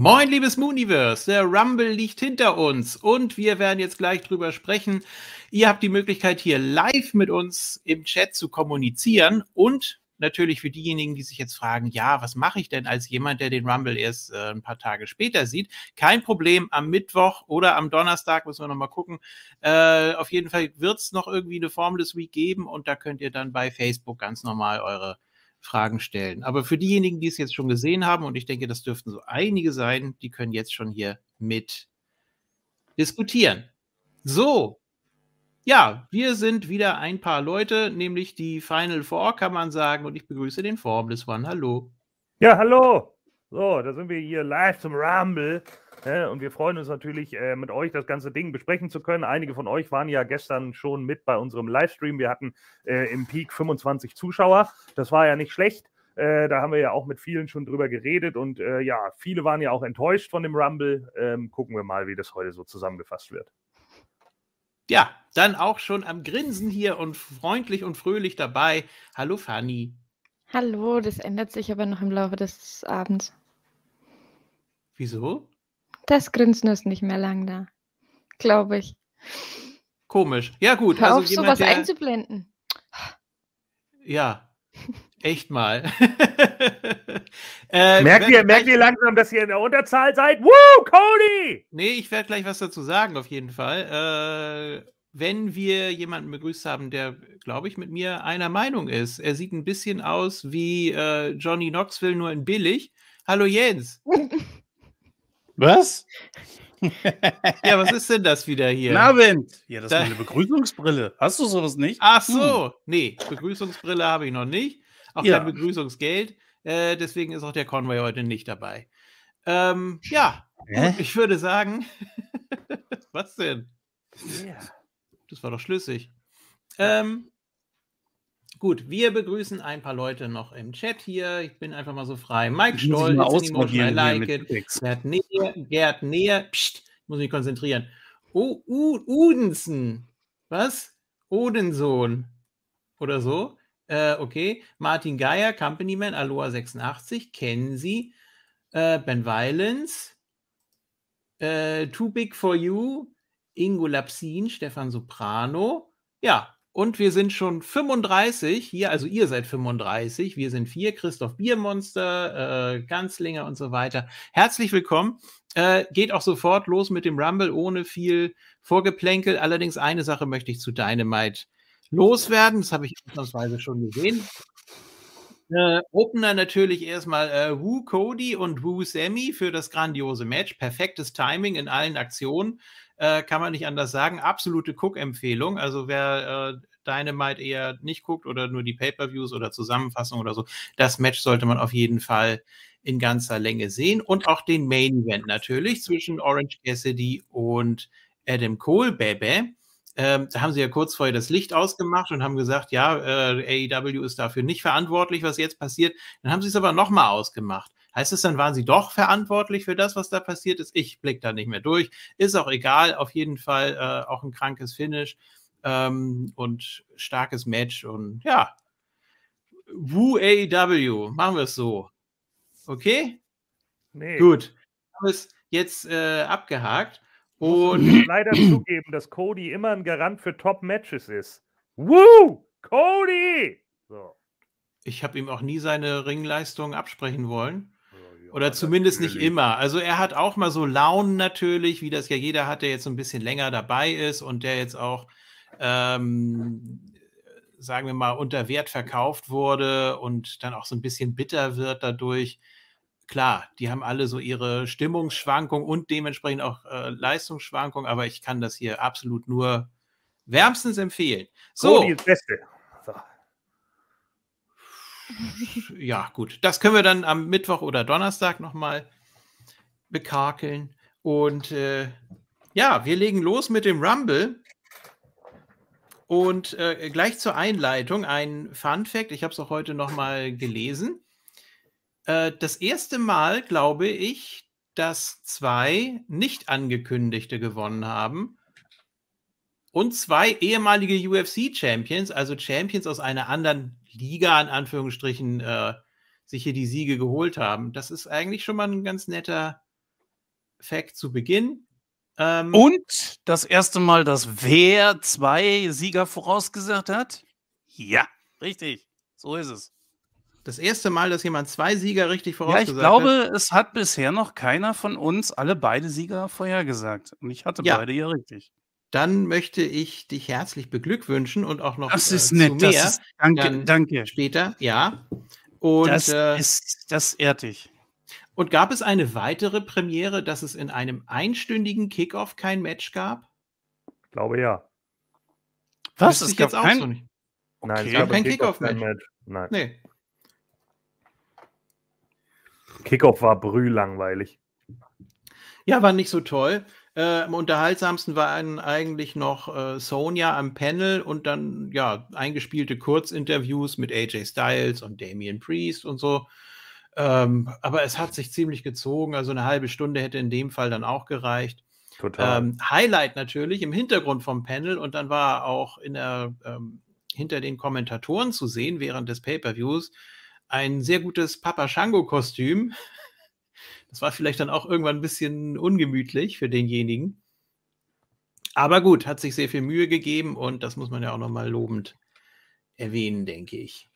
Moin, liebes Mooniverse, der Rumble liegt hinter uns und wir werden jetzt gleich drüber sprechen. Ihr habt die Möglichkeit, hier live mit uns im Chat zu kommunizieren und natürlich für diejenigen, die sich jetzt fragen, ja, was mache ich denn als jemand, der den Rumble erst ein paar Tage später sieht? Kein Problem, am Mittwoch oder am Donnerstag müssen wir nochmal gucken. Auf jeden Fall wird es noch irgendwie eine Formless Week geben und da könnt ihr dann bei Facebook ganz normal eure Fragen stellen. Aber für diejenigen, die es jetzt schon gesehen haben, und ich denke, das dürften so einige sein, die können jetzt schon hier mit diskutieren. So, ja, wir sind wieder ein paar Leute, nämlich die Final Four, kann man sagen, und ich begrüße den Formless One. Hallo. Ja, hallo. So, da sind wir hier live zum Rumble. Und wir freuen uns natürlich, mit euch das ganze Ding besprechen zu können. Einige von euch waren ja gestern schon mit bei unserem Livestream. Wir hatten im Peak 25 Zuschauer. Das war ja nicht schlecht. Da haben wir ja auch mit vielen schon drüber geredet. Und ja, viele waren ja auch enttäuscht von dem Rumble. Gucken wir mal, wie das heute so zusammengefasst wird. Ja, dann auch schon am Grinsen hier und freundlich und fröhlich dabei. Hallo, Fanny. Hallo, das ändert sich aber noch im Laufe des Abends. Wieso? Das Grinsen ist nicht mehr lang da, glaube ich. Komisch. Ja gut, Hör also auf, jemand, sowas einzublenden. Ja, echt mal. Merkt ihr langsam, dass ihr in der Unterzahl seid? Woo, Cody! Nee, ich werde gleich was dazu sagen, auf jeden Fall. Wenn wir jemanden begrüßt haben, der, glaube ich, mit mir einer Meinung ist. Er sieht ein bisschen aus wie Johnny Knoxville, nur in billig. Hallo Jens. Was? Ja, was ist denn das wieder hier? Guten Abend. Ja, das ist meine Begrüßungsbrille. Hast du sowas nicht? Ach so. Nee, Begrüßungsbrille habe ich noch nicht. Auch kein Begrüßungsgeld. Deswegen ist auch der Conway heute nicht dabei. Ja, gut, ich würde sagen. Was denn? Ja. Das war doch schlüssig. Gut, wir begrüßen ein paar Leute noch im Chat hier. Ich bin einfach mal so frei. Mike Stoll, I like it. Gerd Näher. Psst, ich muss mich konzentrieren. Udensen. Was? Odensohn. Oder so. Okay. Martin Geier, Companyman, Aloha 86. Kennen Sie. Ben Violence. Too Big for You. Ingo Lapsin, Stefan Soprano. Ja, und wir sind schon 35 hier, also ihr seid 35, wir sind 4, Christoph Biermonster, Ganzlinger und so weiter. Herzlich willkommen. Geht auch sofort los mit dem Rumble, ohne viel Vorgeplänkel. Allerdings eine Sache möchte ich zu Dynamite loswerden, das habe ich ausnahmsweise schon gesehen. Opener natürlich erstmal Woo Cody und Woo Sammy für das grandiose Match. Perfektes Timing in allen Aktionen. Kann man nicht anders sagen. Absolute Guck-Empfehlung. Also wer Dynamite eher nicht guckt oder nur die Pay-Per-Views oder Zusammenfassung oder so, das Match sollte man auf jeden Fall in ganzer Länge sehen. Und auch den Main-Event natürlich zwischen Orange Cassidy und Adam Cole, Baby. Da haben sie ja kurz vorher das Licht ausgemacht und haben gesagt, ja, AEW ist dafür nicht verantwortlich, was jetzt passiert. Dann haben sie es aber nochmal ausgemacht. Heißt es, dann waren sie doch verantwortlich für das, was da passiert ist? Ich blicke da nicht mehr durch. Ist auch egal, auf jeden Fall auch ein krankes Finish und starkes Match. Und ja, Woo AEW, machen wir es so. Okay? Nee. Gut. Haben wir es jetzt abgehakt. Und ich muss leider zugeben, dass Cody immer ein Garant für Top-Matches ist. Woo! Cody! So. Ich habe ihm auch nie seine Ringleistung absprechen wollen. Ja, oder zumindest natürlich. nicht immer. Also er hat auch mal so Launen natürlich, wie das ja jeder hat, der jetzt so ein bisschen länger dabei ist und der jetzt auch, sagen wir mal, unter Wert verkauft wurde und dann auch so ein bisschen bitter wird dadurch. Klar, die haben alle so ihre Stimmungsschwankung und dementsprechend auch Leistungsschwankung, aber ich kann das hier absolut nur wärmstens empfehlen. So. Cody ist Beste. So. Ja, gut. Das können wir dann am Mittwoch oder Donnerstag nochmal bekakeln. Und ja, wir legen los mit dem Rumble. Und gleich zur Einleitung ein Fun-Fact. Ich habe es auch heute nochmal gelesen. Das erste Mal, glaube ich, dass 2 nicht angekündigte gewonnen haben. Und 2 ehemalige UFC-Champions, also Champions aus einer anderen Liga, in Anführungsstrichen, sich hier die Siege geholt haben. Das ist eigentlich schon mal ein ganz netter Fact zu Beginn. Und das erste Mal, dass wer 2 Sieger vorausgesagt hat? Ja, richtig. So ist es. Das erste Mal, dass jemand 2 Sieger richtig Ja, vorausgesagt ich hat. glaube, es hat bisher noch keiner von uns beide Sieger vorhergesagt. Und ich hatte Ja. beide ja richtig. Dann möchte ich dich herzlich beglückwünschen und auch noch Das ist zu nett. mehr. Das ist, danke, dann danke. Später, ja. Und, Das ehrt dich. und gab es eine weitere Premiere, dass es in einem einstündigen Kickoff kein Match gab? Ich glaube ja. Was? Wüsste Es ich gab jetzt auch kein. so nicht. Nein, Okay. es gab gab kein im Kickoff kein Kickoff-Match. Match. Nein. Nee. Kickoff war brühlangweilig. Ja, war nicht so toll. Am unterhaltsamsten waren eigentlich noch Sonya am Panel und dann ja eingespielte Kurzinterviews mit AJ Styles und Damian Priest und so. Aber es hat sich ziemlich gezogen. Also eine halbe Stunde hätte in dem Fall dann auch gereicht. Total. Highlight natürlich im Hintergrund vom Panel und dann war auch hinter den Kommentatoren zu sehen während des Pay-Per-Views ein sehr gutes Papa Shango-Kostüm. Das war vielleicht dann auch irgendwann ein bisschen ungemütlich für denjenigen. Aber gut, hat sich sehr viel Mühe gegeben und das muss man ja auch nochmal lobend erwähnen, denke ich.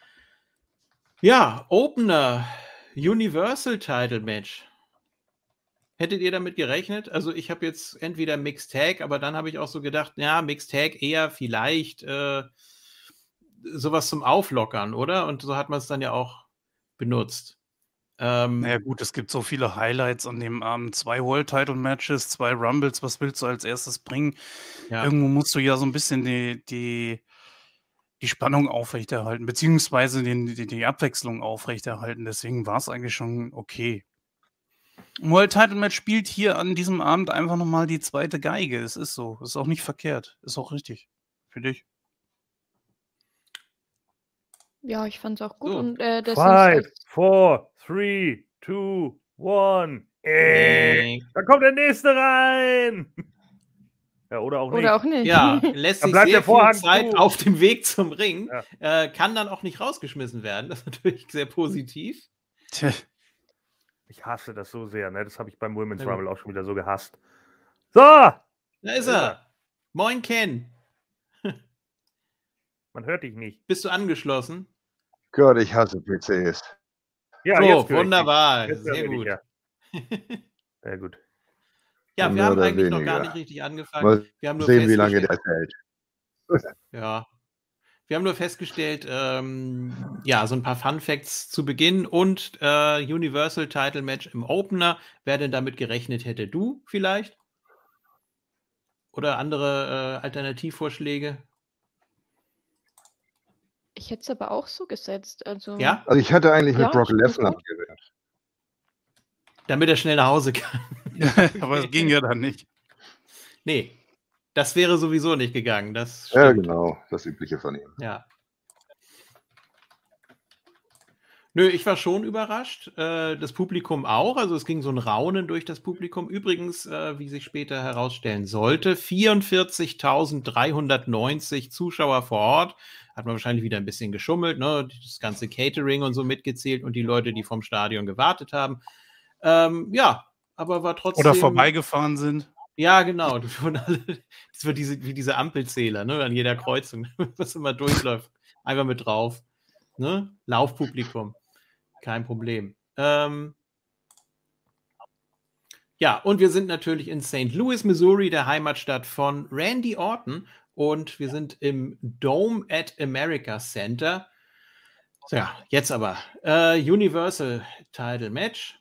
Ja, Opener, Universal Title Match. Hättet ihr damit gerechnet? Also ich habe jetzt entweder Mixed Tag, aber dann habe ich auch so gedacht, ja, Mixed Tag eher vielleicht sowas zum Auflockern, oder? Und so hat man es dann ja auch benutzt. Naja gut, es gibt so viele Highlights an dem Abend. 2 World-Title-Matches, 2 Rumbles. Was willst du als erstes bringen? Ja. Irgendwo musst du ja so ein bisschen die Spannung aufrechterhalten, beziehungsweise die Abwechslung aufrechterhalten. Deswegen war es eigentlich schon okay. World-Title-Match spielt hier an diesem Abend einfach nochmal die zweite Geige. Es ist so. Ist auch nicht verkehrt. Ist auch richtig. Für dich. Ja, ich fand's auch gut. So. Und das 5, 4, 3, 2, 1. Da kommt der nächste rein. Ja, oder auch nicht. oder auch nicht. Ja, lässt Da sich bleibt sehr der Vorhang viel Zeit zu. auf dem Weg zum Ring. Ja. Kann dann auch nicht rausgeschmissen werden. Das ist natürlich sehr positiv. Tja. Ich hasse das so sehr. Ne? Das habe ich beim Women's Na gut. Rumble auch schon wieder so gehasst. So, Da ist er. Moin Ken. man hört dich nicht. Bist du angeschlossen? Gott, ich hasse PCs. Ja, So, jetzt höre ich dich. wunderbar. Jetzt hören Sehr wir dich, gut. ja. Sehr gut. Ja, wir Mehr haben oder eigentlich noch gar weniger. nicht richtig angefangen. Mal Wir haben nur sehen, wie lange festgestellt, der hält. ja. Wir haben nur festgestellt, ja, so ein paar Fun Facts zu Beginn und Universal Title Match im Opener. Wer denn damit gerechnet hätte? Du vielleicht? Oder andere Alternativvorschläge? Ich hätte es aber auch so gesetzt. Also, Ja? Also ich hatte eigentlich mit Ja, Brock ich find's Lesnar gut. gerechnet. Damit er schnell nach Hause kann. Aber es ging ja dann nicht. Nee, das wäre sowieso nicht gegangen. Das Ja, stimmt. genau. Das Übliche von ihm. Ja. Nö, ich war schon überrascht. Das Publikum auch. Also es ging so ein Raunen durch das Publikum. Übrigens, wie sich später herausstellen sollte, 44.390 Zuschauer vor Ort. Hat man wahrscheinlich wieder ein bisschen geschummelt, ne? Das ganze Catering und so mitgezählt und die Leute, die vom Stadion gewartet haben. Ja, aber war trotzdem. Oder vorbeigefahren sind. Ja, genau. Das wird wie diese Ampelzähler, ne? An jeder Kreuzung, was immer durchläuft. Einfach mit drauf. Ne? Laufpublikum. Kein Problem. Ja, und wir sind natürlich in St. Louis, Missouri, der Heimatstadt von Randy Orton. Und wir sind im Dome at America Center. So, ja, jetzt aber. Universal Title Match.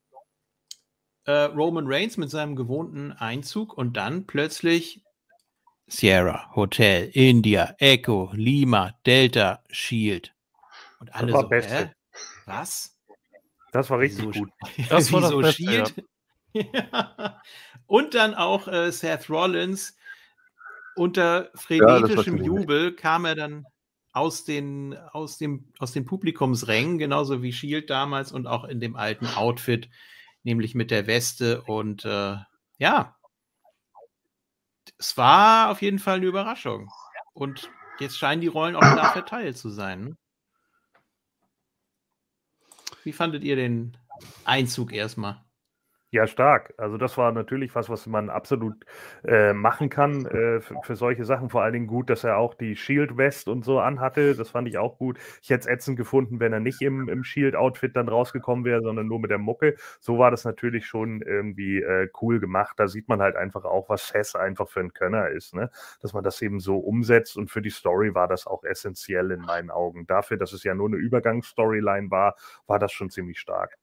Roman Reigns mit seinem gewohnten Einzug und dann plötzlich Sierra, Hotel, India, Echo, Lima, Delta, Shield. Und alle war so, Beste. Was? Das war richtig Wieso- gut. Das war das Wieso Beste, Shield? Ja. Und dann auch Seth Rollins. Unter frenetischem ziemlich Jubel kam er dann aus den Publikumsrängen, genauso wie Shield damals und auch in dem alten Outfit, nämlich mit der Weste. Und ja, es war auf jeden Fall eine Überraschung. Und jetzt scheinen die Rollen auch klar verteilt zu sein. Ne? Wie fandet ihr den Einzug erstmal? Ja, stark. Also das war natürlich was man absolut machen kann für solche Sachen. Vor allen Dingen gut, dass er auch die Shield-West und so anhatte. Das fand ich auch gut. Ich hätte es ätzend gefunden, wenn er nicht im Shield-Outfit dann rausgekommen wäre, sondern nur mit der Mucke. So war das natürlich schon irgendwie cool gemacht. Da sieht man halt einfach auch, was Seth einfach für ein Könner ist, ne? Dass man das eben so umsetzt. Und für die Story war das auch essentiell in meinen Augen. Dafür, dass es ja nur eine Übergangsstoryline war das schon ziemlich stark.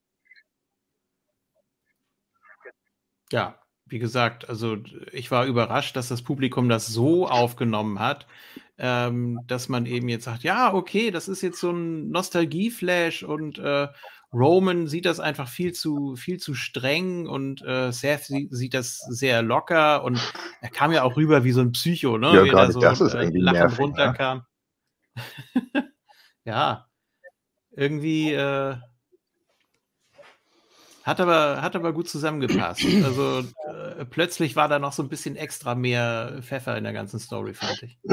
Ja, wie gesagt, also ich war überrascht, dass das Publikum das so aufgenommen hat, dass man eben jetzt sagt, ja, okay, das ist jetzt so ein Nostalgie-Flash und Roman sieht das einfach viel zu streng und Seth sieht das sehr locker und er kam ja auch rüber wie so ein Psycho, ne? Ja, Wie er da gerade so das ist irgendwie lachend nervig, ne? runterkam. Ja, irgendwie hat aber gut zusammengepasst. Also plötzlich war da noch so ein bisschen extra mehr Pfeffer in der ganzen Story, fand ich.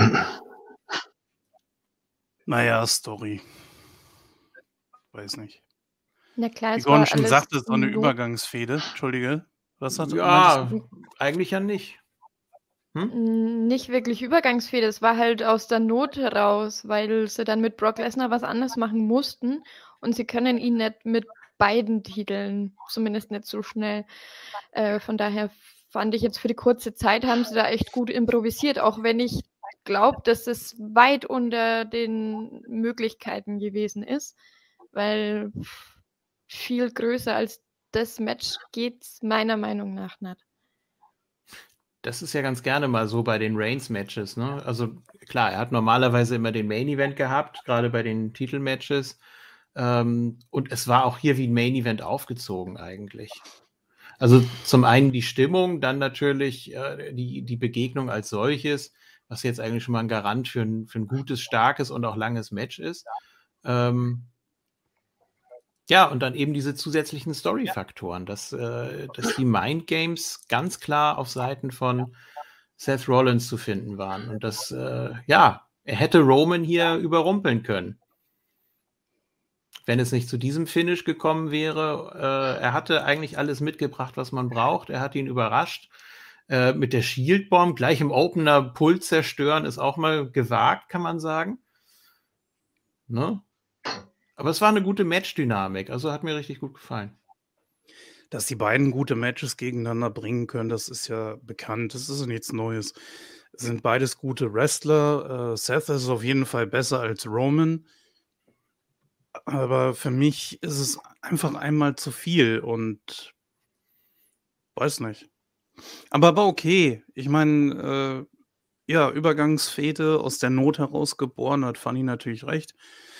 Naja, Story. Weiß nicht. Na klar, Wie es war Gordon schon alles sagte, so eine Not. Übergangsfehde. Entschuldige. Was meintest Ja, du? eigentlich ja nicht. Hm? Nicht wirklich Übergangsfehde, es war halt aus der Not heraus, weil sie dann mit Brock Lesnar was anderes machen mussten und sie können ihn nicht mit beiden Titeln, zumindest nicht so schnell. Von daher fand ich jetzt für die kurze Zeit haben sie da echt gut improvisiert, auch wenn ich glaube, dass es weit unter den Möglichkeiten gewesen ist, weil viel größer als das Match geht's meiner Meinung nach nicht. Das ist ja ganz gerne mal so bei den Reigns-Matches, ne? Also klar, er hat normalerweise immer den Main-Event gehabt, gerade bei den Titelmatches. Und es war auch hier wie ein Main-Event aufgezogen eigentlich. Also zum einen die Stimmung, dann natürlich die Begegnung als solches, was jetzt eigentlich schon mal ein Garant für ein gutes, starkes und auch langes Match ist. Ja, und dann eben diese zusätzlichen Story-Faktoren, dass die Mind-Games ganz klar auf Seiten von Seth Rollins zu finden waren. Und dass, ja, er hätte Roman hier überrumpeln können. Wenn es nicht zu diesem Finish gekommen wäre, er hatte eigentlich alles mitgebracht, was man braucht. Er hat ihn überrascht. Mit der Shield Bomb gleich im Opener Puls zerstören ist auch mal gewagt, kann man sagen. Ne? Aber es war eine gute Matchdynamik, also hat mir richtig gut gefallen. Dass die beiden gute Matches gegeneinander bringen können, das ist ja bekannt. Das ist ja nichts Neues. Es sind beides gute Wrestler. Seth ist auf jeden Fall besser als Roman. Aber für mich ist es einfach einmal zu viel und weiß nicht. Aber war okay. Ich meine, ja, Übergangsfehde aus der Not heraus geboren, hat Fanny natürlich recht.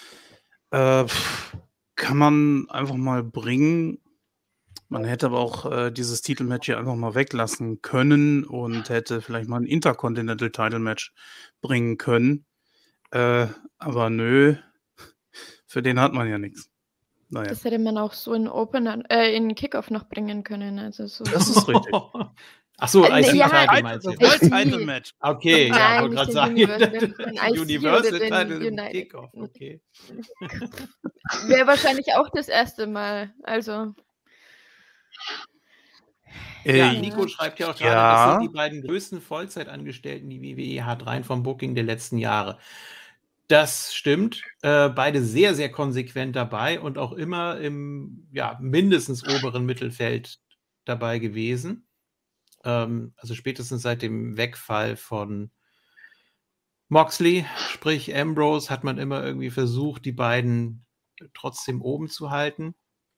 Kann man einfach mal bringen. Man hätte aber auch dieses Titelmatch hier einfach mal weglassen können und hätte vielleicht mal ein Intercontinental-Title-Match bringen können. Aber nö, für den hat man ja nichts. Naja, Das hätte man auch so in Kickoff noch bringen können. Also so. das ist richtig. Ach so, Ja, IC-Title meinst du? World Title-Match. Okay, ja, Nein, wollte gerade nicht sagen, den IC Universal oder den Title im United. Kickoff, okay. Wäre wahrscheinlich auch das erste Mal. Also. Ja, Nico schreibt ja auch gerade, ja. das sind die beiden größten Vollzeitangestellten, die WWE hat, rein vom Booking der letzten Jahre. Das stimmt. Beide sehr, sehr konsequent dabei und auch immer im mindestens oberen Mittelfeld dabei gewesen. Also spätestens seit dem Wegfall von Moxley, sprich Ambrose, hat man immer irgendwie versucht, die beiden trotzdem oben zu halten.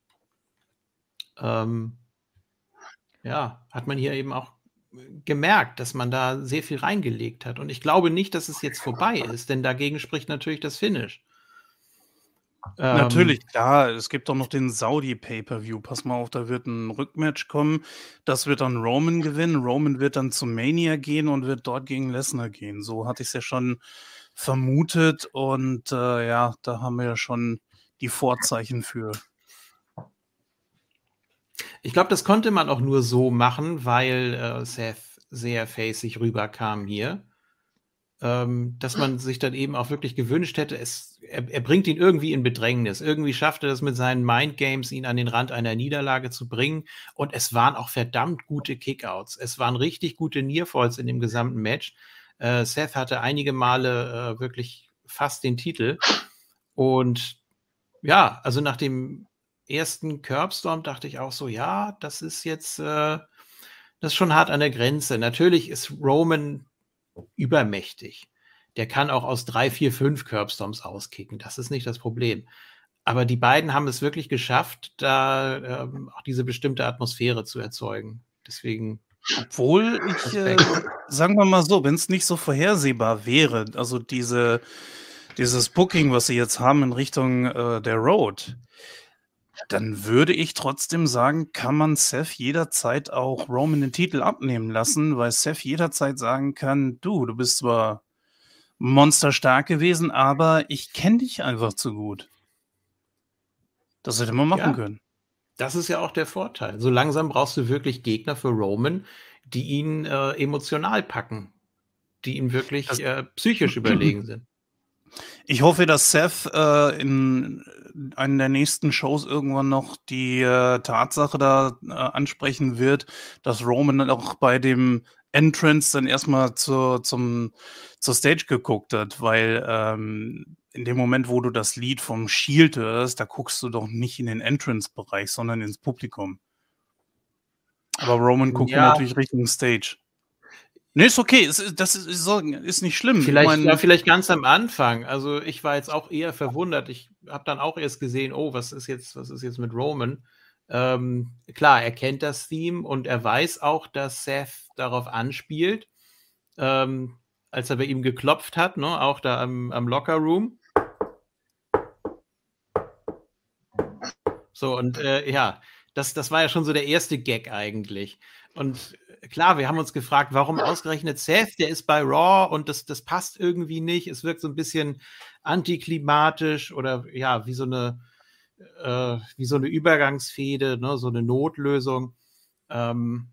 Ja, hat man hier eben auch gemerkt, dass man da sehr viel reingelegt hat. Und ich glaube nicht, dass es jetzt vorbei ist, denn dagegen spricht natürlich das Finish. Natürlich, klar. Es gibt auch noch den Saudi-Pay-Per-View. Pass mal auf, da wird ein Rückmatch kommen. Das wird dann Roman gewinnen. Roman wird dann zu Mania gehen und wird dort gegen Lesnar gehen. So hatte ich es ja schon vermutet. Und ja, da haben wir ja schon die Vorzeichen für. Ich glaube, das konnte man auch nur so machen, weil Seth sehr facig rüberkam hier. dass man sich dann eben auch wirklich gewünscht hätte, er bringt ihn irgendwie in Bedrängnis. Irgendwie schafft er das mit seinen Mindgames, ihn an den Rand einer Niederlage zu bringen. Und es waren auch verdammt gute Kickouts. Es waren richtig gute Nearfalls in dem gesamten Match. Seth hatte einige Male wirklich fast den Titel. Und ja, also nach dem ersten Curbstorm dachte ich auch so, ja, das ist jetzt das ist schon hart an der Grenze. Natürlich ist Roman übermächtig. Der kann auch aus 3, 4, 5 Curbstorms auskicken. Das ist nicht das Problem. Aber die beiden haben es wirklich geschafft, da auch diese bestimmte Atmosphäre zu erzeugen. Deswegen. Obwohl ich, sagen wir mal so, wenn es nicht so vorhersehbar wäre, also dieses Booking, was sie jetzt haben in Richtung der Road, dann würde ich trotzdem sagen, kann man Seth jederzeit auch Roman den Titel abnehmen lassen, weil Seth jederzeit sagen kann, du bist zwar monsterstark gewesen, aber ich kenne dich einfach zu gut. Das hätte man machen können. Das ist ja auch der Vorteil. So langsam brauchst du wirklich Gegner für Roman, die ihn emotional packen, die ihm wirklich psychisch überlegen sind. Ich hoffe, dass Seth in einer der nächsten Shows irgendwann noch die Tatsache da ansprechen wird, dass Roman dann auch bei dem Entrance dann erstmal zur Stage geguckt hat, weil in dem Moment, wo du das Lied vom Shield hörst, da guckst du doch nicht in den Entrance-Bereich, sondern ins Publikum. Aber Roman guckt natürlich Richtung Stage. Nee, ist okay. Das ist nicht schlimm. Vielleicht ganz am Anfang. Also ich war jetzt auch eher verwundert. Ich habe dann auch erst gesehen, oh, was ist jetzt mit Roman? Klar, er kennt das Theme und er weiß auch, dass Seth darauf anspielt, als er bei ihm geklopft hat, ne, auch da am Locker Room. So, und das war ja schon so der erste Gag eigentlich. Und klar, wir haben uns gefragt, warum ausgerechnet Seth? Der ist bei Raw und das passt irgendwie nicht. Es wirkt so ein bisschen antiklimatisch oder ja, wie so eine Übergangsfehde, ne, so eine Notlösung. Aber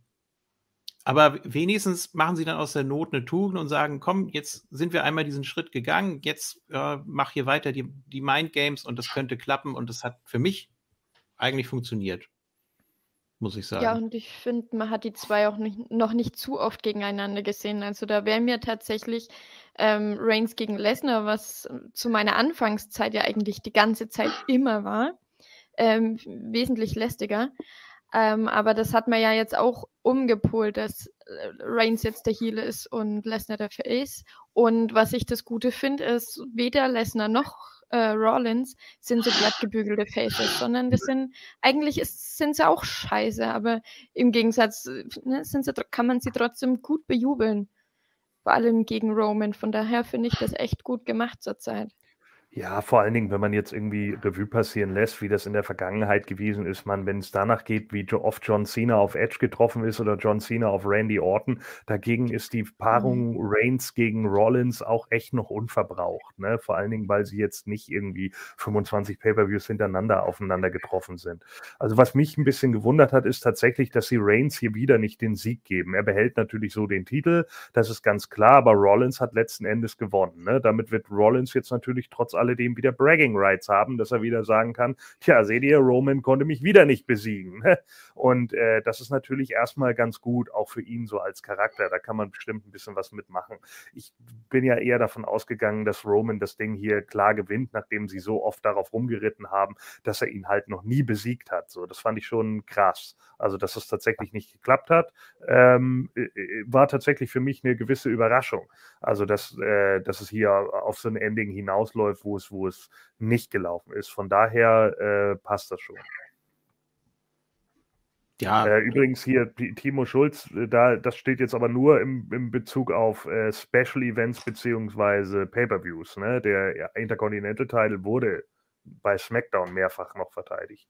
wenigstens machen sie dann aus der Not eine Tugend und sagen, komm, jetzt sind wir einmal diesen Schritt gegangen, jetzt mach hier weiter die Mindgames und das könnte klappen und das hat für mich eigentlich funktioniert, muss ich sagen. Ja, und ich finde, man hat die zwei auch noch nicht zu oft gegeneinander gesehen. Also da wäre mir tatsächlich Reigns gegen Lesnar, was zu meiner Anfangszeit ja eigentlich die ganze Zeit immer war, wesentlich lästiger. Aber das hat man ja jetzt auch umgepolt, dass Reigns jetzt der Heel ist und Lesnar der Face. Und was ich das Gute finde, ist, weder Lesnar noch Rollins sind so glatt gebügelte Faces, sondern sind sie auch scheiße, aber im Gegensatz kann man sie trotzdem gut bejubeln. Vor allem gegen Roman. Von daher finde ich das echt gut gemacht zurzeit. Ja, vor allen Dingen, wenn man jetzt irgendwie Revue passieren lässt, wie das in der Vergangenheit gewesen ist, wenn es danach geht, wie oft John Cena auf Edge getroffen ist oder John Cena auf Randy Orton, dagegen ist die Paarung Reigns gegen Rollins auch echt noch unverbraucht, ne? Vor allen Dingen, weil sie jetzt nicht irgendwie 25 Pay-Per-Views hintereinander aufeinander getroffen sind. Also was mich ein bisschen gewundert hat, ist tatsächlich, dass sie Reigns hier wieder nicht den Sieg geben. Er behält natürlich so den Titel, das ist ganz klar, aber Rollins hat letzten Endes gewonnen, ne? Damit wird Rollins jetzt natürlich trotz alledem wieder Bragging Rights haben, dass er wieder sagen kann, tja, seht ihr, Roman konnte mich wieder nicht besiegen. Und das ist natürlich erstmal ganz gut, auch für ihn so als Charakter. Da kann man bestimmt ein bisschen was mitmachen. Ich bin ja eher davon ausgegangen, dass Roman das Ding hier klar gewinnt, nachdem sie so oft darauf rumgeritten haben, dass er ihn halt noch nie besiegt hat. So, das fand ich schon krass. Also, dass es tatsächlich nicht geklappt hat, war tatsächlich für mich eine gewisse Überraschung. Also, dass es hier auf so ein Ending hinausläuft, wo es nicht gelaufen ist. Von daher passt das schon. Ja. Übrigens hier Timo Schulz, das steht jetzt aber nur im Bezug auf Special Events beziehungsweise Pay-Per-Views. Ne? Der Intercontinental Title wurde bei SmackDown mehrfach noch verteidigt.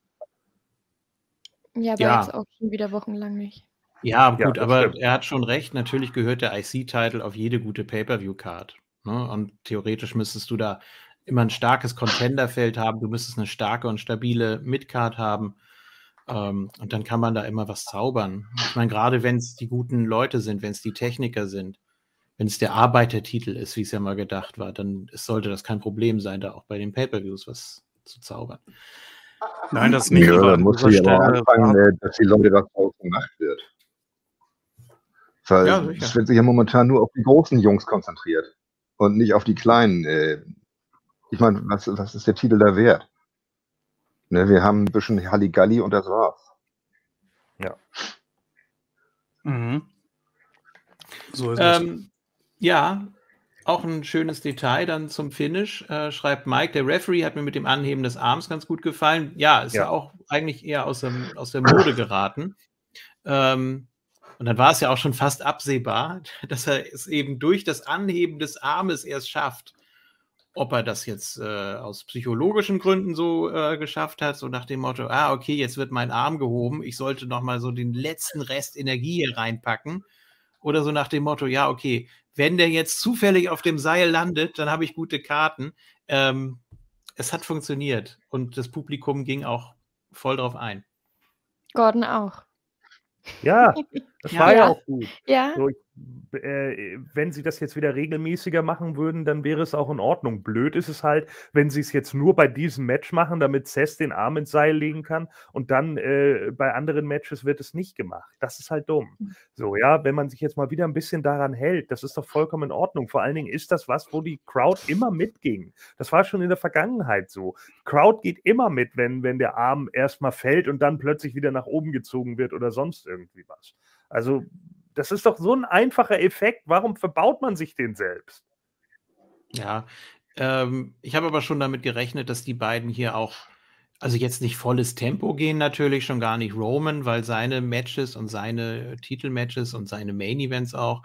Ja, aber jetzt auch schon wieder wochenlang nicht. Ja, gut, aber stimmt. Er hat schon recht. Natürlich gehört der IC-Title auf jede gute Pay-Per-View-Card. Ne? Und theoretisch müsstest du da immer ein starkes Contender-Feld haben. Du müsstest eine starke und stabile Mid-Card haben. Und dann kann man da immer was zaubern. Ich meine, gerade wenn es die guten Leute sind, wenn es die Techniker sind, wenn es der Arbeitertitel ist, wie es ja mal gedacht war, dann sollte das kein Problem sein, da auch bei den Pay-Per-Views was zu zaubern. Nein, das nicht. Ja, aber da an muss dieser ich aber Stelle anfangen, war- dass die Leute das auch gemacht wird. Weil Ja, sicher. es wird sich ja momentan nur auf die großen Jungs konzentriert und nicht auf die kleinen. Ich meine, was ist der Titel da wert? Ne, wir haben ein bisschen Halligalli und das war's. Mhm. So ist es. Ja, auch ein schönes Detail dann zum Finish, schreibt Mike, der Referee hat mir mit dem Anheben des Arms ganz gut gefallen. Ja, ist ja Ja. auch eigentlich eher aus der Mode geraten. Und dann war es ja auch schon fast absehbar, dass er es eben durch das Anheben des Armes erst schafft. Ob er das jetzt aus psychologischen Gründen so geschafft hat, so nach dem Motto, okay, jetzt wird mein Arm gehoben, ich sollte noch mal so den letzten Rest Energie hier reinpacken. Oder so nach dem Motto, ja, okay, wenn der jetzt zufällig auf dem Seil landet, dann habe ich gute Karten. Es hat funktioniert und das Publikum ging auch voll drauf ein. Gordon auch. Ja, das Ja. war ja Ja. auch gut. Ja, So, wenn sie das jetzt wieder regelmäßiger machen würden, dann wäre es auch in Ordnung. Blöd ist es halt, wenn sie es jetzt nur bei diesem Match machen, damit Seth den Arm ins Seil legen kann und dann bei anderen Matches wird es nicht gemacht. Das ist halt dumm. So, ja, wenn man sich jetzt mal wieder ein bisschen daran hält, das ist doch vollkommen in Ordnung. Vor allen Dingen ist das was, wo die Crowd immer mitging. Das war schon in der Vergangenheit so. Crowd geht immer mit, wenn der Arm erstmal fällt und dann plötzlich wieder nach oben gezogen wird oder sonst irgendwie was. Also, das ist doch so ein einfacher Effekt. Warum verbaut man sich den selbst? Ja, ich habe aber schon damit gerechnet, dass die beiden hier auch, also jetzt nicht volles Tempo gehen natürlich, schon gar nicht Roman, weil seine Matches und seine Titelmatches und seine Main Events auch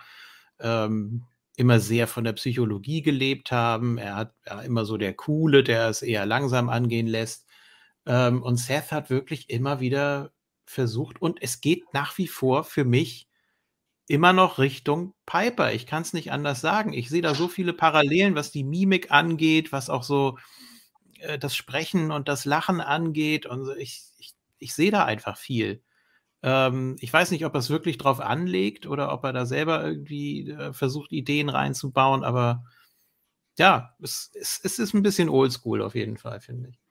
immer sehr von der Psychologie gelebt haben. Er war immer so der Coole, der es eher langsam angehen lässt. Und Seth hat wirklich immer wieder versucht, und es geht nach wie vor für mich immer noch Richtung Piper. Ich kann es nicht anders sagen. Ich sehe da so viele Parallelen, was die Mimik angeht, was auch so das Sprechen und das Lachen angeht. Und so. Ich sehe da einfach viel. Ich weiß nicht, ob er es wirklich drauf anlegt oder ob er da selber irgendwie versucht, Ideen reinzubauen, aber ja, es ist ein bisschen oldschool auf jeden Fall, finde ich.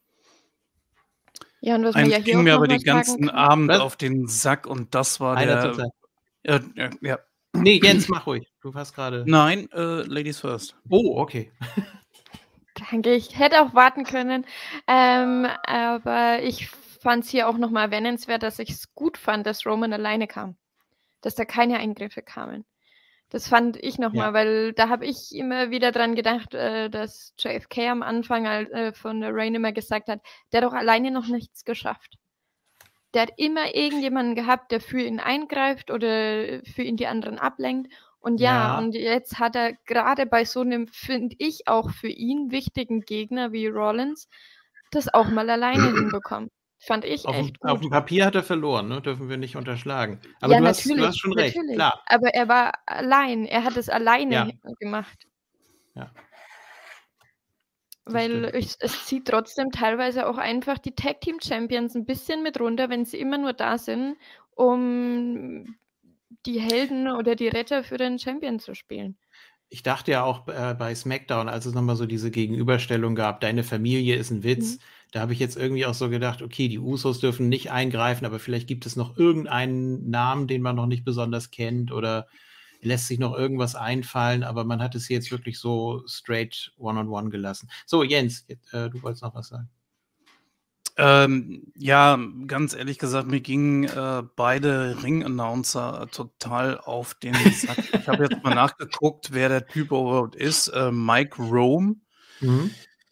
ja, und was man Eins ja hier ging auch mir noch aber mal den ganzen sagen kann. Abend Was? auf den Sack und das war Einer der. zur Zeit. Ja. Nee, Jens, mach ruhig. Du hast gerade. Nein, Ladies first. Oh, okay. Danke, ich hätte auch warten können. Aber ich fand es hier auch nochmal erwähnenswert, dass ich es gut fand, dass Roman alleine kam. Dass da keine Eingriffe kamen. Das fand ich nochmal, Ja. weil da habe ich immer wieder dran gedacht, dass JFK am Anfang von der Reign immer gesagt hat, der hat doch alleine noch nichts geschafft. Der hat immer irgendjemanden gehabt, der für ihn eingreift oder für ihn die anderen ablenkt. Und ja, Ja. und jetzt hat er gerade bei so einem, finde ich, auch für ihn wichtigen Gegner wie Rollins das auch mal alleine hinbekommen. Fand ich Auf echt dem gut. Papier hat er verloren, ne? Dürfen wir nicht unterschlagen. Aber Ja, du hast natürlich, schon recht, natürlich. klar. Aber er war allein. Er hat es alleine Ja. gemacht. Ja. Das Weil stimmt. es zieht trotzdem teilweise auch einfach die Tag Team Champions ein bisschen mit runter, wenn sie immer nur da sind, um die Helden oder die Retter für den Champion zu spielen. Ich dachte ja auch bei SmackDown, als es nochmal so diese Gegenüberstellung gab, deine Familie ist ein Witz, Mhm. da habe ich jetzt irgendwie auch so gedacht, okay, die Usos dürfen nicht eingreifen, aber vielleicht gibt es noch irgendeinen Namen, den man noch nicht besonders kennt oder lässt sich noch irgendwas einfallen, aber man hat es hier jetzt wirklich so straight one-on-one gelassen. So, Jens, du wolltest noch was sagen. Ja, ganz ehrlich gesagt, mir gingen beide Ring-Announcer total auf den Sack. Ich habe jetzt mal nachgeguckt, wer der Typ überhaupt ist. Mike Rome. Mhm.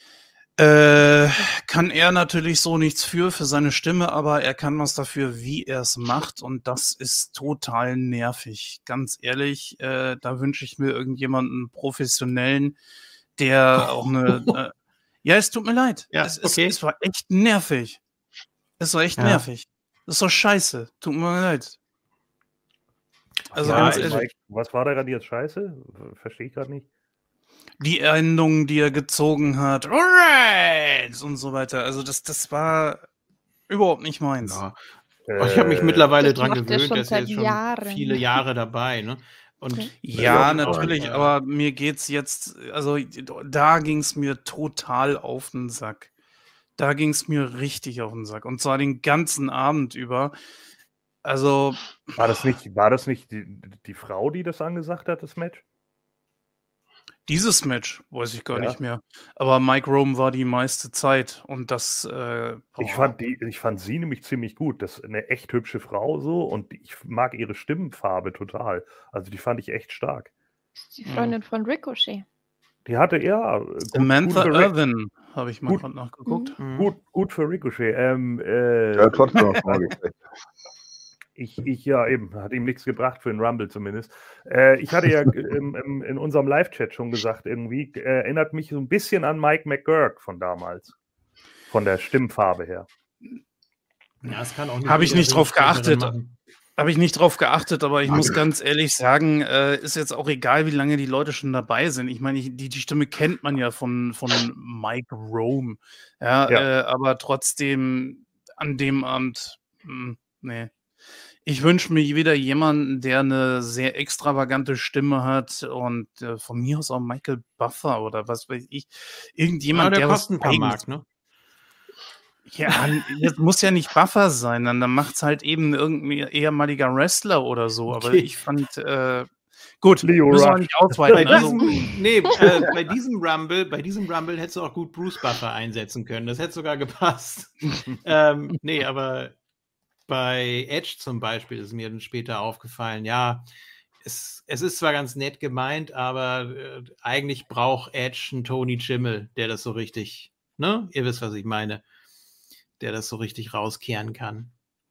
Kann er natürlich so nichts für seine Stimme, aber er kann was dafür, wie er es macht und das ist total nervig. Ganz ehrlich, da wünsche ich mir irgendjemanden professionellen, der auch eine... ja, es tut mir leid. Ja, okay. Es war echt nervig. Es war echt Ja. nervig. Das ist doch scheiße. Tut mir leid. Also Ja, ganz also ehrlich, Mike, was war da gerade jetzt scheiße? Verstehe ich gerade nicht. die Endung, die er gezogen hat, alright, und so weiter. Also das war überhaupt nicht meins. Ja. Ich habe mich Äh, mittlerweile Das dran macht er gewöhnt, schon der ist ja seit jetzt schon Jahren. viele Jahre dabei. Ne? Und Ja, Ja, natürlich, äh, aber mir geht's jetzt, also da ging's mir total auf den Sack. Da ging's mir richtig auf den Sack. Und zwar den ganzen Abend über. Also, War das nicht die Frau, die das angesagt hat, das Match? dieses Match weiß ich gar Ja. nicht mehr. Aber Mike Rome war die meiste Zeit. Und das, Ich boah. fand sie nämlich ziemlich gut. Das ist eine echt hübsche Frau so und ich mag ihre Stimmenfarbe total. Also die fand ich echt stark. Das ist die Freundin von Ricochet. Die hatte Samantha für Irvin, habe ich mal gut- gerade nachgeguckt. gut für Ricochet. Ja, trotzdem noch vorgekriegt. Ja, eben, hat ihm nichts gebracht für den Rumble zumindest. Ich hatte ja in unserem Live-Chat schon gesagt, irgendwie erinnert mich so ein bisschen an Mike McGurk von damals. Von der Stimmfarbe her. ja, es kann auch nicht Habe ich jeder nicht drauf Ringsprecherin geachtet. machen. Habe ich nicht drauf geachtet, aber ich muss ganz ehrlich sagen, ist jetzt auch egal, wie lange die Leute schon dabei sind. Ich meine, die Stimme kennt man ja von Mike Rome. Ja, Ja. aber trotzdem an dem Abend, nee. Ich wünsche mir wieder jemanden, der eine sehr extravagante Stimme hat und von mir aus auch Michael Buffer oder was weiß ich. Irgendjemand, der der was kostet ein paar Eigenes. Mark, ne? Ja, das muss ja nicht Buffer sein, dann macht's halt eben irgendein ehemaliger Wrestler oder so. Aber Okay. ich fand, gut, Leo müssen wir Rush. nicht ausweiten. Bei Also, diesem Rumble hättest du auch gut Bruce Buffer einsetzen können. Das hätte sogar gepasst. Nee, aber bei Edge zum Beispiel ist mir dann später aufgefallen, ja, es ist zwar ganz nett gemeint, aber eigentlich braucht Edge einen Tony Chimmel, der das so richtig, ne? Ihr wisst, was ich meine. Der das so richtig rauskehren kann.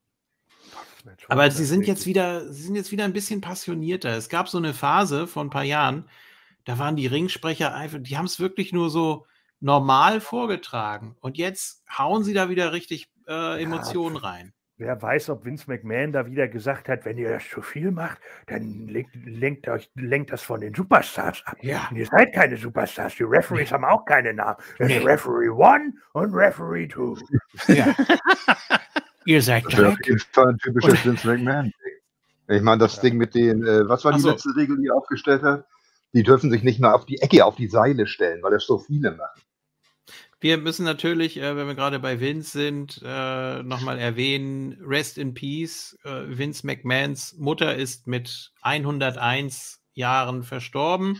Aber sie sind jetzt wieder ein bisschen passionierter. Es gab so eine Phase vor ein paar Jahren, da waren die Ringsprecher einfach, die haben es wirklich nur so normal vorgetragen. Und jetzt hauen sie da wieder richtig Emotionen rein. Wer weiß, ob Vince McMahon da wieder gesagt hat, wenn ihr das zu viel macht, dann lenkt das von den Superstars ab. Ja. Und ihr seid keine Superstars. Die Referees haben auch keine Namen. Das ist Referee 1 und Referee 2. Ja. Ihr seid Das wäre auf Dreck. jeden Fall ein typisches Vince McMahon. Ich meine, das Ding mit den, was war die letzte Regel, die er aufgestellt hat? Die dürfen sich nicht mehr auf die Ecke, auf die Seile stellen, weil das so viele machen. Wir müssen natürlich, wenn wir gerade bei Vince sind, nochmal erwähnen, Rest in Peace, Vince McMahons Mutter ist mit 101 Jahren verstorben.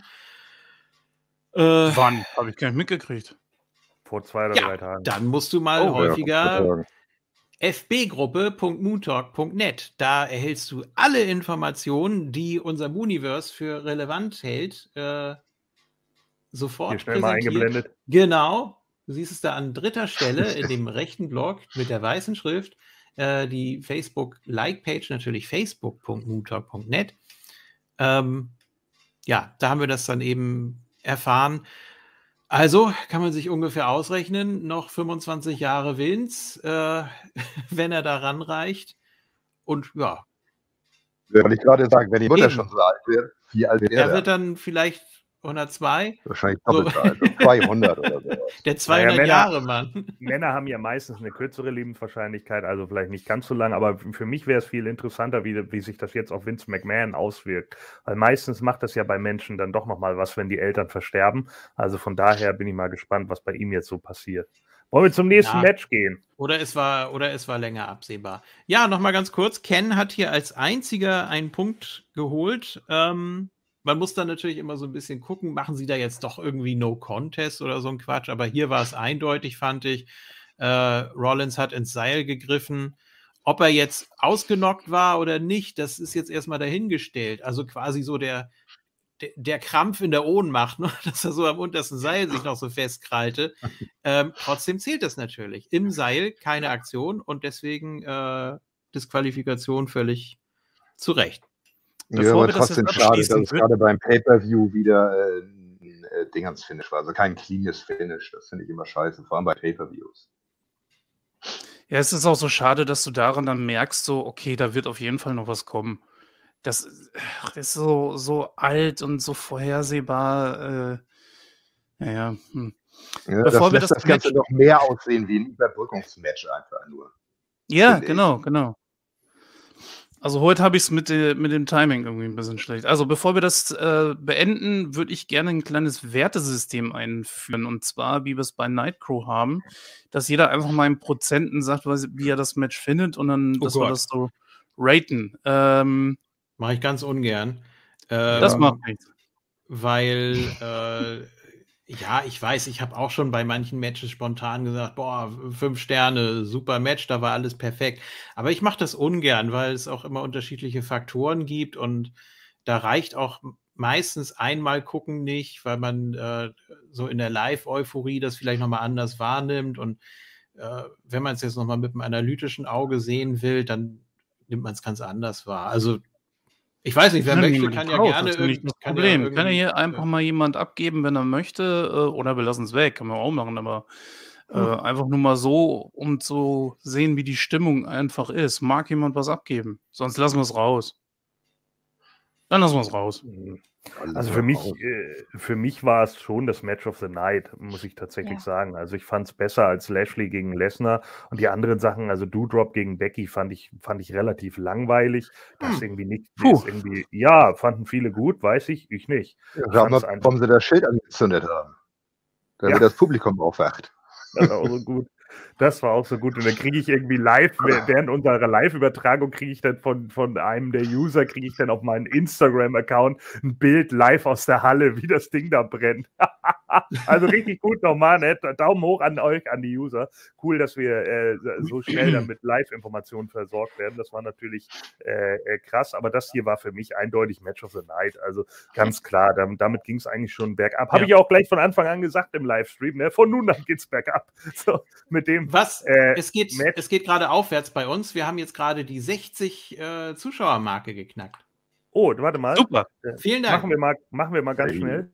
wann? Habe ich gar nicht mitgekriegt. Vor 2 oder 3 Tagen. Dann musst du mal Ja, häufiger fbgruppe.moontalk.net. Da erhältst du alle Informationen, die unser Mooniverse für relevant hält, sofort Hier schnell mal eingeblendet. Genau. Du siehst es da an dritter Stelle in dem rechten Block mit der weißen Schrift. Die Facebook-Like-Page natürlich facebook.moontalk.net. Ja, da haben wir das dann eben erfahren. Also kann man sich ungefähr ausrechnen, noch 25 Jahre Vince, wenn er da ranreicht. Und ja. Wollte ich gerade sagen, wenn die Mutter Eben. schon so alt wird, wie alt wird Er er? wird dann vielleicht 102. Wahrscheinlich doppelt so alt, so 200 oder so. Der 200 Männer- Jahre Mann. Männer haben ja meistens eine kürzere Lebenswahrscheinlichkeit, also vielleicht nicht ganz so lang, aber für mich wäre es viel interessanter, wie sich das jetzt auf Vince McMahon auswirkt. Weil meistens macht das ja bei Menschen dann doch nochmal was, wenn die Eltern versterben. Also von daher bin ich mal gespannt, was bei ihm jetzt so passiert. Wollen wir zum nächsten Ja. Match gehen? Oder es war länger absehbar. Ja, nochmal ganz kurz. Ken hat hier als einziger einen Punkt geholt. Man muss dann natürlich immer so ein bisschen gucken, machen sie da jetzt doch irgendwie No Contest oder so ein Quatsch. Aber hier war es eindeutig, fand ich. Rollins hat ins Seil gegriffen. Ob er jetzt ausgenockt war oder nicht, das ist jetzt erstmal dahingestellt. Also quasi so der Krampf in der Ohnmacht, ne? Dass er so am untersten Seil sich noch so festkrallte. Trotzdem zählt das natürlich. Im Seil keine Aktion und deswegen Disqualifikation völlig zu Recht. Ja, Bevor aber wir das trotzdem jetzt schade, dass abschließen, es gerade beim Pay-Per-View wieder ein Dingens-Finish war. Also kein cleanes Finish. Das finde ich immer scheiße, vor allem bei Pay-Per-Views. Ja, es ist auch so schade, dass du daran dann merkst, so, okay, da wird auf jeden Fall noch was kommen. Das ist so alt und so vorhersehbar. Ja, Bevor wir lässt das das Ganze noch mehr aussehen wie ein Überbrückungsmatch einfach nur. Ja, finde ich. genau. Also heute habe ich es mit dem Timing irgendwie ein bisschen schlecht. Also bevor wir das beenden, würde ich gerne ein kleines Wertesystem einführen. Und zwar, wie wir es bei Nightcrow haben, dass jeder einfach mal in Prozenten sagt, wie er das Match findet und dann, dass wir Gott. das so raten. Mache ich ganz ungern. Das macht nichts. Weil, ja, ich weiß, ich habe auch schon bei manchen Matches spontan gesagt, boah, 5 Sterne, super Match, da war alles perfekt. Aber ich mache das ungern, weil es auch immer unterschiedliche Faktoren gibt und da reicht auch meistens einmal gucken nicht, weil man so in der Live-Euphorie das vielleicht nochmal anders wahrnimmt und wenn man es jetzt nochmal mit einem analytischen Auge sehen will, dann nimmt man es ganz anders wahr. Also ich weiß nicht, wer Ja, möchte, nehmen wir kann das ja raus, gerne das ist nicht das kann Problem. Kann ja irgendwie, hier einfach mal jemand abgeben, wenn er möchte, oder wir lassen es weg, kann man auch machen, aber einfach nur mal so, um zu sehen, wie die Stimmung einfach ist. Mag jemand was abgeben? Sonst lassen wir es raus. Dann lassen wir es raus. Also für mich war es schon das Match of the Night, muss ich tatsächlich Ja. sagen. Also ich fand es besser als Lashley gegen Lesnar und die anderen Sachen, also Doudrop gegen Becky fand ich relativ langweilig. Das irgendwie nicht, Puh. ist irgendwie, ja, fanden viele gut, weiß ich nicht. Ich Sag mal, fand's einfach- warum sie das Schild angezündet haben. Damit Ja. das Publikum aufwacht. Das war auch so gut. Das war auch so gut. Und dann kriege ich irgendwie live, während unserer Live-Übertragung, kriege ich dann von einem der User, kriege ich dann auf meinen Instagram-Account ein Bild live aus der Halle, wie das Ding da brennt. Also richtig gut nochmal, ne? Daumen hoch an euch, an die User. Cool, dass wir so schnell dann mit Live-Informationen versorgt werden. Das war natürlich krass, aber das hier war für mich eindeutig Match of the Night. Also ganz klar, damit ging es eigentlich schon bergab. Habe ich auch gleich von Anfang an gesagt im Livestream, ne? Von nun an geht's bergab. So, mit dem es geht gerade aufwärts bei uns. Wir haben jetzt gerade die 60 Zuschauermarke geknackt. Oh, warte mal. Super. Vielen Dank. Machen wir mal ganz Hey. schnell.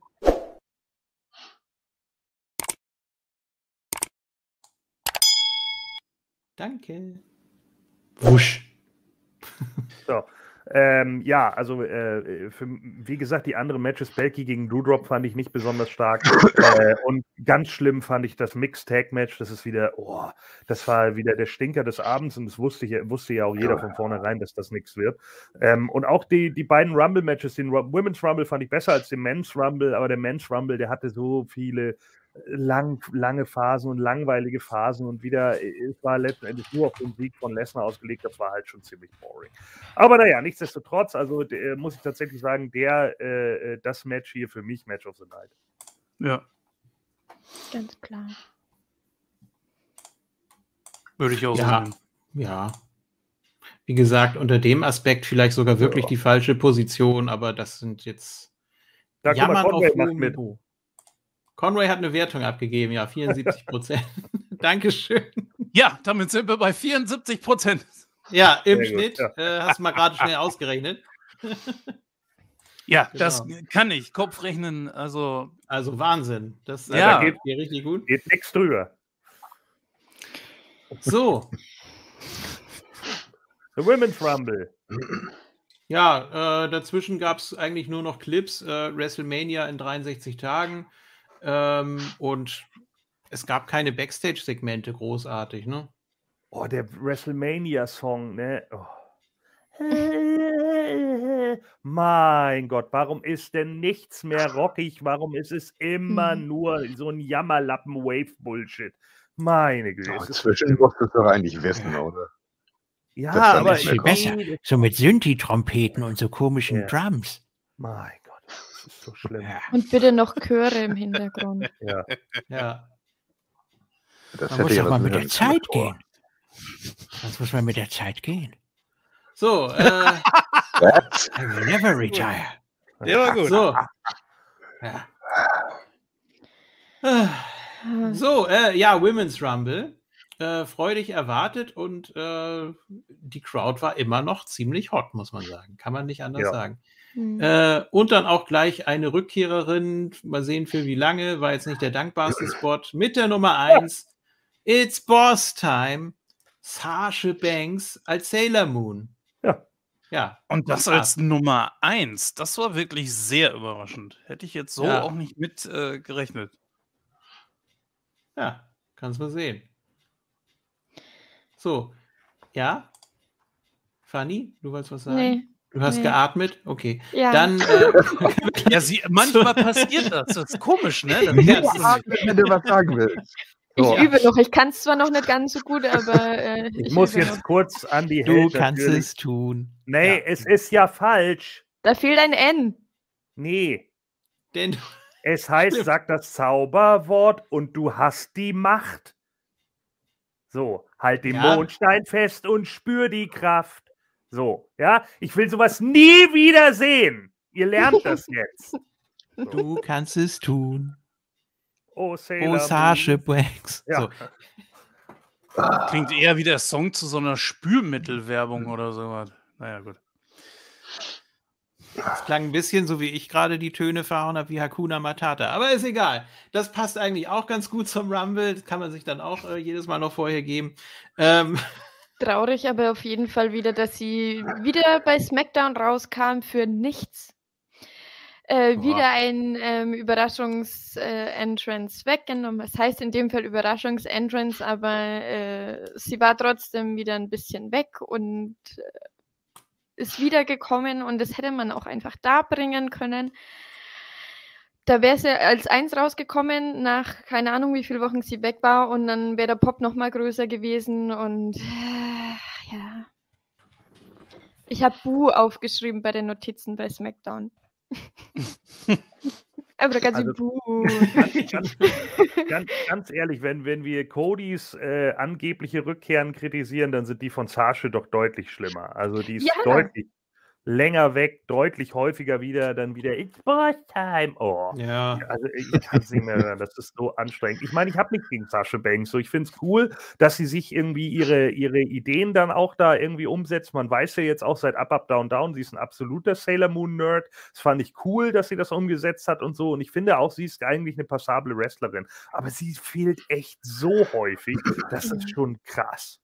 Danke. Wusch. So. Ja, also wie gesagt, die anderen Matches, Belki gegen Doudrop fand ich nicht besonders stark. Und ganz schlimm fand ich das Mixed-Tag-Match. Das ist wieder, das war wieder der Stinker des Abends und das wusste ja auch jeder von vornherein, dass das nichts wird. Und auch die beiden Rumble-Matches, den Women's Rumble fand ich besser als den Men's Rumble, aber der Men's Rumble, der hatte so viele lange Phasen und langweilige Phasen und wieder, es war letzten Endes nur auf den Sieg von Lesnar ausgelegt, das war halt schon ziemlich boring. Aber naja, nichtsdestotrotz, also muss ich tatsächlich sagen, das Match hier für mich Match of the Night. Ja, Ganz klar. würde ich auch Ja, sagen. ja. Wie gesagt, unter dem Aspekt vielleicht sogar wirklich die falsche Position, aber das sind jetzt Da, guck mal, Jammern auf Conway macht hohem mit. Niveau. Conway hat eine Wertung abgegeben, ja, 74%. Dankeschön. Ja, damit sind wir bei 74%. Ja, im Sehr gut, Schnitt. ja. Hast du mal gerade schnell ausgerechnet. Ja, Genau. das kann ich. Kopfrechnen, also Also Wahnsinn. Das Ja. geht hier richtig gut. Geht nichts drüber. So, The Women's Rumble. ja, dazwischen gab es eigentlich nur noch Clips. WrestleMania in 63 Tagen. Und es gab keine Backstage-Segmente großartig, ne? Oh, der WrestleMania-Song, ne? Oh. Mein Gott, warum ist denn nichts mehr rockig? Warum ist es immer nur so ein Jammerlappen-Wave-Bullshit? Meine Güte. es ist so Inzwischen schlimm. musst du es doch eigentlich wissen, oder? Ja, das dann aber nicht mehr ich- kommt. nee, So mit Synthi-Trompeten und so komischen Ja. Drums. Mein Gott, das ist so schlimm. Ja. Und bitte noch Chöre im Hintergrund. Ja. Ja. Das Man muss ja doch mal was mit der hören Zeit vor. gehen. Das muss man mit der Zeit gehen. So, Was? I will never retire. der war gut. so. Ja. So, ja, Women's Rumble. Freudig erwartet und die Crowd war immer noch ziemlich hot, muss man sagen. Kann man nicht anders Ja. sagen. Hm. Und dann auch gleich eine Rückkehrerin, mal sehen für wie lange, war jetzt nicht der dankbarste Spot, mit der Nummer 1, It's Boss Time, Sasha Banks als Sailor Moon. Ja. Ja. Und das Ja. als Nummer 1, das war wirklich sehr überraschend. Hätte ich jetzt so Ja. auch nicht mit gerechnet. Ja, kannst mal sehen. So, ja. Fanny, du wolltest was sagen? Nee. Du hast Nee. geatmet? Okay. Ja. Dann Ja, manchmal passiert das. Das ist komisch, ne? Das, Ja, das ist, Wenn du was sagen willst. Ich So. übe noch. Ich kann es zwar noch nicht ganz so gut, aber Ich muss übe jetzt noch. kurz an die du Held kannst natürlich. es tun. Nee, Ja. es ist ja falsch. Da fehlt ein N. Nee, Denn es heißt, Stimmt. sag das Zauberwort und du hast die Macht. So, halt den Ja. Mondstein fest und spür die Kraft. So, ja, ich will sowas nie wieder sehen. Ihr lernt das jetzt. du kannst es tun. Oh, Sailor Oh, Sasha Moon. Banks. Ja. So. klingt eher wie der Song zu so einer Spülmittelwerbung oder sowas. Naja, gut. Das klang ein bisschen so, wie ich gerade die Töne verhauen habe, wie Hakuna Matata. Aber ist egal. Das passt eigentlich auch ganz gut zum Rumble. Das kann man sich dann auch jedes Mal noch vorher geben. Traurig, aber auf jeden Fall wieder, dass sie wieder bei SmackDown rauskam für nichts. Wieder ein Überraschungs-Entrance weggenommen. Das heißt in dem Fall Überraschungs-Entrance, aber sie war trotzdem wieder ein bisschen weg und ist wiedergekommen und das hätte man auch einfach da bringen können. Da wäre sie als 1 rausgekommen, nach keine Ahnung, wie viele Wochen sie weg war und dann wäre der Pop noch mal größer gewesen und ja. Ich habe Boo aufgeschrieben bei den Notizen bei SmackDown. Aber da ganz Also, Boo. Ganz ehrlich, wenn wir Codys angebliche Rückkehren kritisieren, dann sind die von Sasha doch deutlich schlimmer. Also die ist Ja. deutlich länger weg, deutlich häufiger dann wieder It's Boss Time. Oh. Ja. Also ich kann es nicht mehr hören, das ist so anstrengend. Ich meine, ich habe nichts gegen Sasha Banks. So, ich finde es cool, dass sie sich irgendwie ihre Ideen dann auch da irgendwie umsetzt. Man weiß ja jetzt auch seit Up, Down, Down, sie ist ein absoluter Sailor Moon Nerd. Das fand ich cool, dass sie das umgesetzt hat und so. Und ich finde auch, sie ist eigentlich eine passable Wrestlerin. Aber sie fehlt echt so häufig. Das ist schon krass.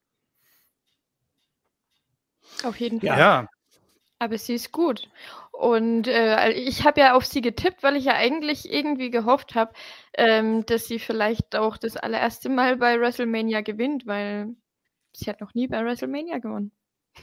Auf jeden Fall. Ja, Aber sie ist gut. Und ich habe ja auf sie getippt, weil ich ja eigentlich irgendwie gehofft habe, dass sie vielleicht auch das allererste Mal bei WrestleMania gewinnt, weil sie hat noch nie bei WrestleMania gewonnen.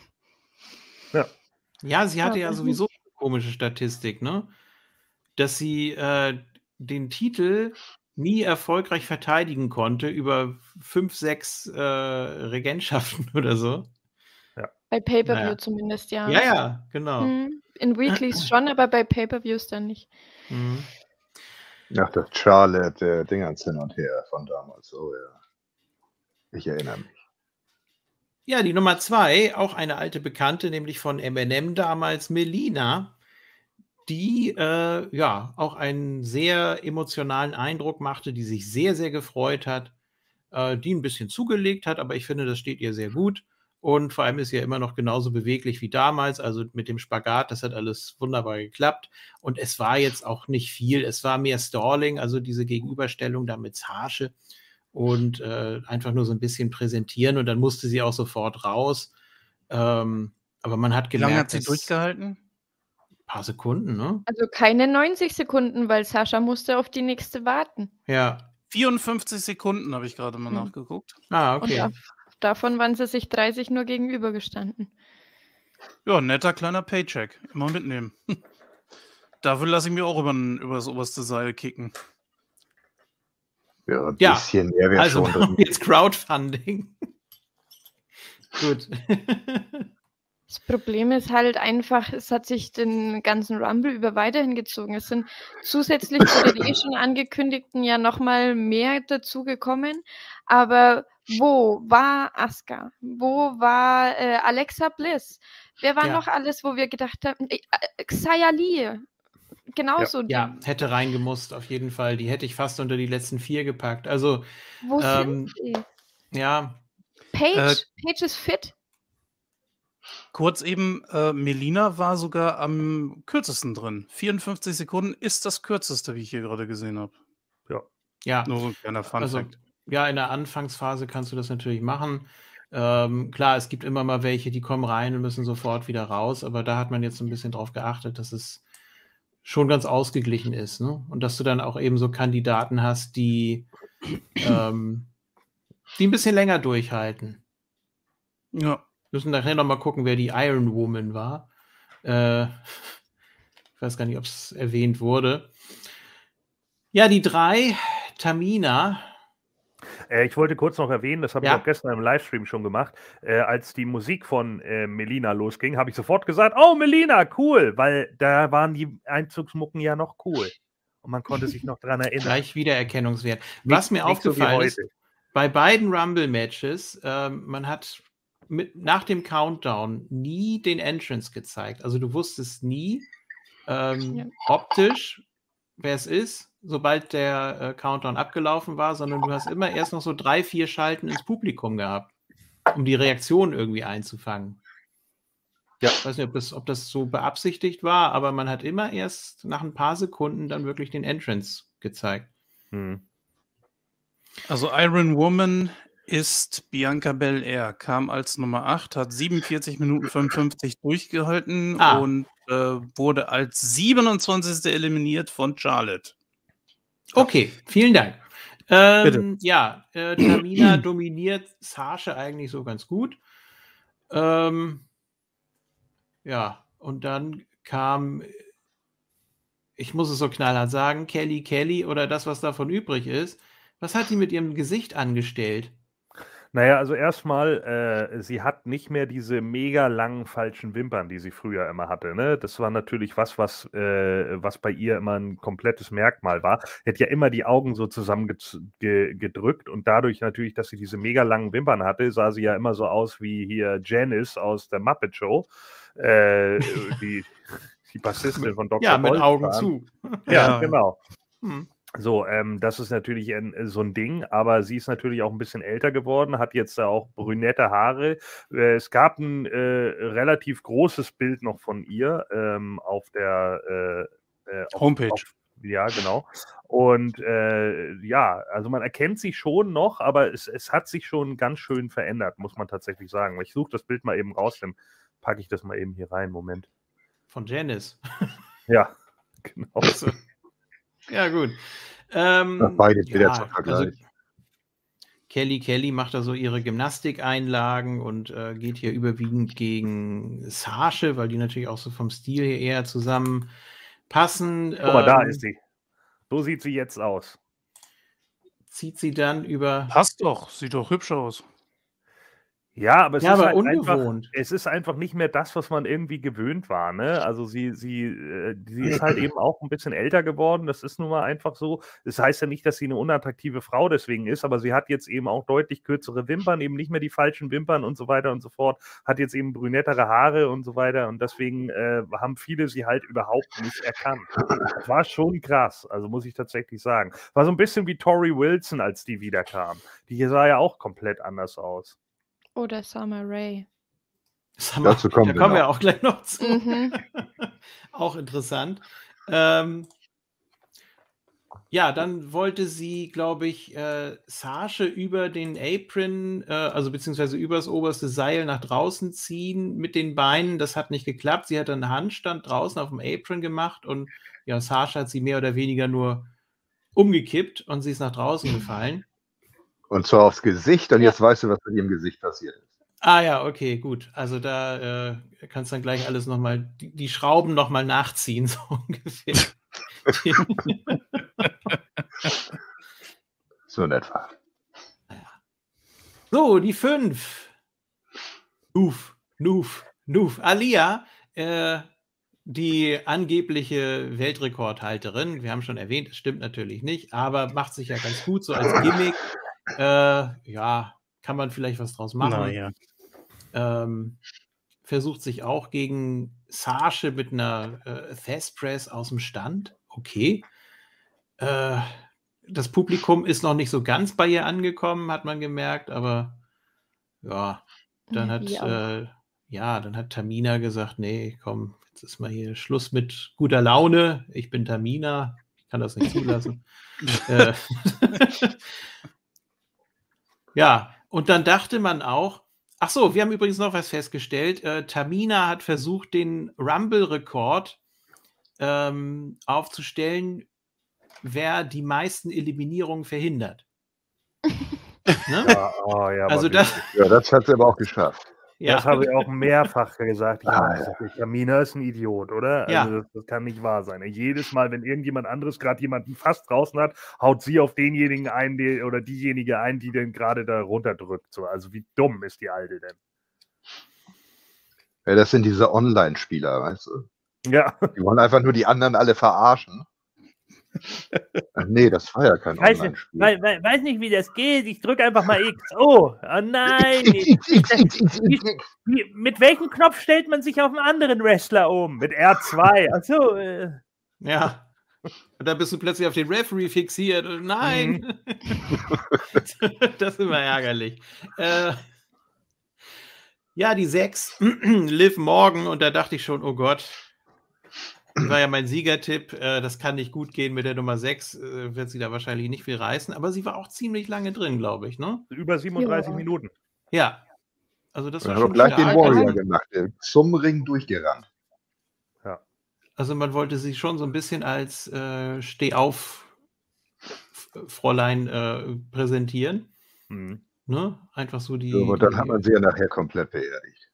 Ja, sie hatte ja Aber sowieso eine komische Statistik, ne? Dass sie den Titel nie erfolgreich verteidigen konnte über 5, 6 Regentschaften oder so. Bei Pay-Per-View Naja. zumindest, ja. Ja, ja, genau. In Weeklies schon, aber bei Pay-Per-Views dann nicht. Mhm. Ach, das Charlotte Dingens hin und her von damals. Oh ja. Ich erinnere mich. Ja, die Nummer 2, auch eine alte Bekannte, nämlich von M&M damals, Melina, die ja auch einen sehr emotionalen Eindruck machte, die sich sehr, sehr gefreut hat, die ein bisschen zugelegt hat, aber ich finde, das steht ihr sehr gut. Und vor allem ist sie ja immer noch genauso beweglich wie damals, also mit dem Spagat, das hat alles wunderbar geklappt. Und es war jetzt auch nicht viel, es war mehr Stalling, also diese Gegenüberstellung da mit Sasha und einfach nur so ein bisschen präsentieren und dann musste sie auch sofort raus. Aber man hat wie lange gemerkt, hat sie durchgehalten? ein paar Sekunden, ne? Also keine 90 Sekunden, weil Sascha musste auf die nächste warten. Ja. 54 Sekunden habe ich gerade mal Hm. nachgeguckt. Ah, Und okay. davon waren sie sich 30 nur gegenübergestanden. Ja, netter kleiner Paycheck. Immer mitnehmen. Dafür lasse ich mir auch über das oberste Seil kicken. Ja, ein Ja, bisschen mehr wäre Also schon drin. jetzt Crowdfunding. Gut. Das Problem ist halt einfach, es hat sich den ganzen Rumble über weiterhin gezogen. Es sind zusätzlich zu den schon angekündigten ja nochmal mehr dazugekommen. Aber wo war Asuka? Wo war Alexa Bliss? Wer war Ja. noch alles, wo wir gedacht haben? Xia Li. Genauso. Ja, hätte reingemusst, auf jeden Fall. Die hätte ich fast unter die letzten 4 gepackt. Also, Wo ähm, sind sie? ja, Paige ist fit. Kurz eben, Melina war sogar am kürzesten drin. 54 Sekunden ist das kürzeste, wie ich hier gerade gesehen habe. ja. Nur so ein kleiner Also, Funfact. ja, in der Anfangsphase kannst du das natürlich machen. Klar, es gibt immer mal welche, die kommen rein und müssen sofort wieder raus, aber da hat man jetzt so ein bisschen drauf geachtet, dass es schon ganz ausgeglichen ist, ne? Und dass du dann auch eben so Kandidaten hast, die ein bisschen länger durchhalten. Ja. Müssen nachher noch mal gucken, wer die Iron Woman war. Ich weiß gar nicht, ob es erwähnt wurde. Ja, die 3, Tamina. Ich wollte kurz noch erwähnen, das habe ich Ja. auch gestern im Livestream schon gemacht, als die Musik von Melina losging, habe ich sofort gesagt, oh Melina, cool, weil da waren die Einzugsmucken ja noch cool. Und man konnte sich noch dran erinnern. Gleich Wiedererkennungswert. Was mir nicht so wie aufgefallen ist, heute. bei beiden Rumble-Matches, man hat nach dem Countdown nie den Entrance gezeigt. Also du wusstest nie optisch, wer es ist, sobald der Countdown abgelaufen war, sondern du hast immer erst noch so 3, 4 Schalten ins Publikum gehabt, um die Reaktion irgendwie einzufangen. Ja. Ich weiß nicht, ob das so beabsichtigt war, aber man hat immer erst nach ein paar Sekunden dann wirklich den Entrance gezeigt. Also Iron Woman ist Bianca Belair, kam als Nummer 8, hat 47 Minuten 55 durchgehalten und wurde als 27. eliminiert von Charlotte. Okay, vielen Dank. Bitte. Ja, Tamina dominiert Sasha eigentlich so ganz gut. Ja, und dann kam, ich muss es so knallhart sagen, Kelly oder das, was davon übrig ist. Was hat die mit ihrem Gesicht angestellt? Naja, also erstmal, sie hat nicht mehr diese mega langen falschen Wimpern, die sie früher immer hatte. Ne? Das war natürlich was bei ihr immer ein komplettes Merkmal war. Sie hat ja immer die Augen so zusammengedrückt und dadurch natürlich, dass sie diese mega langen Wimpern hatte, sah sie ja immer so aus wie hier Janice aus der Muppet Show. Die Bassistin von Dr. Ja, mit Boltzmann. Augen zu. Ja, genau. Hm. So, das ist natürlich so ein Ding, aber sie ist natürlich auch ein bisschen älter geworden, hat jetzt auch brünette Haare. Es gab ein relativ großes Bild noch von ihr auf der Homepage. Ja, genau. Und ja, also man erkennt sie schon noch, aber es hat sich schon ganz schön verändert, muss man tatsächlich sagen. Ich suche das Bild mal eben raus, dann packe ich das mal eben hier rein. Moment. Von Janice. Ja, genau. Also, ja, gut. Beide Bilder zum Vergleich. Also Kelly macht da so ihre Gymnastikeinlagen und geht hier überwiegend gegen Sasha, weil die natürlich auch so vom Stil her eher zusammenpassen. Guck mal, da ist sie. So sieht sie jetzt aus. Zieht sie dann über... Passt doch, sieht doch hübsch aus. Ja, aber es ist aber halt ungewohnt. es ist einfach nicht mehr das, was man irgendwie gewöhnt war, ne? Also sie ist halt eben auch ein bisschen älter geworden, das ist nun mal einfach so. Das heißt ja nicht, dass sie eine unattraktive Frau deswegen ist, aber sie hat jetzt eben auch deutlich kürzere Wimpern, eben nicht mehr die falschen Wimpern und so weiter und so fort, hat jetzt eben brünettere Haare und so weiter und deswegen haben viele sie halt überhaupt nicht erkannt. Das war schon krass, also muss ich tatsächlich sagen. War so ein bisschen wie Tori Wilson, als die wiederkam. Die sah ja auch komplett anders aus. Oder Summer Rae. Dazu kommen da wir kommen wir noch. auch gleich noch zu. Mhm. Auch interessant. Ja, dann wollte sie, glaube ich, Sasha über den Apron, also beziehungsweise übers oberste Seil nach draußen ziehen mit den Beinen. Das hat nicht geklappt. Sie hat dann einen Handstand draußen auf dem Apron gemacht und ja, Sasha hat sie mehr oder weniger nur umgekippt und sie ist nach draußen gefallen. Und zwar aufs Gesicht, und Ja. jetzt weißt du, was mit ihrem Gesicht passiert ist. Ah ja, okay, gut. Also da kannst dann gleich alles nochmal, die Schrauben nochmal nachziehen, so ungefähr. So in etwa. So, die 5. Noof. Alia, die angebliche Weltrekordhalterin, wir haben schon erwähnt, das stimmt natürlich nicht, aber macht sich ja ganz gut so als Gimmick. Ja, kann man vielleicht was draus machen. Naja. Versucht sich auch gegen Sasha mit einer Thesz Press aus dem Stand. Okay. Das Publikum ist noch nicht so ganz bei ihr angekommen, hat man gemerkt, aber ja, dann hat Tamina gesagt, nee, komm, jetzt ist mal hier Schluss mit guter Laune. Ich bin Tamina, ich kann das nicht zulassen. Ja, und dann dachte man auch, ach so, wir haben übrigens noch was festgestellt. Tamina hat versucht, den Rumble-Rekord aufzustellen, wer die meisten Eliminierungen verhindert. Ne? Ja, oh, ja, Also aber das, Ja, das hat sie aber auch geschafft. Ja. Das habe ich auch mehrfach gesagt. Ah, Tamina ist ein Idiot, oder? Ja. Also das kann nicht wahr sein. Jedes Mal, wenn irgendjemand anderes gerade jemanden fast draußen hat, haut sie auf denjenigen ein, oder diejenige ein, die den gerade da runterdrückt. So. Also wie dumm ist die Alte denn? Ja, das sind diese Online-Spieler, weißt du? Ja. Die wollen einfach nur die anderen alle verarschen. Ach nee, das war ja kein Online-Spiel. Weiß nicht, wie das geht. Ich drücke einfach mal X. Oh nein. Mit welchem Knopf stellt man sich auf einen anderen Wrestler um? Mit R2. Achso. Ja. Und dann bist du plötzlich auf den Referee fixiert. Nein. Das ist immer ärgerlich. Ja, die 6, Liv Morgan. Und da dachte ich schon, oh Gott. Das war ja mein Siegertipp. Das kann nicht gut gehen mit der Nummer 6. Wird sie da wahrscheinlich nicht viel reißen. Aber sie war auch ziemlich lange drin, glaube ich, ne? Über 37 Minuten. Ja. Also das Wir war haben schon doch gleich den stark. Warrior gemacht. Zum Ring durchgerannt. Also man wollte sie schon so ein bisschen als Steh-auf-Fräulein präsentieren. Mhm. Ne? Einfach so die... So, und dann hat man sie ja nachher komplett beerdigt.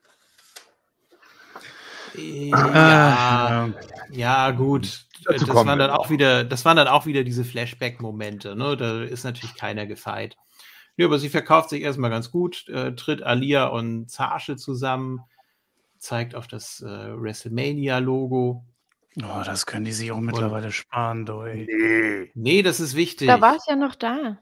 Ja, gut. Dazu Das kommen waren wir dann auch wieder diese Flashback-Momente. Ne? Da ist natürlich keiner gefeit. Ja, aber sie verkauft sich erstmal ganz gut, tritt Alia und Sasha zusammen, zeigt auf das WrestleMania-Logo. Oh, das können die sich auch mittlerweile sparen, Doi. Nee, das ist wichtig. Da war es ja noch da.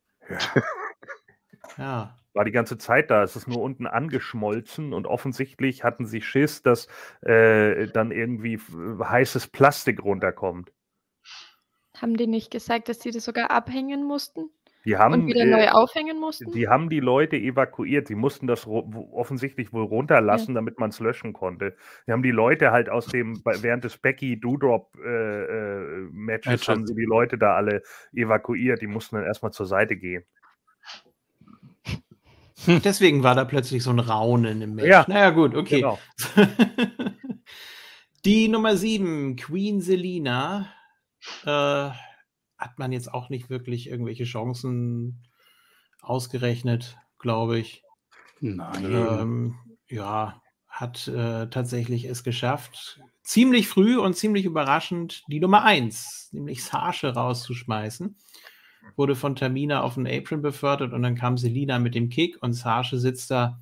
Ja. War die ganze Zeit da. Es ist nur unten angeschmolzen und offensichtlich hatten sie Schiss, dass dann irgendwie heißes Plastik runterkommt. Haben die nicht gesagt, dass sie das sogar abhängen mussten Die haben, und wieder neu aufhängen mussten? Die haben die Leute evakuiert. Sie mussten das offensichtlich wohl runterlassen, damit man es löschen konnte. Die haben die Leute halt während des Becky-Doudrop-Matches haben sie die Leute da alle evakuiert. Die mussten dann erstmal zur Seite gehen. Deswegen war da plötzlich so ein Raunen im Match. Ja. Naja, gut, okay. Genau. Die Nummer 7, Queen Selina, hat man jetzt auch nicht wirklich irgendwelche Chancen ausgerechnet, glaube ich. Nein. Ja, hat tatsächlich es geschafft, ziemlich früh und ziemlich überraschend die Nummer 1, nämlich Sasha, rauszuschmeißen. Wurde von Tamina auf den Apron befördert und dann kam Selina mit dem Kick und Sasha sitzt da.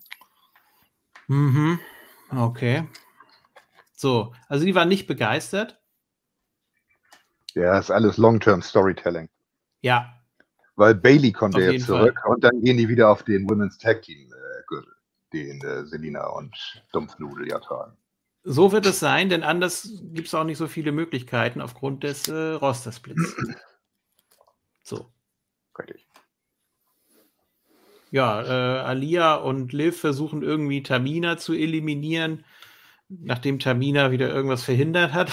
Okay. So, also die war nicht begeistert. Ja, ist alles Long-Term Storytelling. Ja. Weil Bayley konnte Auf jetzt jeden zurück und dann gehen die wieder auf den Women's Tag Team Gürtel, den Selina und Dumpfnudel ja tragen. So wird es sein, denn anders gibt es auch nicht so viele Möglichkeiten aufgrund des Rostersplits. So. Richtig. Ja, Alia und Liv versuchen irgendwie Tamina zu eliminieren, nachdem Tamina wieder irgendwas verhindert hat.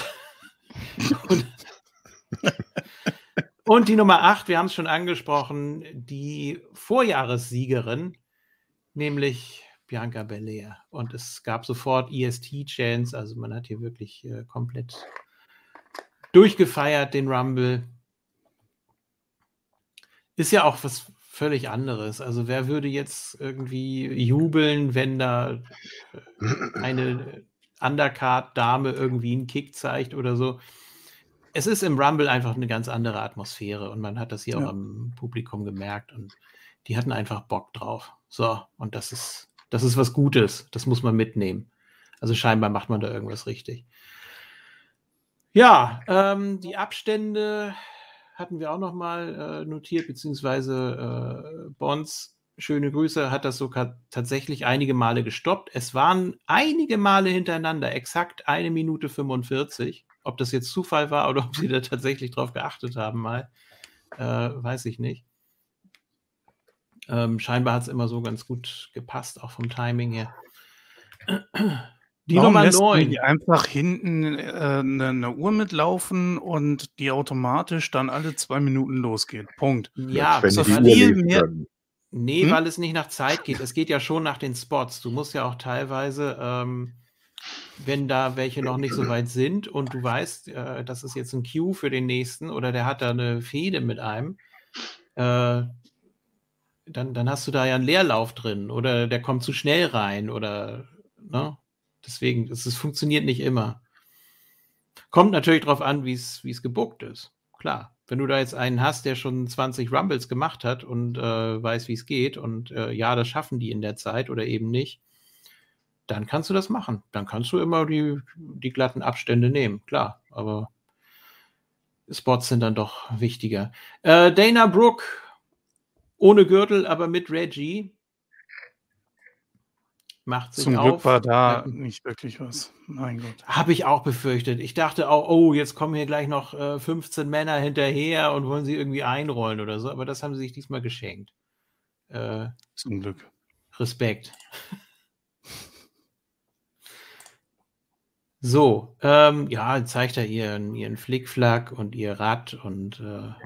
Und die Nummer 8, wir haben es schon angesprochen, die Vorjahressiegerin, nämlich Bianca Belair. Und es gab sofort EST-Chants, also man hat hier wirklich komplett durchgefeiert, den Rumble. Ist ja auch was völlig anderes. Also wer würde jetzt irgendwie jubeln, wenn da eine Undercard-Dame irgendwie einen Kick zeigt oder so. Es ist im Rumble einfach eine ganz andere Atmosphäre und man hat das hier auch am Publikum gemerkt und die hatten einfach Bock drauf. So, und das ist was Gutes. Das muss man mitnehmen. Also scheinbar macht man da irgendwas richtig. Ja, die Abstände hatten wir auch noch mal notiert, beziehungsweise Bonds, schöne Grüße, hat das sogar tatsächlich einige Male gestoppt. Es waren einige Male hintereinander, exakt 1 Minute 45. Ob das jetzt Zufall war oder ob sie da tatsächlich drauf geachtet haben mal, weiß ich nicht. Scheinbar hat es immer so ganz gut gepasst, auch vom Timing her. Die Warum Nummer lässt man 9. die einfach hinten eine Uhr mitlaufen und die automatisch dann alle 2 Minuten losgeht? Punkt. Ja, Wenn so die Uhr viel lesen mehr- können. nee, weil es nicht nach Zeit geht. Es geht ja schon nach den Spots. Du musst ja auch teilweise, wenn da welche noch nicht so weit sind und du weißt, das ist jetzt ein Cue für den nächsten oder der hat da eine Fehde mit einem, dann hast du da ja einen Leerlauf drin oder der kommt zu schnell rein oder, ne? Deswegen, es funktioniert nicht immer. Kommt natürlich drauf an, wie es gebuckt ist. Klar, wenn du da jetzt einen hast, der schon 20 Rumbles gemacht hat und weiß, wie es geht und ja, das schaffen die in der Zeit oder eben nicht, dann kannst du das machen. Dann kannst du immer die glatten Abstände nehmen, klar. Aber Spots sind dann doch wichtiger. Dana Brooke, ohne Gürtel, aber mit Reggie, macht sich Zum auf. Glück war da nicht wirklich was. Mein Gott. Habe ich auch befürchtet. Ich dachte auch, oh, jetzt kommen hier gleich noch 15 Männer hinterher und wollen sie irgendwie einrollen oder so. Aber das haben sie sich diesmal geschenkt. Zum Glück. Respekt. So, ja, zeigt er ihren Flickflack und ihr Rad und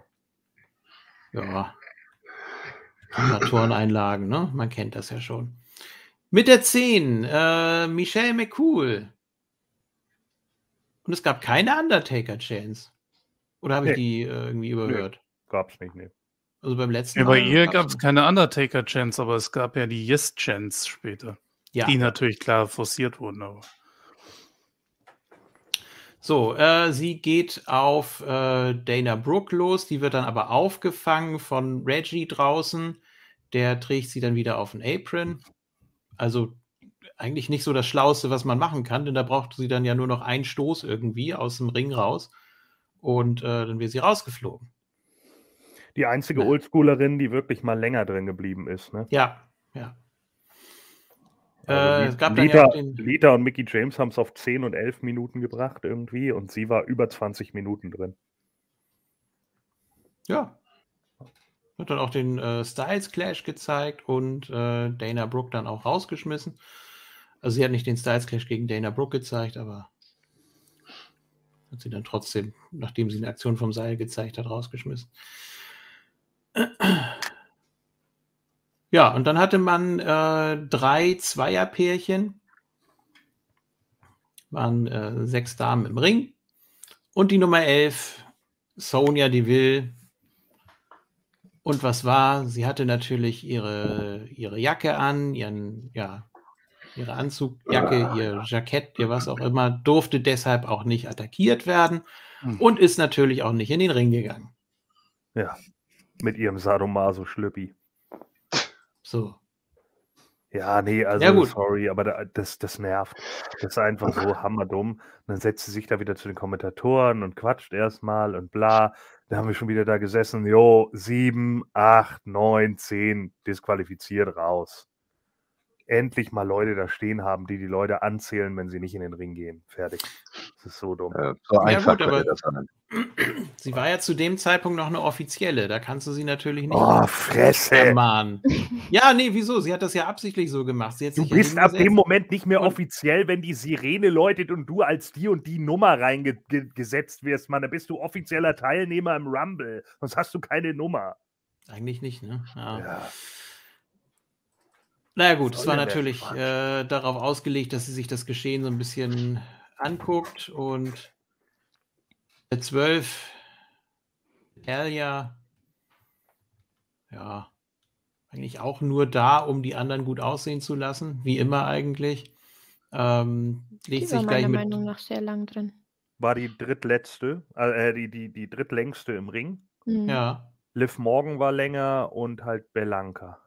ja, ein paar Turneinlagen, ne? Man kennt das ja schon. Mit der 10, Michelle McCool. Und es gab keine Undertaker-Chance. Oder habe ich die irgendwie überhört? Gab's nicht, ne. Also beim letzten Ja, bei Mal ihr gab's gab es noch. keine Undertaker-Chance, aber es gab ja die Yes-Chance später. Ja. Die natürlich klar forciert wurden, aber. So, sie geht auf Dana Brooke los, die wird dann aber aufgefangen von Reggie draußen. Der trägt sie dann wieder auf den Apron. Also eigentlich nicht so das Schlauste, was man machen kann, denn da braucht sie dann ja nur noch einen Stoß irgendwie aus dem Ring raus und dann wird sie rausgeflogen. Die einzige Ja. Oldschoolerin, die wirklich mal länger drin geblieben ist, ne? Ja, ja. Also Es gab dann ja auch den. Lita und Mickie James haben es auf 10 und 11 Minuten gebracht irgendwie und sie war über 20 Minuten drin. Ja. Hat dann auch den Styles Clash gezeigt und Dana Brooke dann auch rausgeschmissen. Also sie hat nicht den Styles Clash gegen Dana Brooke gezeigt, aber hat sie dann trotzdem, nachdem sie eine Aktion vom Seil gezeigt hat, rausgeschmissen. Ja, und dann hatte man 3 Zweierpärchen. Waren 6 Damen im Ring. Und die Nummer 11, Sonya Deville. Und was war? Sie hatte natürlich ihre Jacke an, ihre Anzugjacke, ihr Jackett, ihr was auch immer, durfte deshalb auch nicht attackiert werden und ist natürlich auch nicht in den Ring gegangen. Ja, mit ihrem Sadomaso-Schlüppi. So. Ja, nee, also Ja, gut. sorry, aber das nervt. Das ist einfach so hammerdumm. Und dann setzt sie sich da wieder zu den Kommentatoren und quatscht erstmal und bla. Da haben wir schon wieder da gesessen, 7, 8, 9, 10 disqualifiziert raus. Endlich mal Leute da stehen haben, die Leute anzählen, wenn sie nicht in den Ring gehen. Fertig. Das ist so dumm. So einfach gut, aber könnte das sein. sie war ja zu dem Zeitpunkt noch eine offizielle. Da kannst du sie natürlich nicht Oh, Fresse! ermahnen. Ja, nee, wieso? Sie hat das ja absichtlich so gemacht. Sie hat Du sich bist ab hingesetzt. dem Moment nicht mehr und- offiziell, wenn die Sirene läutet und du als die und die Nummer reingesetzt wirst, Mann. Da bist du offizieller Teilnehmer im Rumble. Sonst hast du keine Nummer. Eigentlich nicht, ne? Ja. Ja. Naja gut, Was es soll war denn der natürlich Quatsch? darauf ausgelegt, dass sie sich das Geschehen so ein bisschen anguckt und der 12, Talia, ja, eigentlich auch nur da, um die anderen gut aussehen zu lassen, wie immer eigentlich. Legt Die war sich gleich meiner mit. Meinung nach sehr lang drin. War die drittletzte, die drittlängste im Ring. Mhm. Ja, Liv Morgan war länger und halt Belanca.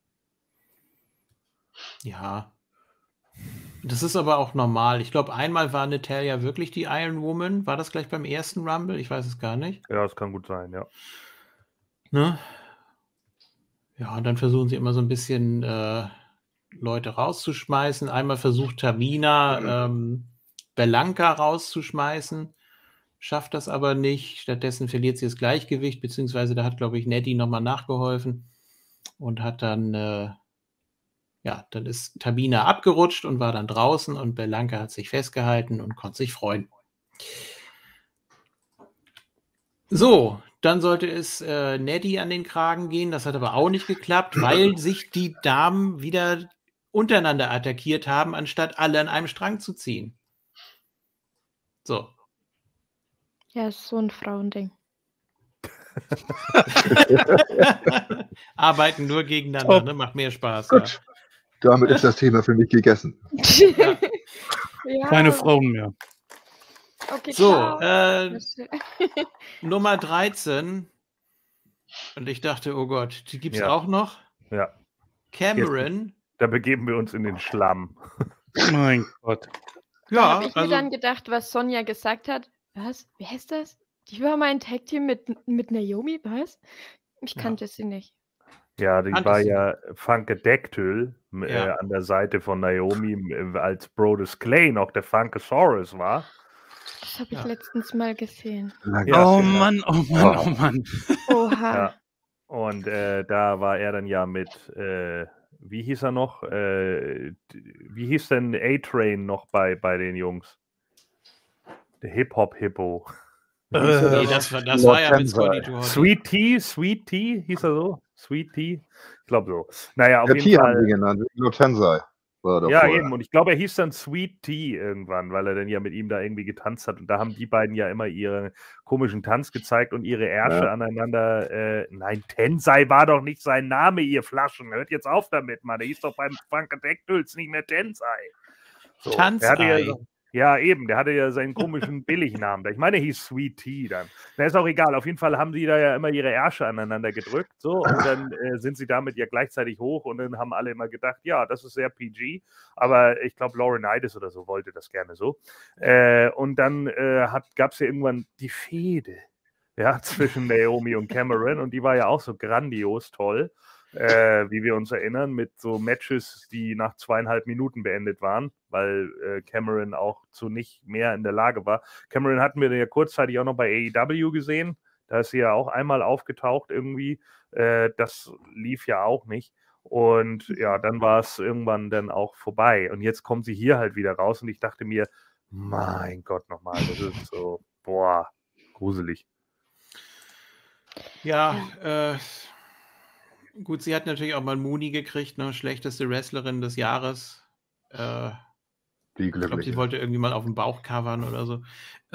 ja. Das ist aber auch normal. Ich glaube, einmal war Natalia wirklich die Iron Woman. War das gleich beim ersten Rumble? Ich weiß es gar nicht. Ja, das kann gut sein, ja. Ne? Ja, und dann versuchen sie immer so ein bisschen Leute rauszuschmeißen. Einmal versucht Tamina Belanca rauszuschmeißen, schafft das aber nicht. Stattdessen verliert sie das Gleichgewicht, beziehungsweise da hat, glaube ich, Nettie nochmal nachgeholfen und hat dann, dann ist Tamina abgerutscht und war dann draußen und Belanca hat sich festgehalten und konnte sich freuen. So, dann sollte es Nettie an den Kragen gehen. Das hat aber auch nicht geklappt, weil sich die Damen wieder untereinander attackiert haben, anstatt alle an einem Strang zu ziehen. So. Ja, ist so ein Frauending. Arbeiten nur gegeneinander, Top. ne? Macht mehr Spaß. Gut. Damit ist das Thema für mich gegessen. Ja. Ja, Keine Frauen mehr. okay, So, ciao. Nummer 13. Und ich dachte, oh Gott, die gibt's Ja. auch noch. Ja, Cameron. da begeben wir uns in den Schlamm. Mein Gott. Da Ja, habe ich mir also dann gedacht, was Sonja gesagt hat. Was? Wer ist das? Die war mal ein Tag-Team mit Naomi, was? Ich Ja. kannte sie nicht. Ja, die Kanntest war du ja Funkadactyl Ja. an der Seite von Naomi, als Brodus Clay noch der Funkasaurus war. Das habe ich Ja. letztens mal gesehen. Ja, Oh genau. Mann, oh Mann, oh Mann. Oha. Ja. Und da war er dann ja mit, wie hieß er noch? Wie hieß denn A-Train noch bei den Jungs? Der Hip-Hop-Hippo. Nee, das war ja mit Scotty to Hottie. Sweet Tea, hieß er so? Sweet Tea? Ich glaube so. Naja, auf Der jeden T haben sie Fall. genannt, nur Tensei. War da Ja, vorher. eben. Und ich glaube, er hieß dann Sweet Tea irgendwann, weil er dann ja mit ihm da irgendwie getanzt hat. Und da haben die beiden ja immer ihren komischen Tanz gezeigt und ihre Ärsche aneinander. Nein, Tensei war doch nicht sein Name, ihr Flaschen. Hört jetzt auf damit, Mann. Der hieß doch beim Funkadactyls nicht mehr Tensei. So, der hatte Tanzei. ja, eben, der hatte ja seinen komischen Billignamen. Ich meine, der hieß Sweet Tea dann. Na, ist auch egal. Auf jeden Fall haben die da ja immer ihre Ärsche aneinander gedrückt. So, und dann sind sie damit ja gleichzeitig hoch und dann haben alle immer gedacht, ja, das ist sehr PG. Aber ich glaube, Laurinaitis oder so wollte das gerne so. Und dann gab es ja irgendwann die Fehde, ja, zwischen Naomi und Cameron und die war ja auch so grandios toll. Wie wir uns erinnern, mit so Matches, die nach 2,5 Minuten beendet waren, weil Cameron auch zu nicht mehr in der Lage war. Cameron hatten wir ja kurzzeitig auch noch bei AEW gesehen. Da ist sie ja auch einmal aufgetaucht irgendwie. Das lief ja auch nicht. Und ja, dann war es irgendwann dann auch vorbei. Und jetzt kommt sie hier halt wieder raus und ich dachte mir, mein Gott nochmal, das ist so, boah, gruselig. Ja, gut, sie hat natürlich auch mal Mooney gekriegt, ne? Schlechteste Wrestlerin des Jahres. Die Ich glaube, sie Glückliche. wollte irgendwie mal auf den Bauch covern oder so.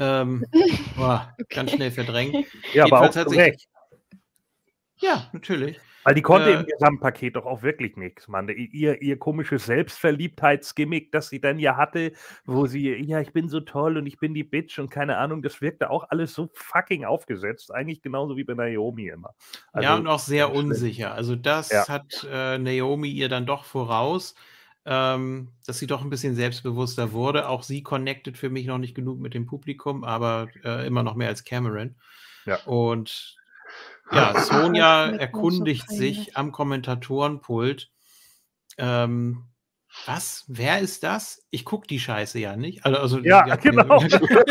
Ganz schnell verdrängt. Ja, aber auch Jedenfalls hat zu sich- Recht. Ja, natürlich. Weil die konnte Äh, im Gesamtpaket doch auch wirklich nichts, Mann. Ihr komisches Selbstverliebtheitsgimmick, das sie dann ja hatte, wo sie, ja, ich bin so toll und ich bin die Bitch und keine Ahnung, das wirkte auch alles so fucking aufgesetzt. Eigentlich genauso wie bei Naomi immer. ja, und auch sehr ganz schlimm. unsicher. Also das Ja. hat Naomi ihr dann doch voraus, dass sie doch ein bisschen selbstbewusster wurde. Auch sie connected für mich noch nicht genug mit dem Publikum, aber immer noch mehr als Cameron. Ja. Und ja, Sonja Das ist mir erkundigt so sich peinlich. am Kommentatorenpult. Was? Wer ist das? Ich gucke die Scheiße ja nicht. Also Ja, genau.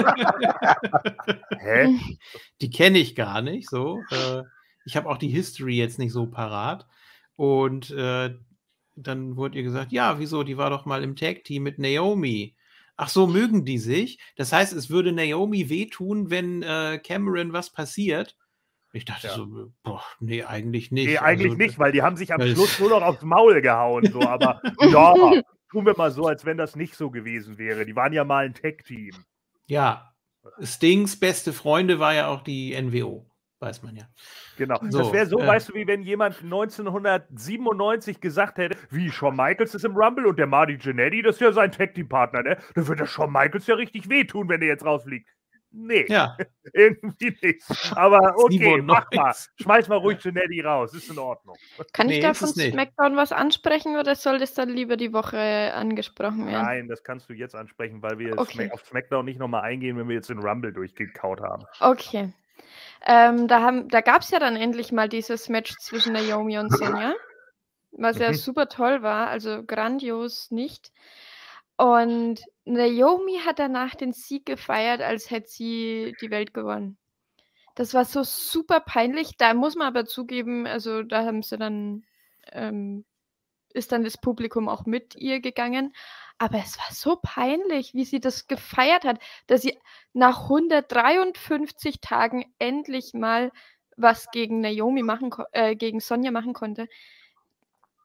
Hä? Die kenne ich gar nicht. So. Ich habe auch die History jetzt nicht so parat. Und dann wurde ihr gesagt, ja, wieso? Die war doch mal im Tag-Team mit Naomi. Ach so, mögen die sich? Das heißt, es würde Naomi wehtun, wenn Cameron was passiert. Ich dachte Ja. so, boah, nee, eigentlich nicht. Nee, eigentlich Also, nicht, weil die haben sich am weil- Schluss nur noch aufs Maul gehauen. So, aber ja, tun wir mal so, als wenn das nicht so gewesen wäre. Die waren ja mal ein Tech-Team. Ja, Stings beste Freunde war ja auch die NWO, weiß man ja. Genau. So, das wäre so, weißt du, wie wenn jemand 1997 gesagt hätte, wie Shawn Michaels ist im Rumble und der Marty Jannetty, das ist ja sein Tag-Team-Partner, ne? Dann würde der Shawn Michaels ja richtig wehtun, wenn er jetzt rausfliegt. Nee, Ja, irgendwie nicht. Aber okay, 97. mach mal. Schmeiß mal ruhig Jannetty raus, ist in Ordnung. Kann ich Nee, da ist von es nicht. SmackDown was ansprechen oder soll das dann lieber die Woche angesprochen werden? Nein, das kannst du jetzt ansprechen, weil wir Okay. auf SmackDown nicht nochmal eingehen, wenn wir jetzt den Rumble durchgekaut haben. Okay. Da gab es ja dann endlich mal dieses Match zwischen Naomi und Sonja, was ja Mhm. super toll war, also grandios nicht. Und Naomi hat danach den Sieg gefeiert, als hätte sie die Welt gewonnen. Das war so super peinlich. Da muss man aber zugeben, also da haben sie dann, ist dann das Publikum auch mit ihr gegangen. Aber es war so peinlich, wie sie das gefeiert hat, dass sie nach 153 Tagen endlich mal was gegen Naomi gegen Sonja machen konnte.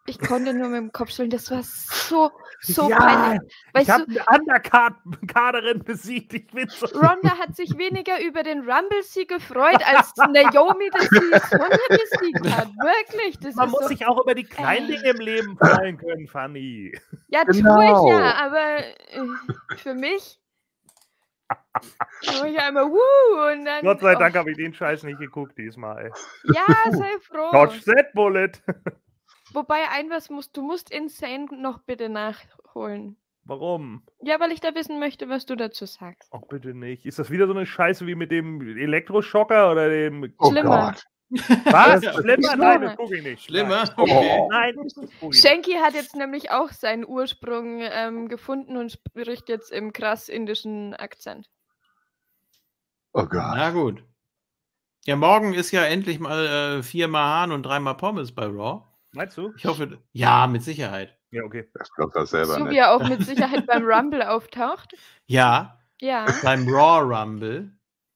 Ich konnte nur mit dem Kopf schütteln. Das war so Ja, peinlich. ich Weißt habe du, eine Undercard-Kaderin besiegt. Ich bin so. Ronda hat sich weniger über den Rumble-Sieg gefreut, als Naomi, dass sie Sonja besiegt hat. Wirklich, das Man ist muss so. sich auch über die kleinen Dinge im Leben freuen können, Fanny. Ja, tue ich Genau. ja, aber für mich tue ich ja immer und dann. Gott sei Dank habe ich den Scheiß nicht geguckt diesmal. Ja, sei froh. Dodge that bullet. Wobei du musst Insane noch bitte nachholen. Warum? Ja, weil ich da wissen möchte, was du dazu sagst. Ach, bitte nicht. Ist das wieder so eine Scheiße wie mit dem Elektroschocker oder dem. Oh Schlimmer. Gott. Was? Ja. Schlimmer? Nein, das gucke ich nicht. Schlimmer? Oh. Okay. Nein, das gucke ich nicht. Shanky hat jetzt nämlich auch seinen Ursprung gefunden und spricht jetzt im krass indischen Akzent. Oh Gott. Na gut. Ja, morgen ist ja endlich mal 4-mal Hahn und 3-mal Pommes bei Raw. Meinst du? Ich hoffe, ja, mit Sicherheit. Ja, okay. Das glaubt er selber So nicht. wie er auch mit Sicherheit beim Rumble auftaucht. Ja, Ja. beim Raw Rumble.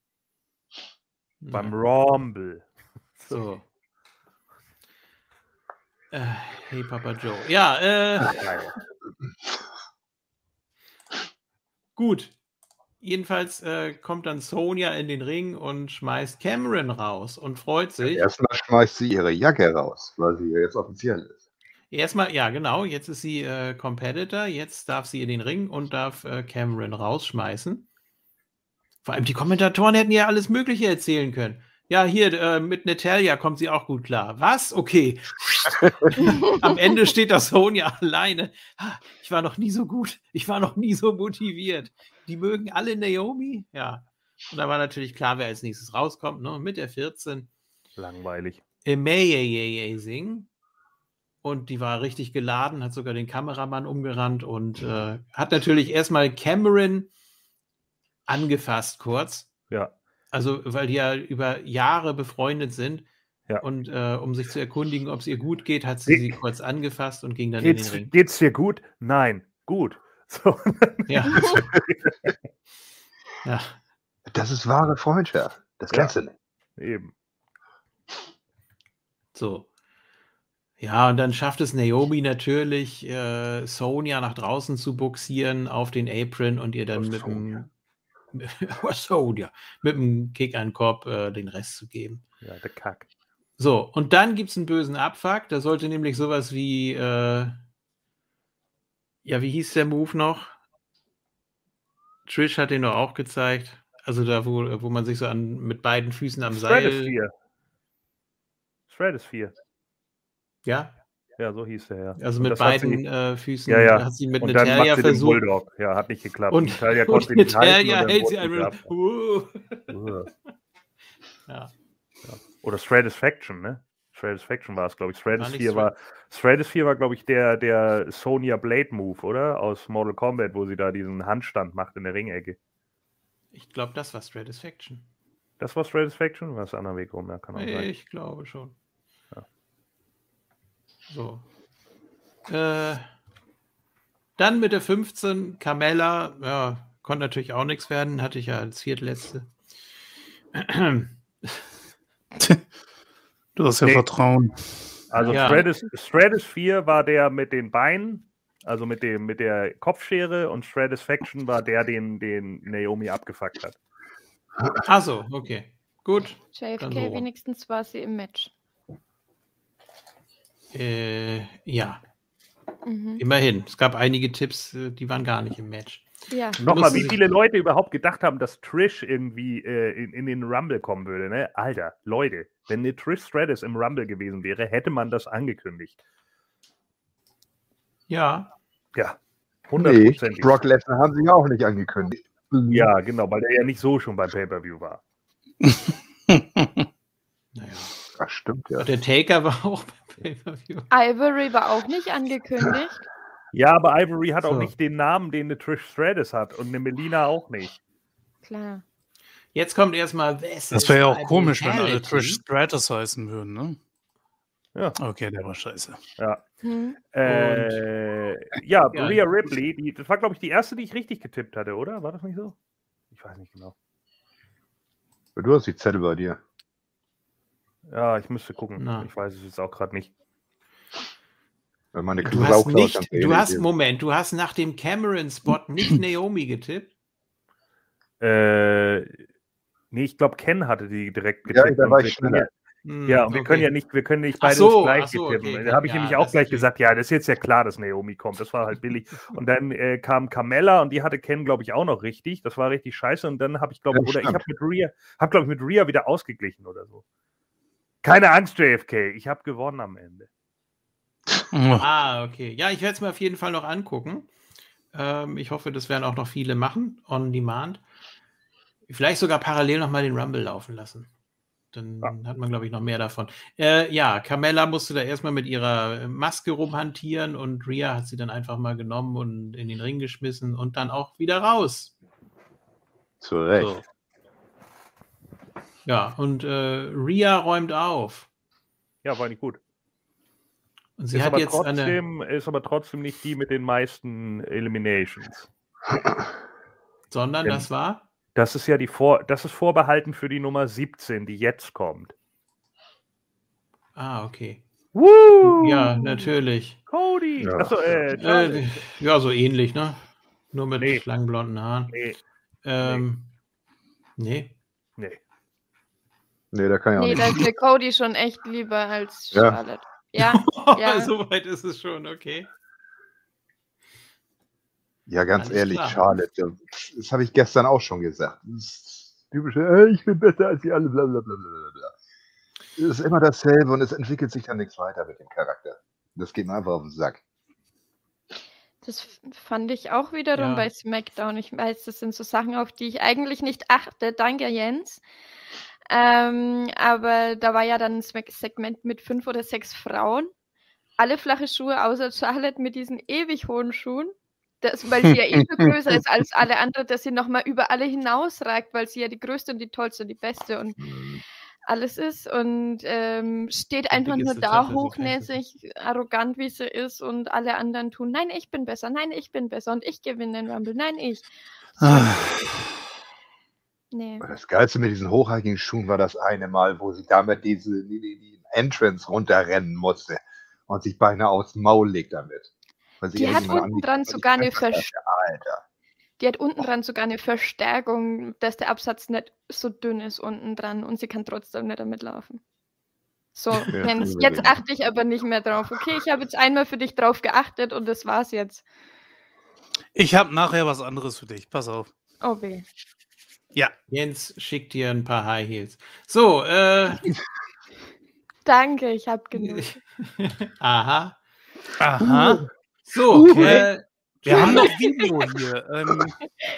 Beim Ja, Rumble. so. Hey Papa Joe. Ja, gut. Jedenfalls kommt dann Sonja in den Ring und schmeißt Cameron raus und freut sich. Erstmal schmeißt sie ihre Jacke raus, weil sie ja jetzt offiziell ist. Erstmal, ja genau, jetzt ist sie Competitor, jetzt darf sie in den Ring und darf Cameron rausschmeißen. Vor allem die Kommentatoren hätten ja alles Mögliche erzählen können. Ja, hier, mit Natalya kommt sie auch gut klar. Was? Okay. Am Ende steht da Sonja alleine. Ich war noch nie so gut. Ich war noch nie so motiviert. Die mögen alle Naomi? Ja. Und da war natürlich klar, wer als nächstes rauskommt, ne? Mit der 14. Langweilig. Amazing. Und die war richtig geladen, hat sogar den Kameramann umgerannt und hat natürlich erstmal Cameron angefasst kurz. Ja. Also, weil die ja über Jahre befreundet sind. Ja. Und um sich zu erkundigen, ob es ihr gut geht, hat sie kurz angefasst und ging dann in den Ring. Geht's dir gut? Nein. Gut. So. Ja. Ja. Das ist wahre Freundschaft. Das Ja. kennst du nicht. Eben. So. Ja, und dann schafft es Naomi natürlich, Sonja nach draußen zu buxieren auf den Apron und ihr dann mit dem Sonja, mit dem Kick an den Korb den Rest zu geben. Ja, der Kack. So, und dann gibt es einen bösen Abfuck. Da sollte nämlich sowas wie, ja, wie hieß der Move noch? Trish hat den doch auch gezeigt. Also da, wo man sich so mit beiden Füßen am Seil... Stratosphere. Ja? Ja, so hieß der, ja. Also Und mit das hat beiden Füßen Ja. hat sie mit Und dann Natalya macht sie den versucht. Bulldog. Ja, hat nicht geklappt. Und Natalya und konnte nicht halten. Natalya und dann hält sie wurde einfach. Ja. Oder Stratisfaction, ne? Stratisfaction war es, glaube ich. War Stratosphere war, glaube ich, der Sonya Blade Move, oder? Aus Mortal Kombat, wo sie da diesen Handstand macht in der Ringecke. Ich glaube, das war Stratisfaction. Das war Stratisfaction? War das der andere Weg rum? Ja, kann auch sein. Ich glaube schon. Ja. So. Dann mit der 15, Carmella, ja, konnte natürlich auch nichts werden, hatte ich ja als viertletzte. Du hast ja Vertrauen. Also Ja. Stratosphere war der mit den Beinen, also mit der Kopfschere, und Stratisfaction war der, den Naomi abgefuckt hat. Achso, okay. Gut. JFK, Dann so rum. wenigstens war sie im Match. Ja, Mhm. immerhin. Es gab einige Tipps, die waren gar nicht im Match. Ja. Nochmal, musste wie sich- viele Leute überhaupt gedacht haben, dass Trish irgendwie in den Rumble kommen würde, ne? Alter, Leute, wenn eine Trish Stratus im Rumble gewesen wäre, hätte man das angekündigt. Ja, Ja, Nee, 100%. Brock Lesnar haben sie ja auch nicht angekündigt. Ja, genau, weil der ja nicht so schon beim Pay-Per-View war. naja. Das stimmt ja. Der Taker war auch beim Pay-Per-View. Ivory war auch nicht angekündigt. Ja, aber Ivory hat auch So. nicht den Namen, den eine Trish Stratus hat, und eine Melina auch nicht. Klar. Jetzt kommt erstmal This Das is wäre ja auch my komisch, wenn alle brutality. Trish Stratus heißen würden, ne? Ja. Okay, der war scheiße. Ja. Hm. Ja, Rhea Ripley, das war, glaube ich, die erste, die ich richtig getippt hatte, oder? War das nicht so? Ich weiß nicht genau. Du hast die Zettel bei dir. Ja, ich müsste gucken. Na. Ich weiß es jetzt auch gerade nicht. Meine Du hast Sauklaue nicht, kannst du hast, nicht- Moment, du hast nach dem Cameron-Spot nicht Naomi getippt? Nee, ich glaube, Ken hatte die direkt Ja, getippt. da und war wir ich können schneller. Ja, und wir können ja nicht beide das Gleiche tippen. Da habe ich nämlich auch gleich gesagt, ja, das ist jetzt ja klar, dass Naomi kommt. Das war halt billig. Und dann kam Carmella und die hatte Ken, glaube ich, auch noch richtig. Das war richtig scheiße. Und dann habe ich, glaube Ja, ich, oder ich stimmt. habe mit Rhea wieder ausgeglichen oder so. Keine Angst, JFK. Ich habe gewonnen am Ende. Ah, okay. Ja, ich werde es mir auf jeden Fall noch angucken. Ich hoffe, das werden auch noch viele machen, on demand. Vielleicht sogar parallel noch mal den Rumble laufen lassen. Dann hat man, glaube ich, noch mehr davon. Ja, Carmella musste da erstmal mit ihrer Maske rumhantieren und Rhea hat sie dann einfach mal genommen und in den Ring geschmissen und dann auch wieder raus. Zu Recht. So. Ja, und Rhea räumt auf. Ja, war nicht gut. Und sie hat jetzt Ist aber trotzdem nicht die mit den meisten Eliminations. Sondern Denn- das war? Das ist ja das ist vorbehalten für die Nummer 17, die jetzt kommt. Ah, okay. Woo! Ja, natürlich. Cody! Ja. Achso, Charlotte. Ja, so ähnlich, ne? Nur mit Nee. langen blonden Haaren. Nee. Nee. Nee, da kann ich auch Nee, da nicht. ist mir Cody schon echt lieber als Ja. Charlotte. Ja, ja. So weit ist es schon, okay. Ja, ganz Alles ehrlich, klar. Charlotte, das habe ich gestern auch schon gesagt. Das ist typische, ich bin besser als die alle, bla bla bla bla bla. Es ist immer dasselbe und es entwickelt sich dann nichts weiter mit dem Charakter. Das geht mir einfach auf den Sack. Das fand ich auch wiederum Ja. bei SmackDown. Ich weiß, das sind so Sachen, auf die ich eigentlich nicht achte. Danke, Jens. Aber da war ja dann ein Segment mit 5 oder 6 Frauen. Alle flache Schuhe, außer Charlotte mit diesen ewig hohen Schuhen. Weil sie ja eh viel größer ist als alle anderen, dass sie nochmal über alle hinausragt, weil sie ja die größte und die tollste und die beste und alles ist und steht einfach nur dickeste da Treppe, sie hochnäsig, arrogant, wie sie ist und alle anderen tun, nein, ich bin besser und ich gewinne den Rumble, nein, ich. Nee. Das Geilste mit diesen hochhackigen Schuhen war das eine Mal, wo sie damit die Entrance runterrennen musste und sich beinahe aufs Maul legt damit. Weil sie Die hat irgendwann unten dran sogar eine Alter. Die hat unten dran sogar eine Verstärkung, dass der Absatz nicht so dünn ist unten dran und sie kann trotzdem nicht damit laufen. So, Jens, jetzt achte ich aber nicht mehr drauf. Okay, ich habe jetzt einmal für dich drauf geachtet und das war's jetzt. Ich habe nachher was anderes für dich. Pass auf. Oh weh. Ja. Jens schickt dir ein paar High Heels. So, Danke, ich habe genug. aha. Aha. So, Wir haben noch Video hier.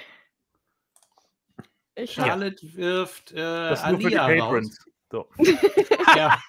Charlotte wirft Das ist nur für die Aliyah raus. Patrons. So. Ja,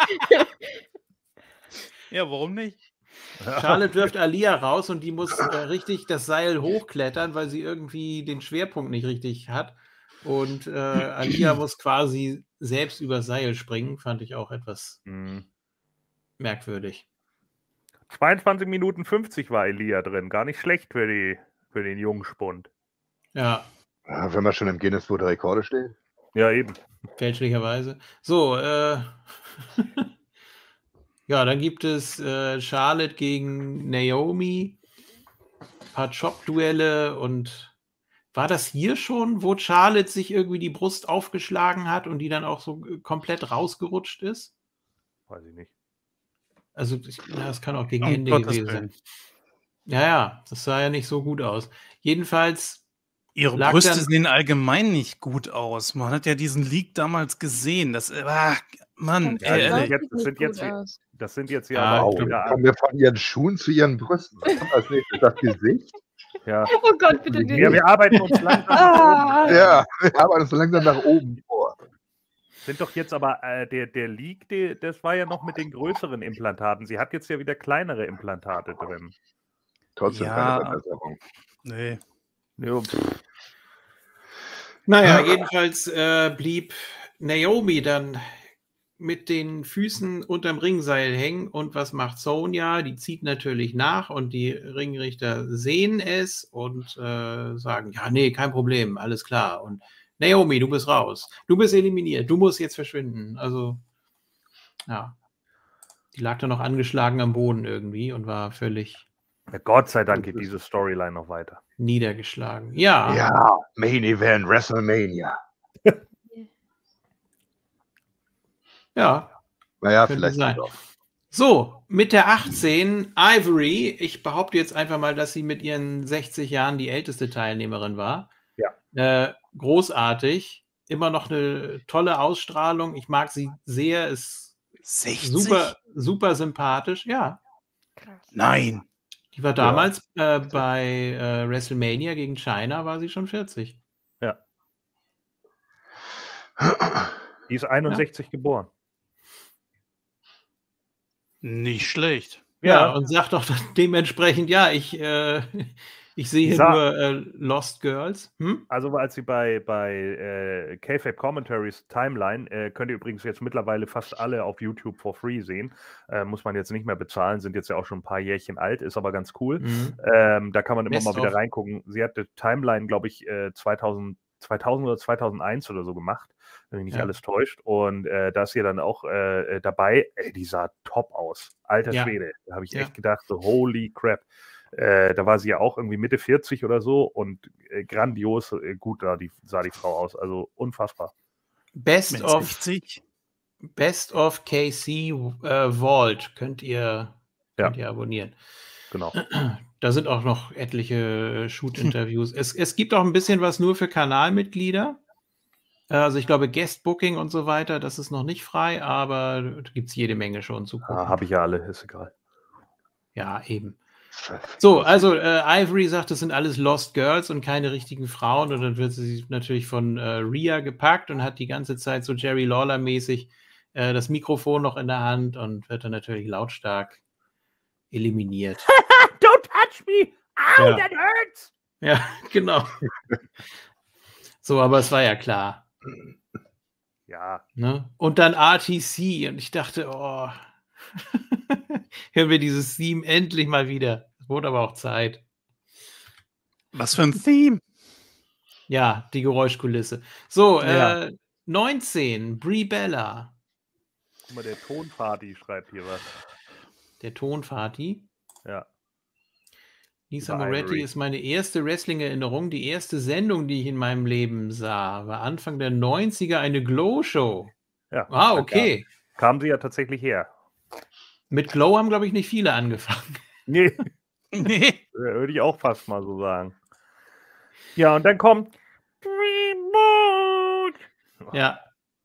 Ja, warum nicht? Charlotte wirft Aliyah raus und die muss richtig das Seil hochklettern, weil sie irgendwie den Schwerpunkt nicht richtig hat. Und Aliyah muss quasi selbst über Seil springen. Fand ich auch etwas merkwürdig. 22 Minuten 50 war Elia drin. Gar nicht schlecht für den Jungspund. Ja, Ja, wenn man schon im Guinness Buch der Rekorde steht. Ja, eben. fälschlicherweise. So, ja, dann gibt es Charlotte gegen Naomi. Ein paar Chop-Duelle und war das hier schon, wo Charlotte sich irgendwie die Brust aufgeschlagen hat und die dann auch so komplett rausgerutscht ist? Weiß ich nicht. Also, das kann auch gegen Um Ende Gottes gewesen Willen. sein. Ja, das sah ja nicht so gut aus. Jedenfalls Ihre lag Brüste dann- sehen allgemein nicht gut aus. Man hat ja diesen Leak damals gesehen. Das Mann, Und Ja, das ehrlich. jetzt- sieht das nicht sind jetzt gut die- aus. Das sind jetzt ja Ah, aber auch stimmt. wieder Kommen wir von ihren Schuhen zu ihren Brüsten. Was kommt als nächstes? Das Gesicht? Ja. Oh Gott, bitte nicht. Ja, wir arbeiten uns langsam nach oben. Ja, wir haben uns langsam nach oben vor. Sind doch jetzt aber der Leak, das war ja noch mit den größeren Implantaten. Sie hat jetzt ja wieder kleinere Implantate drin. Trotzdem Ja. keine Verbesserung. Nee. Ja, Naja, jedenfalls blieb Naomi dann mit den Füßen unterm Ringseil hängen. Und was macht Sonja? Die zieht natürlich nach und die Ringrichter sehen es und sagen, ja, nee, kein Problem, alles klar. Und Naomi, du bist raus. Du bist eliminiert. Du musst jetzt verschwinden. Also, ja. Die lag dann noch angeschlagen am Boden irgendwie und war völlig Ja, Gott sei Dank geht diese Storyline noch weiter. niedergeschlagen. Ja, Ja, Main Event, WrestleMania. ja, Naja, könnte vielleicht sein. doch. So, mit der 18, Ivory. Ich behaupte jetzt einfach mal, dass sie mit ihren 60 Jahren die älteste Teilnehmerin war. Ja. Großartig. Immer noch eine tolle Ausstrahlung. Ich mag sie sehr. Ist 60? super, super sympathisch. Ja, Krass. Nein. die war damals bei WrestleMania gegen China, war sie schon 40. Ja. Die ist 61 geboren. Nicht schlecht. Ja, und sagt doch dann dementsprechend, ja, ich sehe hier nur Lost Girls. Hm? Also als sie bei K-Fab Commentaries Timeline, könnt ihr übrigens jetzt mittlerweile fast alle auf YouTube for free sehen. Muss man jetzt nicht mehr bezahlen, sind jetzt ja auch schon ein paar Jährchen alt, ist aber ganz cool. Da kann man immer mal wieder reingucken. Sie hatte Timeline, glaube ich, 2000 oder 2001 oder so gemacht, wenn mich nicht alles täuscht. Und da ist sie dann auch dabei. Ey, die sah top aus. Alter Schwede. Da habe ich echt gedacht, so holy crap. Da war sie ja auch irgendwie Mitte 40 oder so und grandios gut sah die Frau aus. Also unfassbar. Best of 60? Best of KC Vault könnt ihr abonnieren. Genau. Da sind auch noch etliche Shoot-Interviews. Es gibt auch ein bisschen was nur für Kanalmitglieder. Also ich glaube Guest-Booking und so weiter, das ist noch nicht frei, aber da gibt es jede Menge schon zu gucken. Habe ich ja alle, ist egal. Ja, eben. So, also Ivory sagt, das sind alles Lost Girls und keine richtigen Frauen. Und dann wird sie natürlich von Rhea gepackt und hat die ganze Zeit so Jerry Lawler-mäßig das Mikrofon noch in der Hand und wird dann natürlich lautstark eliminiert. Don't touch me! Ow, that hurts! Ja, genau. So, aber es war ja klar. Ja. Ne? Und dann RTC und ich dachte, oh, hören wir dieses Theme endlich mal wieder. Es wurde aber auch Zeit. Was für ein Theme? Ja, die Geräuschkulisse. So, 19, Brie Bella. Guck mal, der Tonparty schreibt hier was. Der Tonparty. Ja. Lisa Moretti ist meine erste Wrestling-Erinnerung. Die erste Sendung, die ich in meinem Leben sah, war Anfang der 90er eine Glow-Show. Ja. Ah, okay. Kam sie ja tatsächlich her. Mit Glow haben, glaube ich, nicht viele angefangen. Nee. Nee. Würde ich auch fast mal so sagen. Ja, und dann kommt Remote. Ja.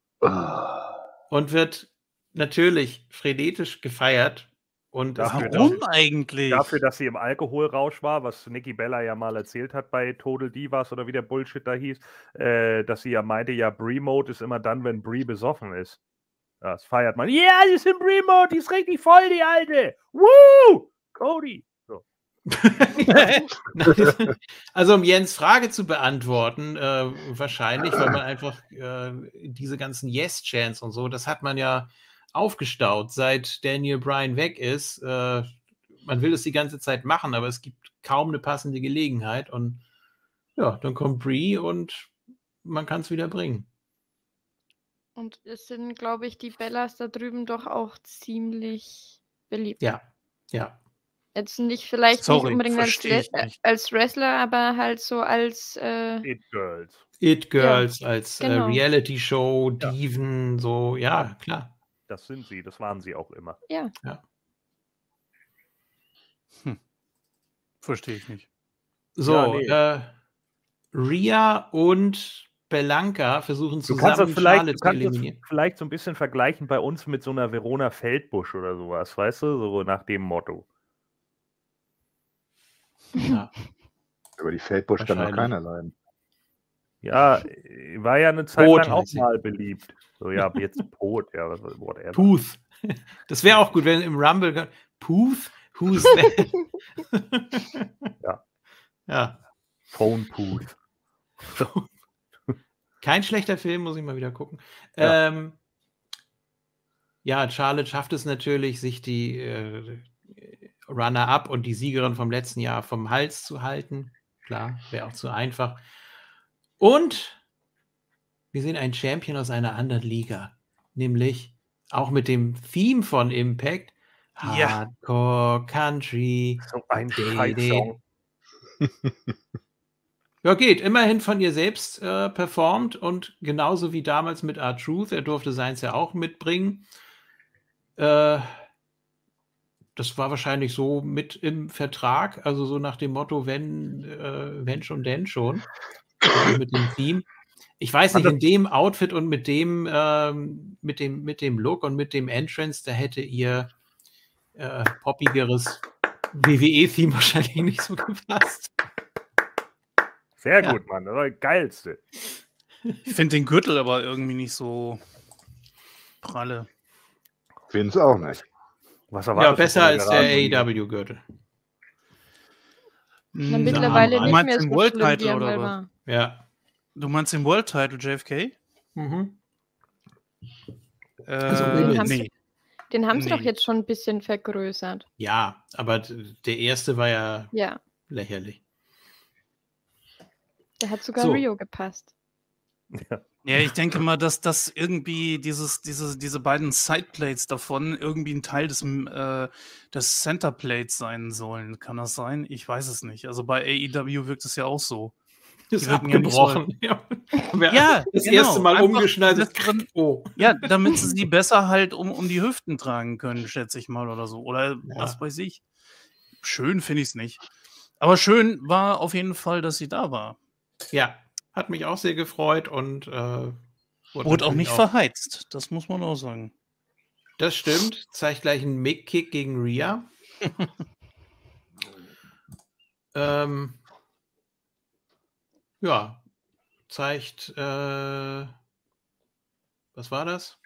Und wird natürlich frenetisch gefeiert. Und warum eigentlich? Dafür, dass sie im Alkoholrausch war, was Nikki Bella ja mal erzählt hat bei Total Divas oder wie der Bullshit da hieß, dass sie ja meinte, ja, Brie-Mode ist immer dann, wenn Brie besoffen ist. Ja, das feiert man. Ja, die ist im Brie-Mode, die ist richtig voll, die Alte. Woo! Cody. So. Also um Jens Frage zu beantworten, wahrscheinlich, weil man einfach diese ganzen Yes-Chants und so, das hat man ja aufgestaut, seit Daniel Bryan weg ist. Man will es die ganze Zeit machen, aber es gibt kaum eine passende Gelegenheit. Und ja, dann kommt Brie und man kann es wieder bringen. Und es sind, glaube ich, die Bellas da drüben doch auch ziemlich beliebt. Ja, ja. Jetzt nicht vielleicht nicht unbedingt als Wrestler, aber halt so als It-Girls. It-Girls, als Reality-Show, Diven, so, ja, klar. Das sind sie, das waren sie auch immer. Ja. Verstehe ich nicht. So, Rhea und Belanca versuchen zusammen Charlotte zu eliminieren. Vielleicht so ein bisschen vergleichen bei uns mit so einer Verona Feldbusch oder sowas, weißt du? So nach dem Motto. Ja. Aber die Feldbusch kann noch keiner leiden. Ja, war ja eine Zeit lang auch mal beliebt. So, ja, jetzt Pot, ja, whatever. Puth. Das wäre auch gut, wenn im Rumble Puth, who's that? Ja. Phone Puth. Kein schlechter Film, muss ich mal wieder gucken. Ja, Charlotte schafft es natürlich, sich die Runner-Up und die Siegerin vom letzten Jahr vom Hals zu halten. Klar, wäre auch zu einfach. Und wir sehen einen Champion aus einer anderen Liga, nämlich auch mit dem Theme von Impact, Ja. Hardcore Country. So ein Dee, Scheißsong. Ja, geht. Immerhin von ihr selbst performt und genauso wie damals mit R-Truth. Er durfte seins ja auch mitbringen. Das war wahrscheinlich so mit im Vertrag, also so nach dem Motto, wenn schon, denn schon. Also mit dem Theme. Ich weiß nicht, in dem Outfit und mit dem Look und mit dem Entrance, da hätte ihr poppigeres WWE-Theme wahrscheinlich nicht so gepasst. Sehr Ja. gut, Mann. Das war das Geilste. Ich finde den Gürtel aber irgendwie nicht so pralle. Find's auch nicht. Was Ja, erwartest du besser von als der Geraden? AEW-Gürtel. Na, Hm, mittlerweile du nicht meinst mehr den so World schlimm, wie Title er oder mal was? war. Ja. Du meinst den World Title, JFK? Mhm. Also ohne Nee. Den haben sie doch Nee. jetzt schon ein bisschen vergrößert. Ja, aber der erste war ja Ja, lächerlich. der hat sogar So. Rio gepasst. Ja, ich denke mal, dass das irgendwie diese beiden Sideplates davon irgendwie ein Teil des Centerplates sein sollen. Kann das sein? Ich weiß es nicht. Also bei AEW wirkt es ja auch so. Ist wirken ja nicht so- abgebrochen. Ja. Ja, das genau. erste Mal Einfach umgeschnallt. besseren- Oh. Ja, damit sie sie besser halt um die Hüften tragen können, schätze ich mal oder so. Oder was weiß ich. Schön finde ich es nicht. Aber schön war auf jeden Fall, dass sie da war. Ja, hat mich auch sehr gefreut und Wurde auch natürlich nicht verheizt. Das muss man auch sagen. Das stimmt. Zeigt gleich einen Mick-Kick gegen Rhea. Ja, zeigt, was war das?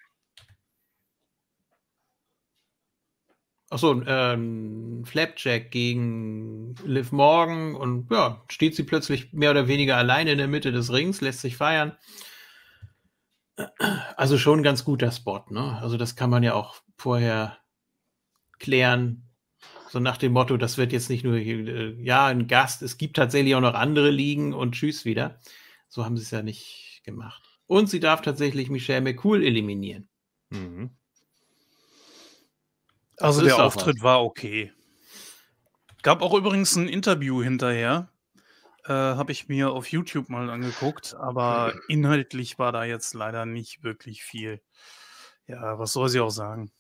Achso, Flapjack gegen Liv Morgan und ja, steht sie plötzlich mehr oder weniger alleine in der Mitte des Rings, lässt sich feiern. Also schon ein ganz guter Spot, ne? Also das kann man ja auch vorher klären. So nach dem Motto, das wird jetzt nicht nur ja, ein Gast, es gibt tatsächlich auch noch andere Ligen und tschüss wieder. So haben sie es ja nicht gemacht. Und sie darf tatsächlich Michelle McCool eliminieren. Mhm. Also Das ist der doch Auftritt war okay. Gab auch übrigens ein Interview hinterher. Habe ich mir auf YouTube mal angeguckt, aber inhaltlich war da jetzt leider nicht wirklich viel. Ja, was soll sie auch sagen?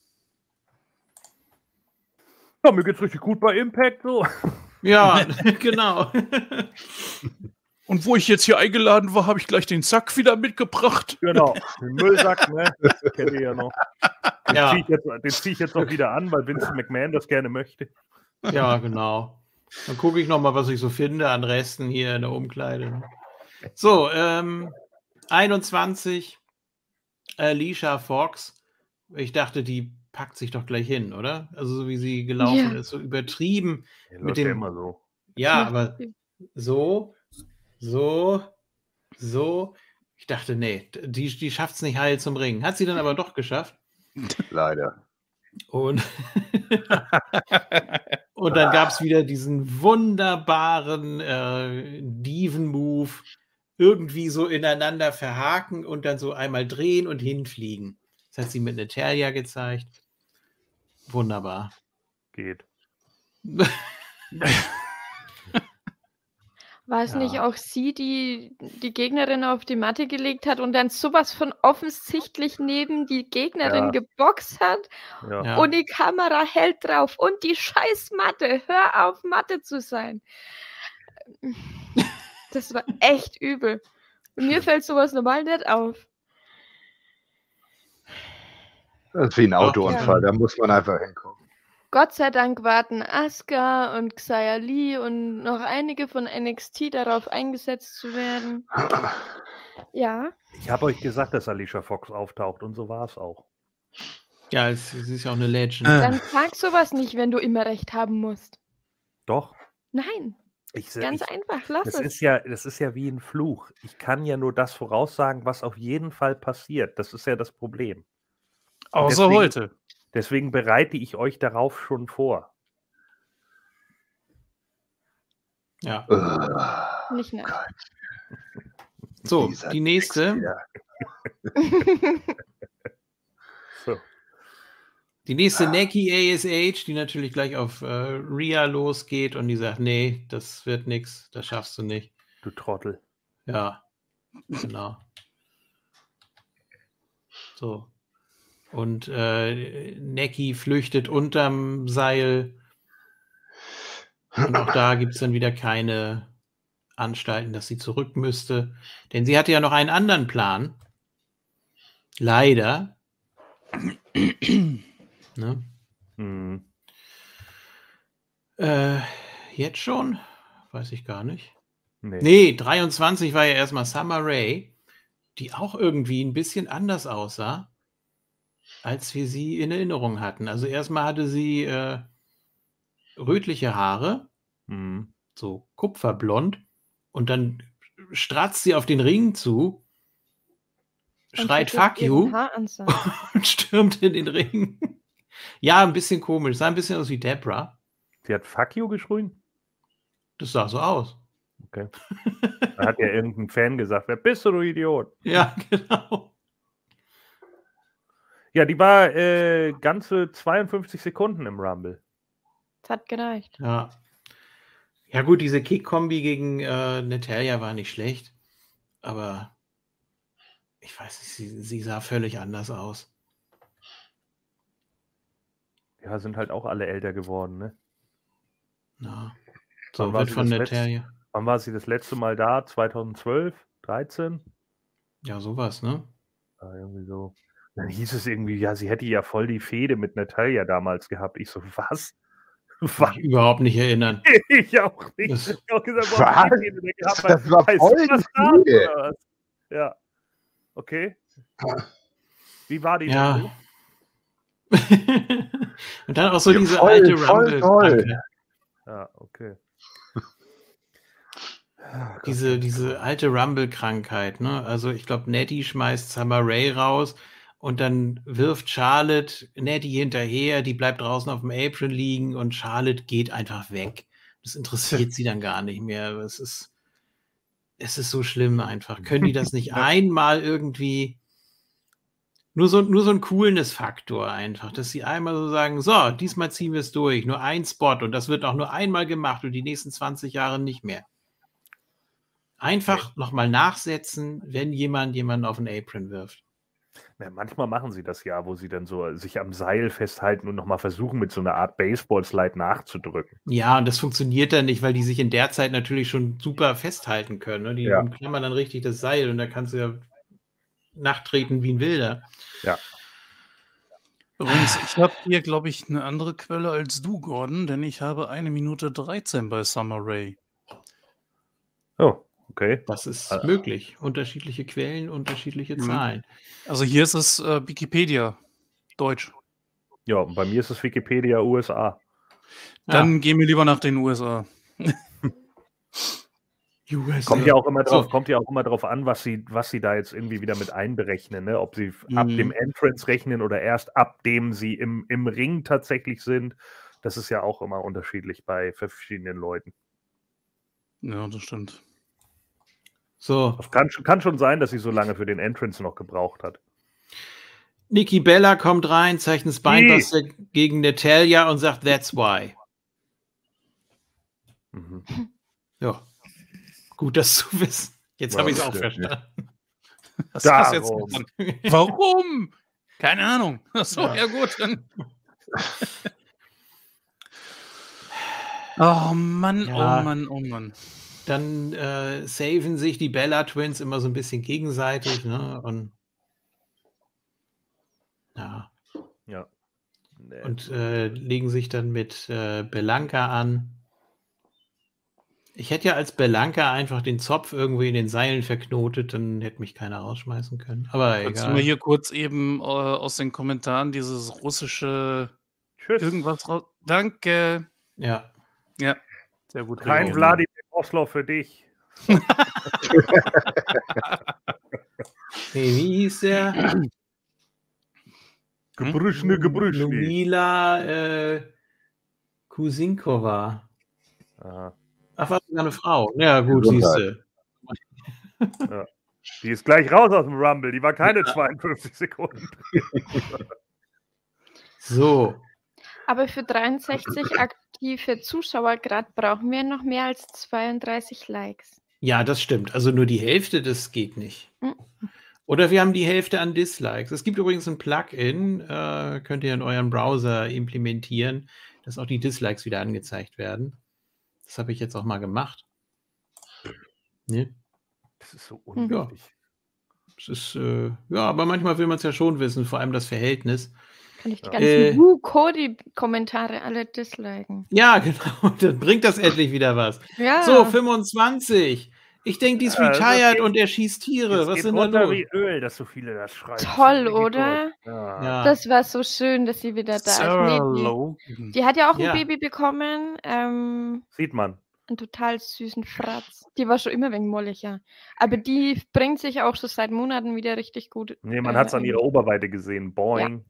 Ja, mir geht's richtig gut bei Impact so. Ja, genau. Und wo ich jetzt hier eingeladen war, habe ich gleich den Sack wieder mitgebracht. Genau, den Müllsack, ne? Das kennt ihr ja noch. Den Ja. zieh ich jetzt noch wieder an, weil Vince McMahon das gerne möchte. Ja, genau. Dann gucke ich noch mal, was ich so finde an Resten hier in der Umkleide. So, 21, Alicia Fox. Ich dachte, die packt sich doch gleich hin, oder? Also so wie sie gelaufen Ja. ist, so übertrieben. Der Mit läuft ja dem- immer so. Ja, Macht aber sie. so. Ich dachte, nee, die schafft es nicht heil zum Ringen. Hat sie dann aber doch geschafft. Leider. Und, und dann gab es wieder diesen wunderbaren Diven-Move. Irgendwie so ineinander verhaken und dann so einmal drehen und hinfliegen. Das hat sie mit Natalia gezeigt. Wunderbar. Geht. War es Ja. nicht auch sie, die die Gegnerin auf die Matte gelegt hat und dann sowas von offensichtlich neben die Gegnerin Ja. geboxt hat Ja. Ja. und die Kamera hält drauf und die scheiß Matte, hör auf Matte zu sein. Das war echt übel. Und mir fällt sowas normal nicht auf. Das ist wie ein Doch, Autounfall, ja. da muss man einfach hingucken. Gott sei Dank warten Asuka und Xia Li und noch einige von NXT darauf eingesetzt zu werden. Ja, Ich habe euch gesagt, dass Alicia Fox auftaucht und so war es auch. Ja, sie ist ja auch eine Legend. dann sag sowas nicht, wenn du immer recht haben musst. Doch. Nein, ganz einfach, lass Das es. ist ja wie ein Fluch. Ich kann ja nur das voraussagen, was auf jeden Fall passiert. Das ist ja das Problem. Außer Deswegen- heute. Deswegen bereite ich euch darauf schon vor. Ja. Nicht nett. So, Dieser die nächste. Ja. So. Die nächste Neki ASH, die natürlich gleich auf Rhea losgeht und die sagt, nee, das wird nix, das schaffst du nicht. Du Trottel. Ja, genau. So. Und Neki flüchtet unterm Seil. Und auch da gibt es dann wieder keine Anstalten, dass sie zurück müsste. Denn sie hatte ja noch einen anderen Plan. Leider. Ne? Mhm. Jetzt schon? Weiß ich gar nicht. Nee. Nee, 23 war ja erstmal Summer Rae, die auch irgendwie ein bisschen anders aussah, als wir sie in Erinnerung hatten. Also erstmal hatte sie rötliche Haare, Mhm. so kupferblond, und dann stratzt sie auf den Ring zu, schreit vergisst Fuck ihren you Haaransatz. und stürmt in den Ring. Ja, ein bisschen komisch, sah ein bisschen aus wie Debra. Sie hat Fuck you geschrien? Das sah so aus. Okay. Da hat ja irgendein Fan gesagt, wer bist du Idiot? Ja, genau. Ja, die war ganze 52 Sekunden im Rumble. Das hat gereicht. Ja. Ja gut, diese Kick-Kombi gegen Natalya war nicht schlecht, aber ich weiß nicht, sie sah völlig anders aus. Ja, sind halt auch alle älter geworden, ne? Ja. Wann So war wird sie von das letzte- Natalya. Wann war sie das letzte Mal da? 2012? 13? Ja, sowas, ne? Ja, irgendwie so. Dann hieß es irgendwie, ja, sie hätte ja voll die Fehde mit Natalya damals gehabt. Ich so, was? Kann Was? ich überhaupt nicht erinnern. Ich auch nicht. Das- Ich hab auch gesagt, Was? warum hat die Fehde denn gehabt? Das war Weißt du, voll was die da ist, Fehde. oder was? Ja. Okay. Wie war die Ja. denn so? Und dann auch so Ja, diese voll, alte voll Rumble. Ja, okay. Diese alte Rumble-Krankheit, ne? Also ich glaube, Natty schmeißt Summer Rae raus und dann wirft Charlotte Natty hinterher, die bleibt draußen auf dem Apron liegen und Charlotte geht einfach weg. Das interessiert sie dann gar nicht mehr. Es ist so schlimm einfach. Können die das nicht einmal irgendwie nur so ein Coolness-Faktor einfach, dass sie einmal so sagen, so, diesmal ziehen wir es durch, nur ein Spot und das wird auch nur einmal gemacht und die nächsten 20 Jahre nicht mehr. Einfach nochmal nachsetzen, wenn jemanden auf den Apron wirft. Ja, manchmal machen sie das ja, wo sie dann so sich am Seil festhalten und nochmal versuchen, mit so einer Art Baseball-Slide nachzudrücken. Ja, und das funktioniert dann nicht, weil die sich in der Zeit natürlich schon super festhalten können. Ne? Die Ja. umklammern dann richtig das Seil und da kannst du ja nachtreten wie ein Wilder. Ja. Übrigens, ich habe hier, glaube ich, eine andere Quelle als du, Gordon, denn ich habe 1 Minute 13 bei Summer Rae. Oh, okay. Das ist möglich. Unterschiedliche Quellen, unterschiedliche Mhm. Zahlen. Also hier ist es Wikipedia, Deutsch. Ja, und bei mir ist es Wikipedia USA. Dann gehen wir lieber nach den USA. Kommt ja auch immer drauf, So. kommt ja auch immer drauf an, was sie da jetzt irgendwie wieder mit einberechnen, ne? Ob sie ab Mhm. dem Entrance rechnen oder erst ab dem sie im Ring tatsächlich sind. Das ist ja auch immer unterschiedlich bei verschiedenen Leuten. Ja, das stimmt. So, Das kann schon sein, dass sie so lange für den Entrance noch gebraucht hat. Nikki Bella kommt rein, zeigt einen Spinebuster gegen Natalya und sagt, that's why. Mhm. Ja, gut, das zu wissen. Jetzt Ja, habe ich es auch ja. verstanden. Was hast du jetzt Darum. gesagt? Warum? Keine Ahnung. Achso, ja gut. Dann. Oh Mann, Ja. oh Mann, oh Mann. Dann saven sich die Bella Twins immer so ein bisschen gegenseitig, ne? Und ja, Ja. Nee. und legen sich dann mit Belanca an. Ich hätte ja als Belanca einfach den Zopf irgendwie in den Seilen verknotet, dann hätte mich keiner rausschmeißen können. Aber Kannst du mir egal. hier kurz eben aus den Kommentaren dieses russische Tschüss. irgendwas raus. Danke. Ja. Ja, sehr gut. Kein René. Wladimir Oslo für dich. Hey, wie hieß der? Gebrüschne. Lumila Kusinkova. Aha. Ach, war sogar eine Frau. Ja, gut, Gesundheit. siehst du. Die ist gleich raus aus dem Rumble. Die war keine 52 Sekunden. So. Aber für 63 aktive Zuschauer gerade brauchen wir noch mehr als 32 Likes. Ja, das stimmt. Also nur die Hälfte, das geht nicht. Mhm. Oder wir haben die Hälfte an Dislikes. Es gibt übrigens ein Plugin, könnt ihr in euren Browser implementieren, dass auch die Dislikes wieder angezeigt werden. Das habe ich jetzt auch mal gemacht. Ne? Das ist so unwichtig. Das ist, ja, aber manchmal will man es ja schon wissen, vor allem das Verhältnis. Kann ich die Ja. ganzen Woo-Cody-Kommentare alle disliken? Ja, genau. Dann bringt das endlich wieder was. Ja. So, 25. Ich denke, die ist Ja, das retired geht- und er schießt Tiere. Jetzt Was geht sind da runter los? wie Öl, dass so viele das schreiben. Das ist Toll, richtig oder? gut. Ja. Ja. Das war so schön, dass sie wieder da ist. Sarah Nee, Logan. die hat ja auch ein Ja. Baby bekommen. Sieht man. Einen total süßen Fratz. Die war schon immer wegen molliger. Aber die bringt sich auch schon seit Monaten wieder richtig gut. Nee, man hat es an ein. ihrer Oberweite gesehen. Boing.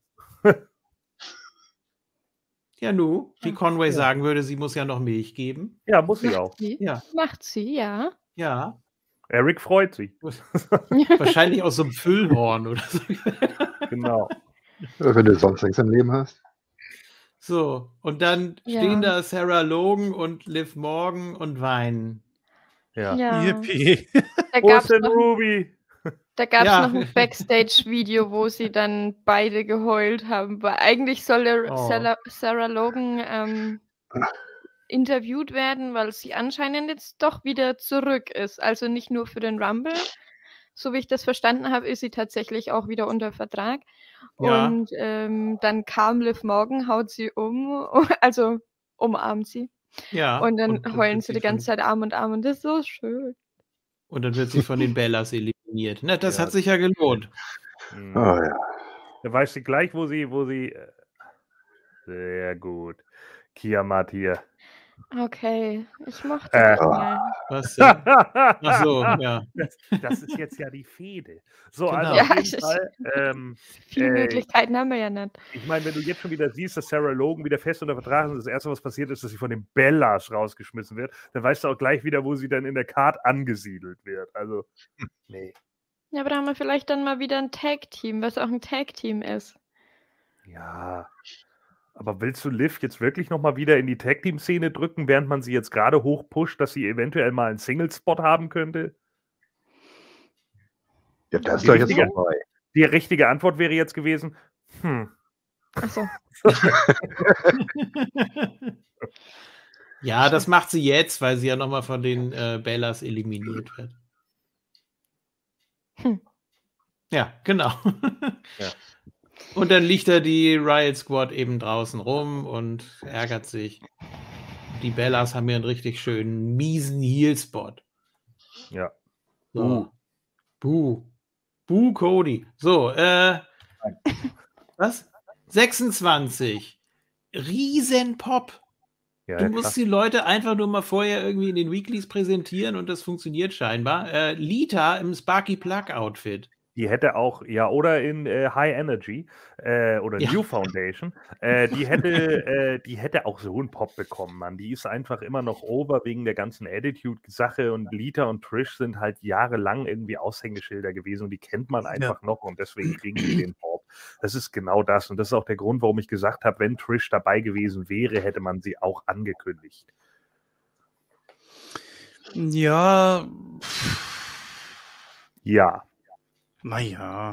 Ja, nu, wie Ja. Conway Ja. sagen würde, sie muss ja noch Milch geben. Ja, muss sie Macht auch. sie? Ja. Macht sie, ja. Ja. Eric freut sich. Wahrscheinlich aus so einem Füllhorn oder so. Genau. Wenn du sonst nichts im Leben hast. So, und dann Ja. stehen da Sarah Logan und Liv Morgan und weinen. Ja. Ja. Yippie. Da Wo gab ist es denn noch, Ruby? Ja. noch ein Backstage-Video, wo sie dann beide geheult haben. Weil eigentlich soll Oh. Sarah Logan interviewt werden, weil sie anscheinend jetzt doch wieder zurück ist. Also nicht nur für den Rumble. So wie ich das verstanden habe, ist sie tatsächlich auch wieder unter Vertrag. Ja. Und dann kam Liv Morgan, haut sie um, also umarmt sie. Ja. Und dann heulen wird sie die ganze Zeit Arm und Arm und das ist so schön. Und dann wird sie von den Bellas eliminiert. Na, das Ja. hat sich ja gelohnt. Hm. Oh ja. Da weiß sie gleich, wo sie. Sehr gut. Kiamat hier. Okay, ich mochte Äh. das mal. Was denn? Ach so, ja. Das ist jetzt ja die Fehde. So, Genau. also Ja, auf jeden es ist- Fall. Viele Möglichkeiten haben wir ja nicht. Ich meine, wenn du jetzt schon wieder siehst, dass Sarah Logan wieder fest unter Vertrag ist und das Erste, was passiert ist, dass sie von den Bellas rausgeschmissen wird, dann weißt du auch gleich wieder, wo sie dann in der Card angesiedelt wird. Also, nee. Ja, aber da haben wir vielleicht dann mal wieder ein Tag-Team, was auch ein Tag-Team ist. Ja. Aber willst du Liv jetzt wirklich nochmal wieder in die Tag-Team-Szene drücken, während man sie jetzt gerade hochpusht, dass sie eventuell mal einen Single-Spot haben könnte? Ja, das ist Die doch jetzt richtige- vorbei. Die richtige Antwort wäre jetzt gewesen, Achso. Ja, das macht sie jetzt, weil sie ja nochmal von den Bellas eliminiert wird. Hm. Ja, genau. Ja. Und dann liegt da die Riot Squad eben draußen rum und ärgert sich. Die Bellas haben hier einen richtig schönen, miesen Heel-Spot. ja. So. Buh. Buh, Cody. So, was? 26. Riesenpop. Ja, Du klar. musst die Leute einfach nur mal vorher irgendwie in den Weeklies präsentieren und das funktioniert scheinbar. Lita im Sparky Plug Outfit. Die hätte auch, ja, oder in High Energy oder Ja. New Foundation, die hätte auch so einen Pop bekommen, Mann. Die ist einfach immer noch over wegen der ganzen Attitude-Sache und Lita und Trish sind halt jahrelang irgendwie Aushängeschilder gewesen und die kennt man einfach noch und deswegen kriegen die den Pop. Das ist genau das und das ist auch der Grund, warum ich gesagt habe, wenn Trish dabei gewesen wäre, hätte man sie auch angekündigt. Ja, Ja. naja.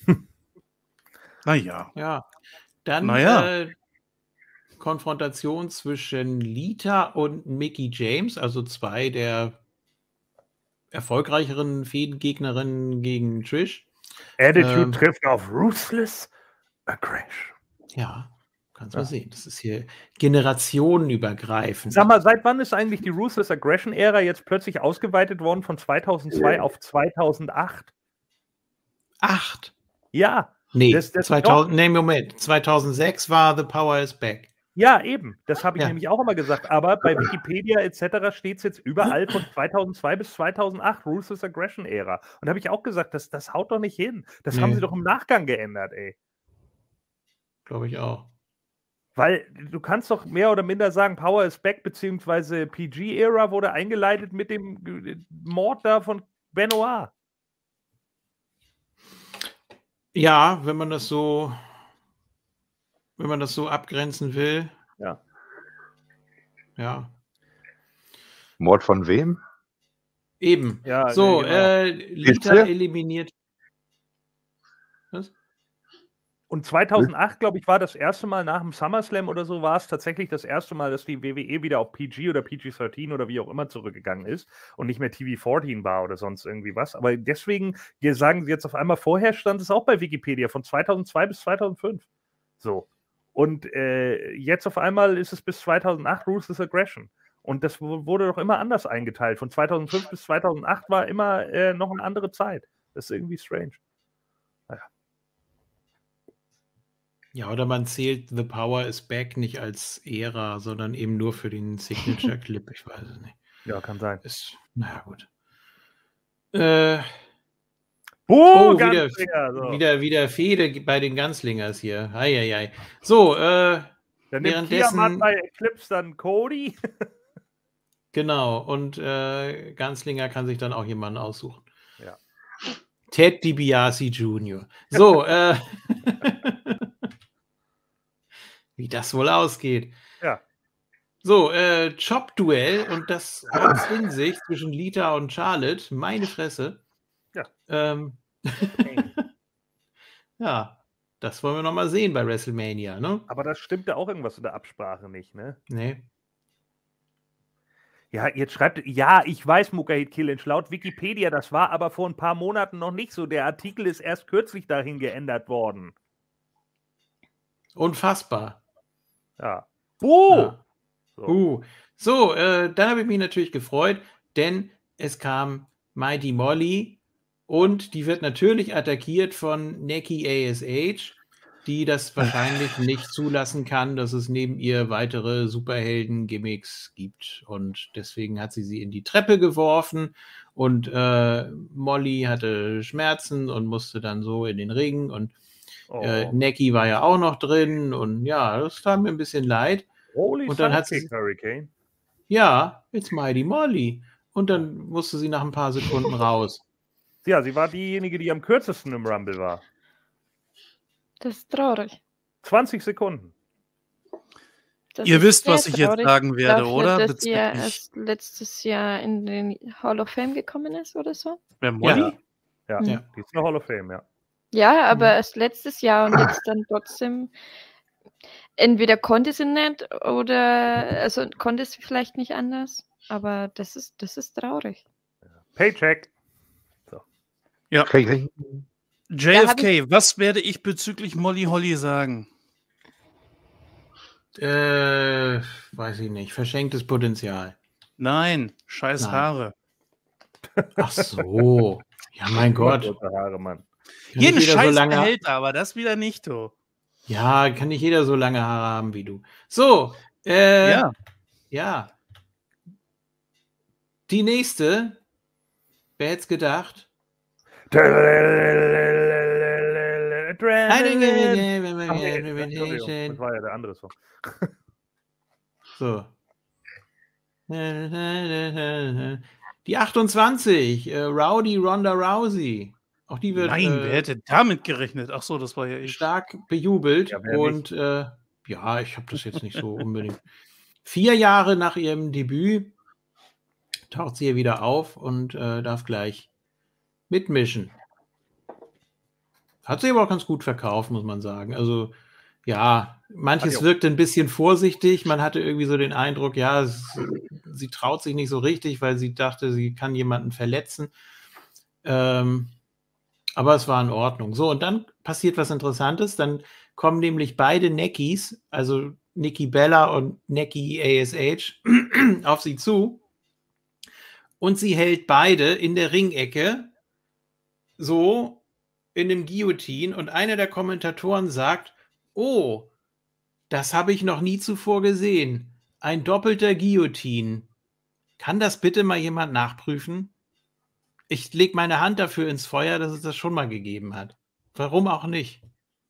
Naja. Ja. Dann Naja. Konfrontation zwischen Lita und Mickie James, also zwei der erfolgreicheren Fädengegnerinnen gegen Trish. Attitude Ähm. trifft auf Ruthless Aggression. Ja, kannst du Ja. mal sehen. Das ist hier generationenübergreifend. Sag mal, seit wann ist eigentlich die Ruthless Aggression-Ära jetzt plötzlich ausgeweitet worden von 2002 auf 2008? 8. Ja, Nee, Das- 2000, nee, Moment. 2006 war The Power is Back. ja, eben. Das habe ich Ja. nämlich auch immer gesagt. Aber bei Wikipedia etc. steht es jetzt überall von 2002 bis 2008, Ruthless Aggression-Ära. Und da habe ich auch gesagt, das haut doch nicht hin. Das haben Nee. sie doch im Nachgang geändert, ey. Glaube ich auch. Weil du kannst doch mehr oder minder sagen, Power is Back beziehungsweise PG-Ära wurde eingeleitet mit dem Mord da von Benoit. Ja, wenn man das so wenn man das so abgrenzen will. Ja. Ja. Mord von wem? Eben. Ja, So, genau. Lita Hitze? eliminiert. Was? Und 2008, glaube ich, war das erste Mal nach dem SummerSlam oder so, war es tatsächlich das erste Mal, dass die WWE wieder auf PG oder PG-13 oder wie auch immer zurückgegangen ist und nicht mehr TV-14 war oder sonst irgendwie was. Aber deswegen, hier sagen sie jetzt auf einmal, vorher stand es auch bei Wikipedia von 2002 bis 2005. So. Und jetzt auf einmal ist es bis 2008 Ruthless Aggression. Und das wurde doch immer anders eingeteilt. Von 2005 bis 2008 war immer noch eine andere Zeit. Das ist irgendwie strange. Ja, oder man zählt The Power is Back nicht als Ära, sondern eben nur für den Signature-Clip. Ich weiß es nicht. Ja, kann sein. Naja, gut. Ganzlinger, so. wieder Fehde bei den Ganzlingers hier. Eieiei. So, Dann nimmt währenddessen- Tiamat bei Eclipse dann Cody. genau. Und Ganzlinger kann sich dann auch jemanden aussuchen. Ja. Ted DiBiase Jr. So, wie das wohl ausgeht. Ja. So, Chop-Duell und das hat's in sich zwischen Lita und Charlotte. Meine Fresse. Ja. Ja, das wollen wir noch mal sehen bei WrestleMania, ne? Aber das stimmte auch irgendwas in der Absprache nicht, ne? Nee. Ja, jetzt schreibt, ja, ich weiß, Mukahid Killinch, laut Wikipedia, das war aber vor ein paar Monaten noch nicht so. Der Artikel ist erst kürzlich dahin geändert worden. Unfassbar. Ja. Ja. So. So, dann habe ich mich natürlich gefreut, denn es kam Mighty Molly und die wird natürlich attackiert von Nikki ASH, die das wahrscheinlich nicht zulassen kann, dass es neben ihr weitere Superhelden-Gimmicks gibt. Und deswegen hat sie in die Treppe geworfen und Molly hatte Schmerzen und musste dann so in den Ring und Nikki war ja auch noch drin und ja, das tat mir ein bisschen leid. Holy Und dann hat sie- Sidekick Hurricane. Ja, it's Mighty Molly. Und dann musste sie nach ein paar Sekunden raus. Ja, sie war diejenige, die am kürzesten im Rumble war. Das ist traurig. 20 Sekunden. Das Ihr ist wisst, sehr was ich jetzt traurig sagen werde, dafür, oder? Dass sie ja Bezüglich erst letztes Jahr in den Hall of Fame gekommen ist oder so. wer Molly? Ja, Ja. die ist in der Hall of Fame, ja. Ja, aber erst letztes Jahr und jetzt dann trotzdem. Entweder konnte sie nicht oder also konnte sie vielleicht nicht anders. Aber das ist traurig. Paycheck. Krieg. JFK, was werde ich bezüglich Molly Holly sagen? Weiß ich nicht. Verschenktes Potenzial. Nein, scheiß Nein. Haare. Ach so. Ja, mein Gott. Kurze Haare, Mann. Kann Jeden nicht jeder Scheiß so lange, behält er, aber das wieder nicht, du. ja, kann nicht jeder so lange Haare haben wie du. So, ja. Die nächste, wer hätte es gedacht? Entschuldigung, das war ja der andere Song. So. Die 28, Rowdy Ronda Rousey. Auch die wird Nein, wer hätte damit gerechnet? Ach so, das war ja ich. stark bejubelt. Ja, wer Und ja, ich habe das jetzt nicht so unbedingt. 4 Jahre nach ihrem Debüt taucht sie hier wieder auf und darf gleich mitmischen. Hat sie aber auch ganz gut verkauft, muss man sagen. Also, ja, manches wirkte ein bisschen vorsichtig. Man hatte irgendwie so den Eindruck, ja, sie traut sich nicht so richtig, weil sie dachte, sie kann jemanden verletzen. Aber es war in Ordnung. So, und dann passiert was Interessantes. Dann kommen nämlich beide Neckis, also Nikki Bella und Nikki ASH, auf sie zu. Und sie hält beide in der Ringecke so in dem Guillotine. Und einer der Kommentatoren sagt, oh, das habe ich noch nie zuvor gesehen. Ein doppelter Guillotine. Kann das bitte mal jemand nachprüfen? Ich lege meine Hand dafür ins Feuer, dass es das schon mal gegeben hat. Warum auch nicht?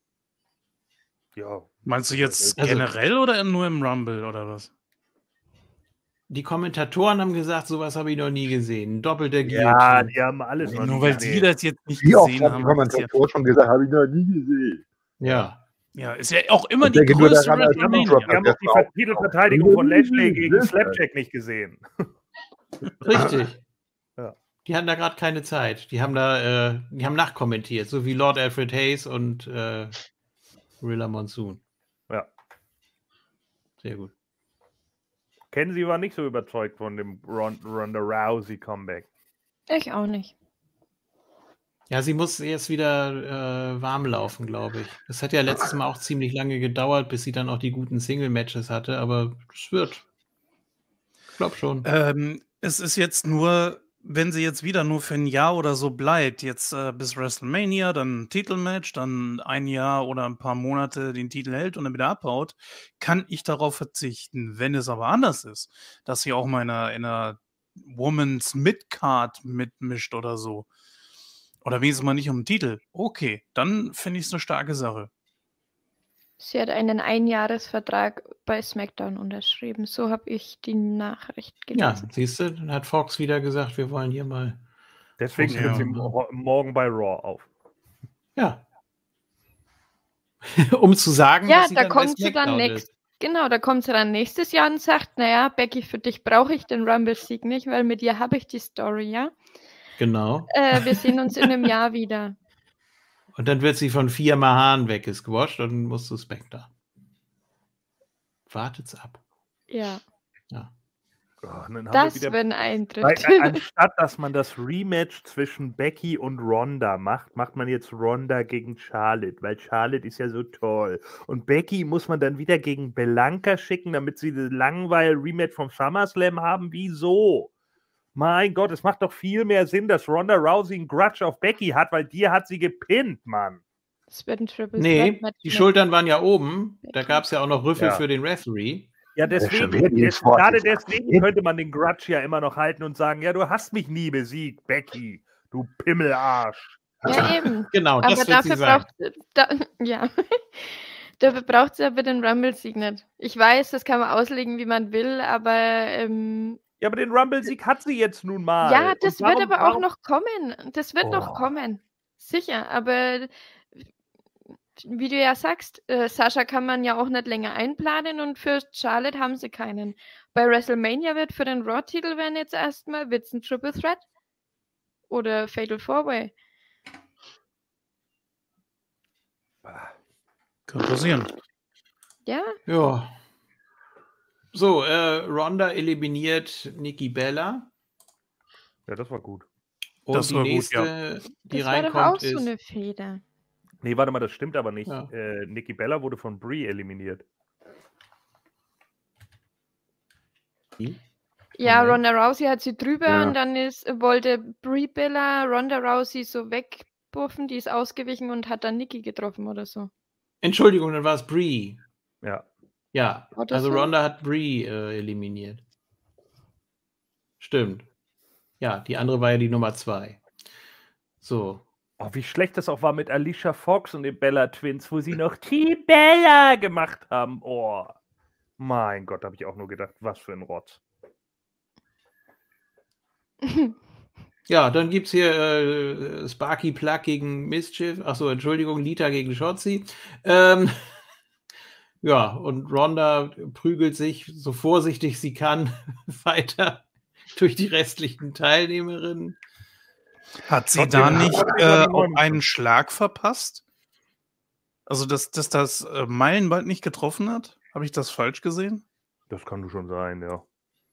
Ja. Meinst du jetzt Also- generell oder nur im Rumble oder was? Die Kommentatoren haben gesagt, sowas habe ich noch nie gesehen. Ein doppelter Ja, Guillotine. die haben alles noch Nur nie weil gesehen. die das jetzt nicht Wie oft gesehen hat die haben. hat's ja- Kommentator schon gesagt, habe ich noch nie gesehen. Ja. Ja, ist ja auch immer Ich die denke nur größte daran, als WrestleMania. Drop- Wir haben auch die Titelverteidigung von Lashley gegen Slapjack nicht gesehen. Richtig. Ja. Die hatten da gerade keine Zeit. Die haben nachkommentiert, so wie Lord Alfred Hayes und Gorilla Monsoon. Ja. Sehr gut. Kenzie war nicht so überzeugt von dem Ronda Rousey Comeback. Ich auch nicht. Ja, sie muss jetzt wieder warm laufen, glaube ich. Das hat ja letztes Mal auch ziemlich lange gedauert, bis sie dann auch die guten Single-Matches hatte, aber es wird. Ich glaube schon. Es ist jetzt nur, wenn sie jetzt wieder nur für ein Jahr oder so bleibt, jetzt bis WrestleMania, dann ein Titelmatch, dann ein Jahr oder ein paar Monate den Titel hält und dann wieder abhaut, kann ich darauf verzichten. Wenn es aber anders ist, dass sie auch mal in einer Women's Midcard mitmischt oder so, oder wenigstens mal nicht um den Titel, okay, dann finde ich es eine starke Sache. Sie hat einen Einjahresvertrag bei SmackDown unterschrieben. So habe ich die Nachricht Ja, gelesen. siehst du, dann hat Fox wieder gesagt, wir wollen hier mal. Deswegen Ja. tritt sie morgen bei Raw auf. Ja. Um zu sagen, Ja, dass sie da dann bei kommt sie dann SmackDown ist. Genau, da kommt sie dann nächstes Jahr und sagt, naja, Becky, für dich brauche ich den Rumble-Sieg nicht, weil mit dir habe ich die Story, ja? Genau. Wir sehen uns in einem Jahr wieder. Und dann wird sie von 4 Mahan weggesquasht und dann musst du SmackDown. Wartet's ab. Ja, Ja. Oh, und dann haben das, wir wieder, wenn weil, eintritt. anstatt dass man das Rematch zwischen Becky und Ronda macht, macht man jetzt Ronda gegen Charlotte, weil Charlotte ist ja so toll. Und Becky muss man dann wieder gegen Belanca schicken, damit sie das Langweil-Rematch vom SummerSlam haben. Wieso? Mein Gott, es macht doch viel mehr Sinn, dass Ronda Rousey einen Grudge auf Becky hat, weil dir hat sie gepinnt, Mann. Das wird ein Triple Nee, Threat Match die mit Schultern waren ja oben. Da Becky. gab es ja auch noch Rüffel Ja. für den Referee. Ja, schon deswegen, wieder die Sport gerade gesagt. deswegen könnte man den Grudge ja immer noch halten und sagen, ja, du hast mich nie besiegt, Becky, du Pimmelarsch. Ja, eben. Genau, das Aber wird sie dafür sagen. ja. Dafür braucht sie aber den Rumble-Sieg nicht. Ich weiß, das kann man auslegen, wie man will, aber Ja, aber den Rumble-Sieg hat sie jetzt nun mal. ja, Und das wird warum- aber auch warum- noch kommen. Das wird noch Oh. kommen. Sicher, aber wie du ja sagst, Sascha kann man ja auch nicht länger einplanen und für Charlotte haben sie keinen. Bei WrestleMania wird für den Raw-Titel werden jetzt erstmal wird's ein Triple Threat oder Fatal 4-Way. Kann passieren. Ja, Ja. So, Ronda eliminiert Nikki Bella. Ja, das war gut. Und Das die war gut, nächste, die das war doch auch reinkommt, so ist. eine Feder. Nee, warte mal, das stimmt aber nicht. Ja. Nikki Bella wurde von Brie eliminiert. Ja, Moment. Ronda Rousey hat sie drüber Ja. und dann wollte Brie Bella Ronda Rousey so wegbuffen, die ist ausgewichen und hat dann Nikki getroffen oder so. Entschuldigung, dann war es Brie. Ja. Ja, War das also so? Ronda hat Brie eliminiert. Stimmt. Ja, die andere war ja die Nummer 2. So. Oh, wie schlecht das auch war mit Alicia Fox und den Bella Twins, wo sie noch Team Bella gemacht haben. Oh, mein Gott, habe ich auch nur gedacht, was für ein Rotz. Ja, dann gibt es hier Sparky Plug gegen Mischief. Achso, Entschuldigung, Lita gegen Shotzi. Ja, und Ronda prügelt sich so vorsichtig sie kann weiter durch die restlichen Teilnehmerinnen. Hat sie Trotzdem da hat nicht sie die auch 59. einen Schlag verpasst? Also, dass das Meilenband nicht getroffen hat? Habe ich das falsch gesehen? Das kann schon sein, ja.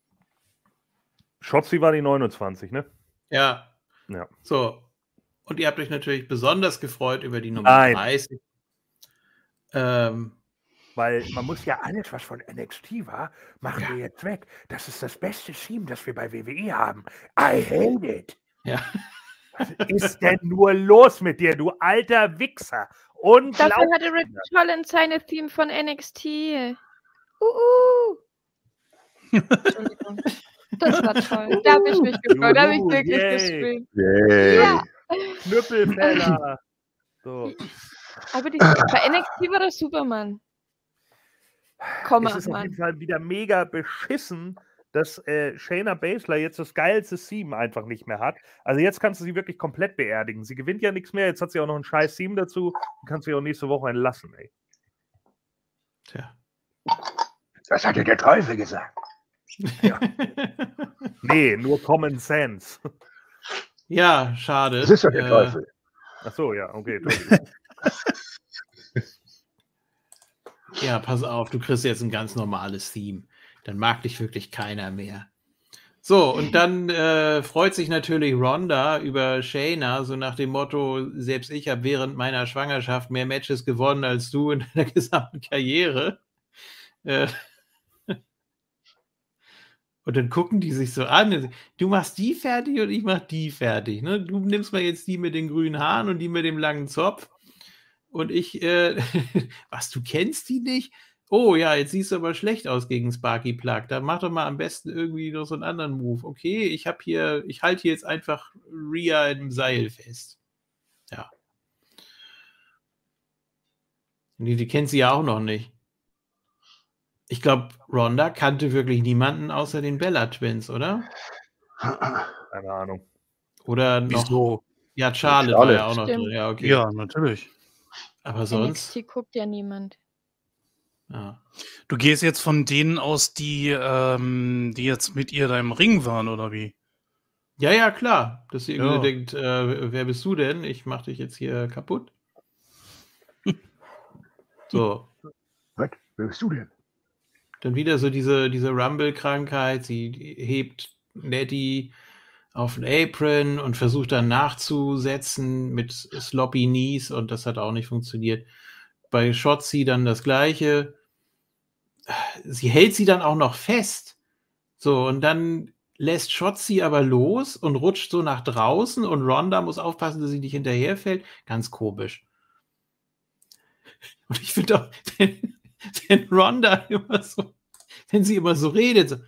Shotzi war die 29, ne? Ja. Ja. So. Und ihr habt euch natürlich besonders gefreut über die Nummer Nein. 30. Weil man muss ja alles, was von NXT war, machen wir jetzt weg. Das ist das beste Team, das wir bei WWE haben. I hate it. Ja. Was ist denn nur los mit dir, du alter Wichser? Und Dafür hatte Rich Holland seine Theme von NXT. Entschuldigung. Das war toll. Da habe ich mich gefreut. Da habe ich wirklich yay. geschrien. Yay. Ja. Knüppelfeller. So. Aber bei NXT war das Superman. Es ist auf jeden Fall wieder mega beschissen, dass Shayna Baszler jetzt das geilste Theme einfach nicht mehr hat. Also jetzt kannst du sie wirklich komplett beerdigen. Sie gewinnt ja nichts mehr, jetzt hat sie auch noch ein scheiß Theme dazu. Du kannst sie auch nächste Woche entlassen, ey. Tja. Das hat ja der Teufel gesagt. Nee, nur Common Sense. Ja, schade. Das ist doch der Teufel. Ach so, ja, okay. Entschuldigung. Ja, pass auf, du kriegst jetzt ein ganz normales Theme. Dann mag dich wirklich keiner mehr. So, und dann freut sich natürlich Ronda über Shayna, so nach dem Motto, selbst ich habe während meiner Schwangerschaft mehr Matches gewonnen als du in deiner gesamten Karriere. Und dann gucken die sich so an. Du machst die fertig und ich mach die fertig. Ne? Du nimmst mal jetzt die mit den grünen Haaren und die mit dem langen Zopf. Und ich, was, du kennst die nicht? Oh ja, jetzt siehst du aber schlecht aus gegen Sparky Plug. Da mach doch mal am besten irgendwie noch so einen anderen Move. Okay, ich halte hier jetzt einfach Rhea im Seil fest. Ja. Die kennt sie ja auch noch nicht. Ich glaube, Ronda kannte wirklich niemanden außer den Bella Twins, oder? Keine Ahnung. Oder noch. Wieso? Ja, Charlotte war ja auch noch Stimmt. drin. Ja, okay. Ja, natürlich. Aber sonst. NXT guckt ja niemand. Ja. Du gehst jetzt von denen aus, die jetzt mit ihr da im Ring waren, oder wie? Ja, klar. Dass ihr irgendwie Ja. denkt, wer bist du denn? Ich mach dich jetzt hier kaputt. So. Was? Wer bist du denn? Dann wieder so diese Rumble-Krankheit. Sie hebt Nettie auf den Apron und versucht dann nachzusetzen mit Sloppy Knees und das hat auch nicht funktioniert. Bei Shotzi dann das Gleiche. Sie hält sie dann auch noch fest. So, und dann lässt Shotzi aber los und rutscht so nach draußen und Ronda muss aufpassen, dass sie nicht hinterherfällt. Ganz komisch. Und ich finde auch, wenn Ronda immer so, wenn sie immer so redet, so,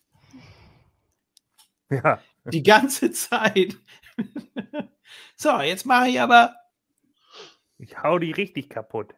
Ja. die ganze Zeit. So, jetzt mache ich aber. Ich hau die richtig kaputt.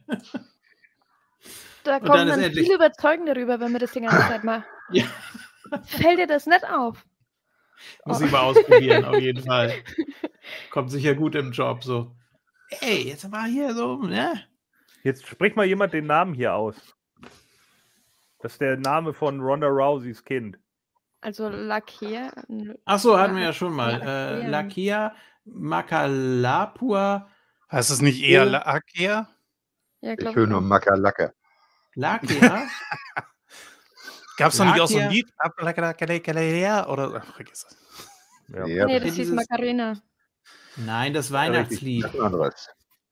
Da Und kommt dann ist man endlich- viel überzeugender rüber, wenn man das die ganze Zeit macht. Ja. Fällt dir das nicht auf? Muss ich mal ausprobieren, auf jeden Fall. Kommt sicher gut im Job, so. Ey, jetzt mal hier so, ne? Jetzt sprich mal jemand den Namen hier aus. Das ist der Name von Ronda Rouseys Kind. Also Lakia. Ach so, hatten wir ja schon mal. Lakia. Lakia Makalapua. Heißt es nicht eher Oh. Lakia? Ja, Ich glaub höre nur auch. Makalaka. Lakia? Gab es da nicht auch so ein Lakia? Lied? Oder ach, vergiss es. Ja. Ja, Nee, Ja, das hieß dieses- Macarena. Nein, das richtig. Weihnachtslied. Das ist ein anderes.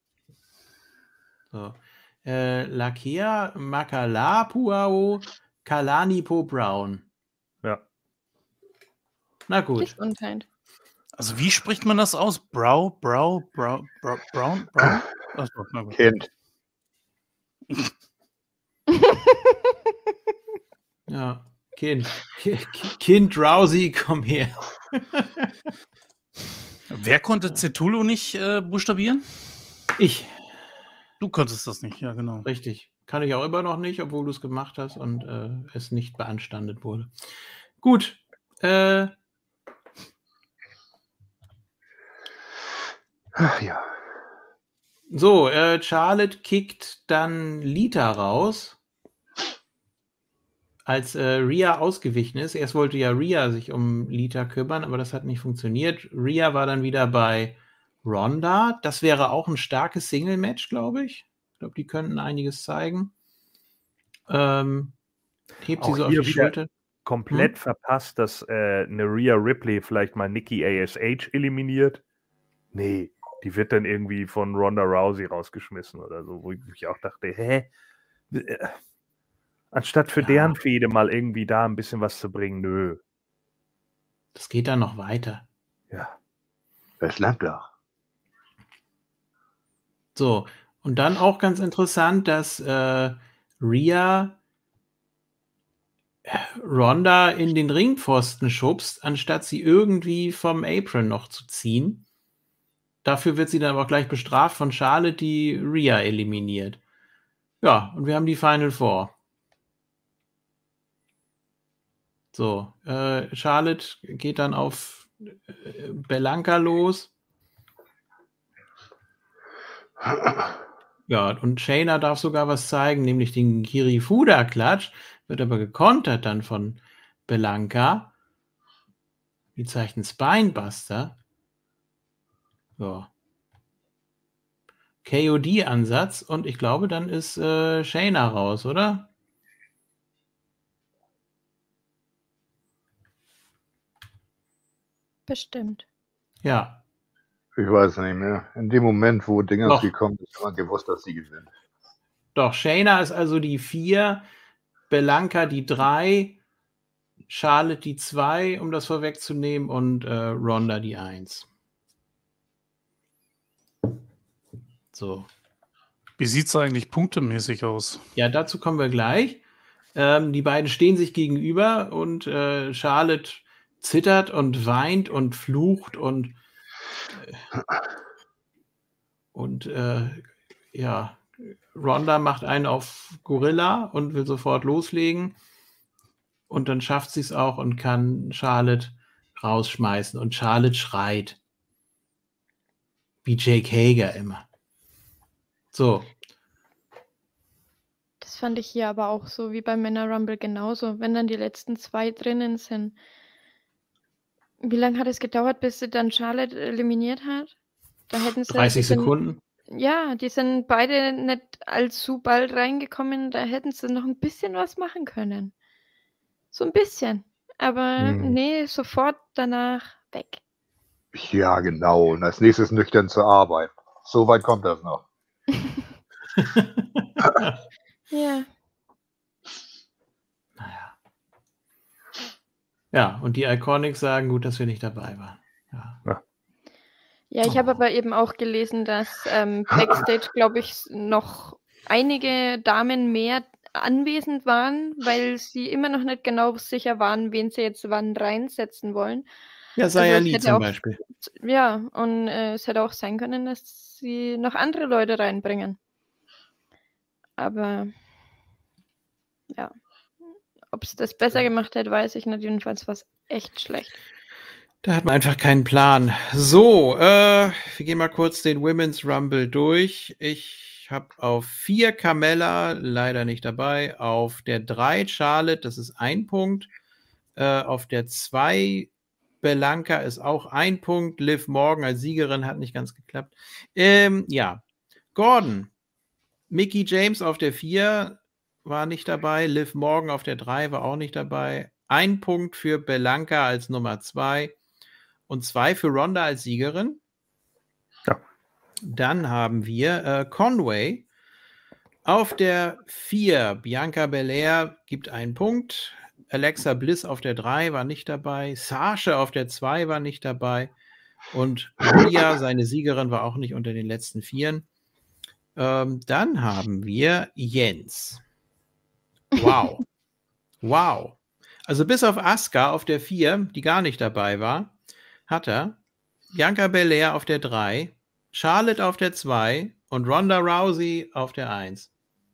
So. Lakia Makalapuao Kalanipo Brown. Ja. Na gut. Nicht unkind. Also wie spricht man das aus? Brown? Achso, na gut. Kind. Ja. Kind Rousey, komm her. Wer konnte Cthulhu nicht buchstabieren? Ich. Du konntest das nicht, ja genau. Richtig. Kann ich auch immer noch nicht, obwohl du es gemacht hast und es nicht beanstandet wurde. Gut. Ach ja. So, Charlotte kickt dann Lita raus, als Rhea ausgewichen ist. Erst wollte ja Rhea sich um Lita kümmern, aber das hat nicht funktioniert. Rhea war dann wieder bei Ronda. Das wäre auch ein starkes Single-Match, glaube ich. Ich glaube, die könnten einiges zeigen. Hebt sie Auch so auf hier die wieder Schulter. komplett verpasst, dass eine Rhea Ripley vielleicht mal Nikki ASH eliminiert. Nee, die wird dann irgendwie von Ronda Rousey rausgeschmissen oder so, wo ich auch dachte, hä? Anstatt für Ja. deren Fehde mal irgendwie da ein bisschen was zu bringen, nö. Das geht dann noch weiter. Ja. Das lernt doch. So, und dann auch ganz interessant, dass Rhea Ronda in den Ringpfosten schubst, anstatt sie irgendwie vom Apron noch zu ziehen. Dafür wird sie dann aber auch gleich bestraft von Charlotte, die Rhea eliminiert. Ja, und wir haben die Final Four. So, Charlotte geht dann auf Belanca los. Ja, und Shayna darf sogar was zeigen, nämlich den Kirifuda-Klatsch, wird aber gekontert dann von Belanca. Die zeigt einen Spinebuster. Ja. KOD-Ansatz und ich glaube, dann ist Shayna raus, oder? Bestimmt. Ja. Ich weiß nicht mehr. In dem Moment, wo Dingens Doch. gekommen ist, hat man gewusst, dass sie gewinnt. Doch, Shayna ist also die 4, Belanca die 3, Charlotte die 2, um das vorwegzunehmen, und Ronda die 1. So. Wie sieht es eigentlich punktemäßig aus? Ja, dazu kommen wir gleich. Die beiden stehen sich gegenüber und Charlotte zittert und weint und flucht und ja, Ronda macht einen auf Gorilla und will sofort loslegen und dann schafft sie es auch und kann Charlotte rausschmeißen und Charlotte schreit. Wie Jake Hager immer. So. Das fand ich hier aber auch so wie beim Männer Rumble genauso. Wenn dann die letzten 2 drinnen sind. Wie lange hat es gedauert, bis sie dann Charlotte eliminiert hat? Da hätten sie 30 Sekunden. Ja, die sind beide nicht allzu bald reingekommen. Da hätten sie noch ein bisschen was machen können. So ein bisschen. Aber nee, sofort danach weg. Ja, genau. Und als nächstes nüchtern zur Arbeit. So weit kommt das noch. Ja. Naja. Ja, und die Iconics sagen, gut, dass wir nicht dabei waren. Ja. Ja, ich habe aber eben auch gelesen, dass Backstage, glaube ich, noch einige Damen mehr anwesend waren, weil sie immer noch nicht genau sicher waren, wen sie jetzt wann reinsetzen wollen. Ja, Sayani zum Beispiel. Ja, und es hätte auch sein können, dass sie noch andere Leute reinbringen. Aber ja, ob es das besser gemacht hätte, weiß ich nicht. Jedenfalls war es echt schlecht. Da hat man einfach keinen Plan. So, wir gehen mal kurz den Women's Rumble durch. Ich habe auf 4 Carmella, leider nicht dabei. Auf der 3 Charlotte, das ist 1 Punkt. Auf der 2 Belanca ist auch 1 Punkt. Liv Morgan als Siegerin hat nicht ganz geklappt. Ja, Gordon. Mickie James auf der 4 war nicht dabei. Liv Morgan auf der 3 war auch nicht dabei. 1 Punkt für Belanca als Nummer 2 und 2 für Ronda als Siegerin. Ja. Dann haben wir Conway auf der 4. Bianca Belair gibt 1 Punkt. Alexa Bliss auf der 3 war nicht dabei. Sasha auf der 2 war nicht dabei. Und Rhea, seine Siegerin, war auch nicht unter den letzten 4. Dann haben wir Jens. Wow. Wow. Also bis auf Asuka auf der 4, die gar nicht dabei war, hat er Bianca Belair auf der 3, Charlotte auf der 2 und Ronda Rousey auf der 1.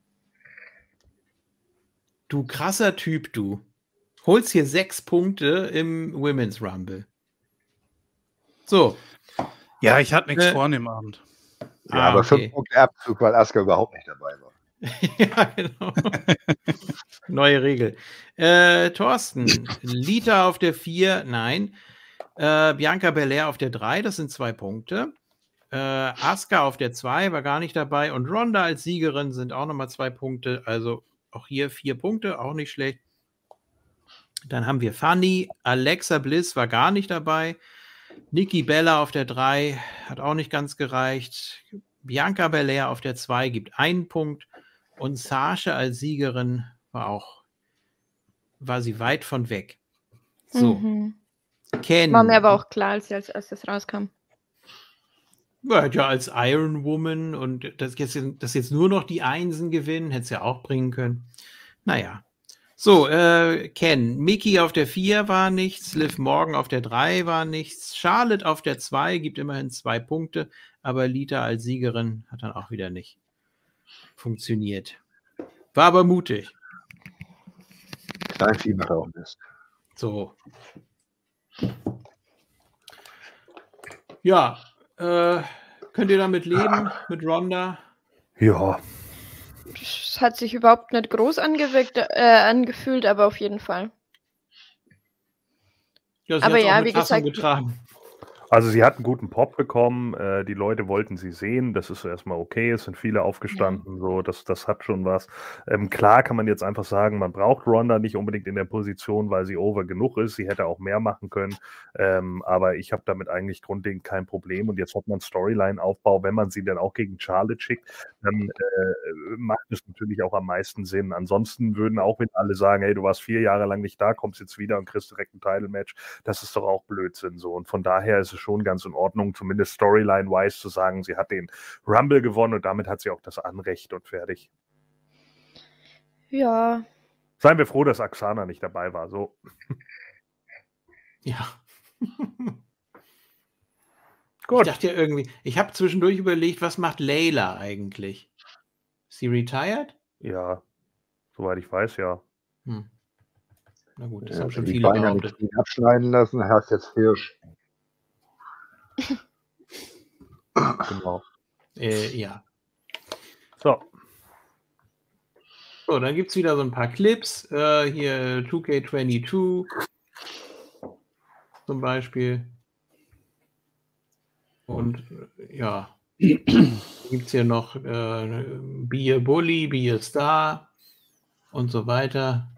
Du krasser Typ, du. Holst hier 6 Punkte im Women's Rumble. So. Ja, ich hatte nichts vor an dem Abend. Ja, aber 5 Punkte Abzug, weil Asuka überhaupt nicht dabei war. Ja, genau. Neue Regel. Thorsten, Lita auf der 4, nein. Bianca Belair auf der 3, das sind 2 Punkte. Asuka auf der 2 war gar nicht dabei und Ronda als Siegerin sind auch nochmal 2 Punkte. Also auch hier 4 Punkte, auch nicht schlecht. Dann haben wir Fanny, Alexa Bliss war gar nicht dabei. Nikki Bella auf der 3 hat auch nicht ganz gereicht. Bianca Belair auf der 2 gibt 1 Punkt. Und Sasha als Siegerin war sie weit von weg. So. Ken. War mir aber auch klar, als sie als erstes rauskam. Ja, als Iron Woman und dass jetzt nur noch die Einsen gewinnen, hätte es ja auch bringen können. Naja. So, Ken. Mickie auf der 4 war nichts, Liv Morgan auf der 3 war nichts, Charlotte auf der 2 gibt immerhin 2 Punkte, aber Lita als Siegerin hat dann auch wieder nicht funktioniert. War aber mutig. Klein Vieh macht auch Mist. So. Ja, könnt ihr damit leben, mit Ronda? Ja, Es hat sich überhaupt nicht groß angefühlt, aber auf jeden Fall. Ja, sie Aber hat's auch ja, mit wie Fassung gesagt, getragen. also sie hat einen guten Pop bekommen, die Leute wollten sie sehen, das ist erstmal okay, es sind viele aufgestanden, so, das hat schon was. Klar kann man jetzt einfach sagen, man braucht Ronda nicht unbedingt in der Position, weil sie over genug ist, sie hätte auch mehr machen können, aber ich habe damit eigentlich grundlegend kein Problem und jetzt hat man Storyline-Aufbau, wenn man sie dann auch gegen Charlotte schickt, dann macht es natürlich auch am meisten Sinn. Ansonsten würden auch wenn alle sagen, hey, du warst 4 Jahre lang nicht da, kommst jetzt wieder und kriegst direkt ein Title-Match, das ist doch auch Blödsinn so. Und von daher ist es schon ganz in Ordnung, zumindest Storyline-wise zu sagen, sie hat den Rumble gewonnen und damit hat sie auch das Anrecht und fertig. ja, Seien wir froh, dass Aksana nicht dabei war. So. Ja. Gut. Ich dachte ja irgendwie, ich habe zwischendurch überlegt, was macht Layla eigentlich? Ist sie retired? Ja, soweit ich weiß, ja. Hm. Na gut, das Ja, haben schon die viele Beine behauptet. nicht abschneiden lassen, heißt jetzt Hirsch. Genau. Ja. So. So, dann gibt es wieder so ein paar Clips. Hier 2K22 zum Beispiel. Und ja, gibt es hier noch Be a Bully, Be a Star und so weiter.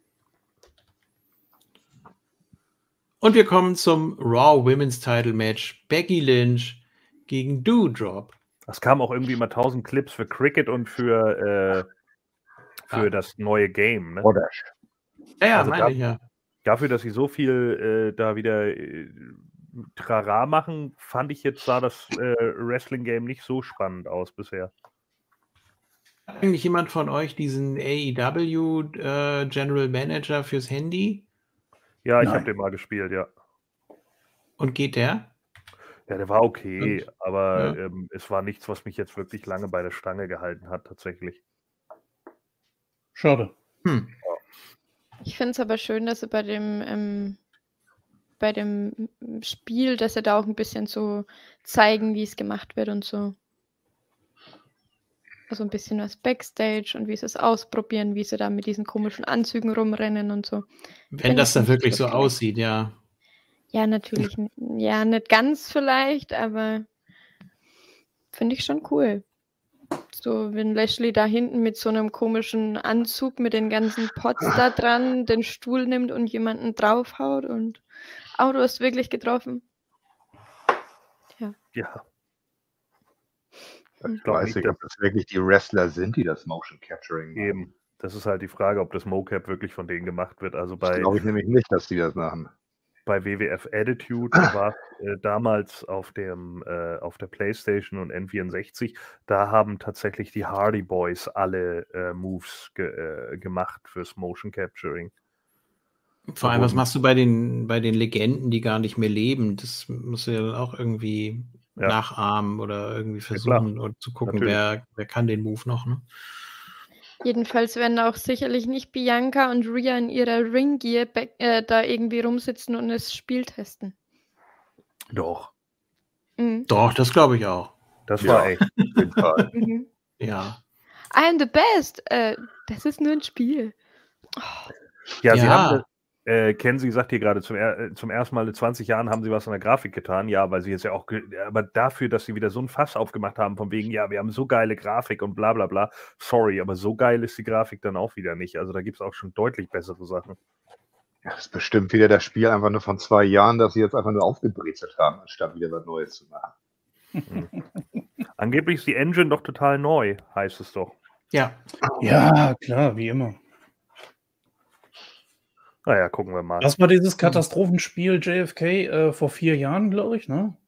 Und wir kommen zum Raw Women's Title Match. Becky Lynch gegen Doudrop. Es kamen auch irgendwie immer 1000 Clips für Cricket und für das neue Game. Ne? Rodash. Ja, Also meine ich ja. Dafür, dass sie so viel da wieder Trara machen, fand ich jetzt sah das Wrestling-Game nicht so spannend aus bisher. Hat eigentlich jemand von euch diesen AEW General Manager fürs Handy? Ja, ich Nein. habe den mal gespielt, ja. Und geht der? Ja, der war okay, Und- aber ja. es war nichts, was mich jetzt wirklich lange bei der Stange gehalten hat, tatsächlich. Schade. Hm. ich finde es aber schön, dass sie bei dem Spiel, dass sie da auch ein bisschen so zeigen, wie es gemacht wird und so. Also ein bisschen was Backstage und wie sie es ausprobieren, wie sie da mit diesen komischen Anzügen rumrennen und so. Wenn Finde das ich da nicht wirklich so so schlecht. aussieht, ja. Ja, natürlich. Ja, nicht ganz vielleicht, aber finde ich schon cool. So, wenn Lashley da hinten mit so einem komischen Anzug mit den ganzen Pots da dran den Stuhl nimmt und jemanden draufhaut und du hast wirklich getroffen. Ja. Hm. Ich glaub weiß nicht, nicht, ob das wirklich die Wrestler sind, die das Motion Capturing machen. Eben. Das ist halt die Frage, ob das Mocap wirklich von denen gemacht wird. Also bei Glaube ich nämlich nicht, dass die das machen. bei WWF Attitude war damals auf der PlayStation und N64, da haben tatsächlich die Hardy Boys alle Moves gemacht fürs Motion Capturing. Vor allem, was machst du bei den Legenden, die gar nicht mehr leben? Das musst du ja dann auch irgendwie Ja. nachahmen oder irgendwie klar. versuchen und zu gucken, Natürlich. wer kann den Move noch, ne? Jedenfalls werden auch sicherlich nicht Bianca und Rhea in ihrer Ringgear da irgendwie rumsitzen und das Spiel testen. Doch, Mhm. Doch, das glaube ich auch. das Ja. war echt. Auf jeden Fall. Mhm. Ja. I'm the best. Das ist nur ein Spiel. Ja, sie Ja. haben Kenzie sagt hier gerade, zum ersten Mal in 20 Jahren haben sie was an der Grafik getan. Ja, weil sie jetzt ja auch, aber dafür, dass sie wieder so ein Fass aufgemacht haben, von wegen, ja, wir haben so geile Grafik und bla bla bla. Sorry, aber so geil ist die Grafik dann auch wieder nicht. Also da gibt es auch schon deutlich bessere Sachen. Ja, das ist bestimmt wieder das Spiel einfach nur von 2 Jahren, das sie jetzt einfach nur aufgebrezelt haben, anstatt wieder was Neues zu machen. Angeblich ist die Engine doch total neu, heißt es doch. Ja. Ja, klar, wie immer. Naja, gucken wir mal. Das war dieses Katastrophenspiel JFK vor 4 Jahren, glaube ich, ne?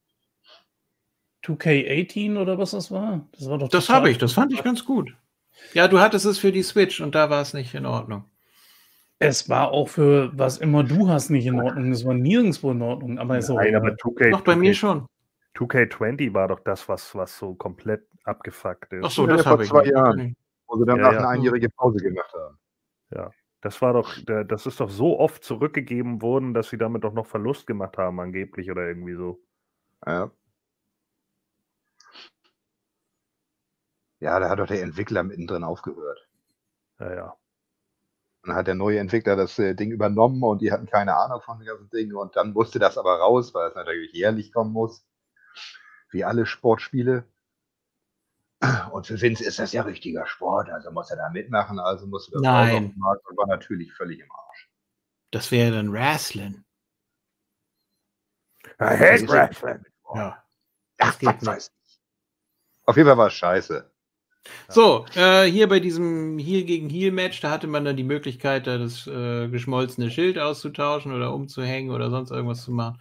2K18 oder was das war? Das war doch Das total- habe ich, das fand ich ganz gut. Ja, du hattest es für die Switch und da war es nicht in Ordnung. Es war auch für was immer du hast nicht in Ordnung. Es war nirgendwo in Ordnung. Aber ist auch Nein, aber egal. 2K, Doch, bei mir schon. 2K20 war doch das, was so komplett abgefuckt ist. Ach so, Ja, das vor habe ich 2 nicht. Jahren. Wo sie danach Ja, ja. eine einjährige Pause gemacht haben. Das war doch, das ist doch so oft zurückgegeben worden, dass sie damit doch noch Verlust gemacht haben, angeblich oder irgendwie so. Ja. Ja, da hat doch der Entwickler mittendrin aufgehört. Ja. Dann hat der neue Entwickler das Ding übernommen und die hatten keine Ahnung von dem ganzen Ding und dann musste das aber raus, weil es natürlich jährlich kommen muss. Wie alle Sportspiele. Und für Vince ist das ja richtiger Sport, also muss er da mitmachen, also musste das raus auf Nein, den Markt und war natürlich völlig im Arsch. das wäre dann Wrestling. I hate ist- wrestling. Ja. Ach, geht was nicht. weiß ich. Auf jeden Fall war es scheiße. So, hier bei diesem Heel gegen Heel Match, da hatte man dann die Möglichkeit, da das geschmolzene Schild auszutauschen oder umzuhängen oder sonst irgendwas zu machen.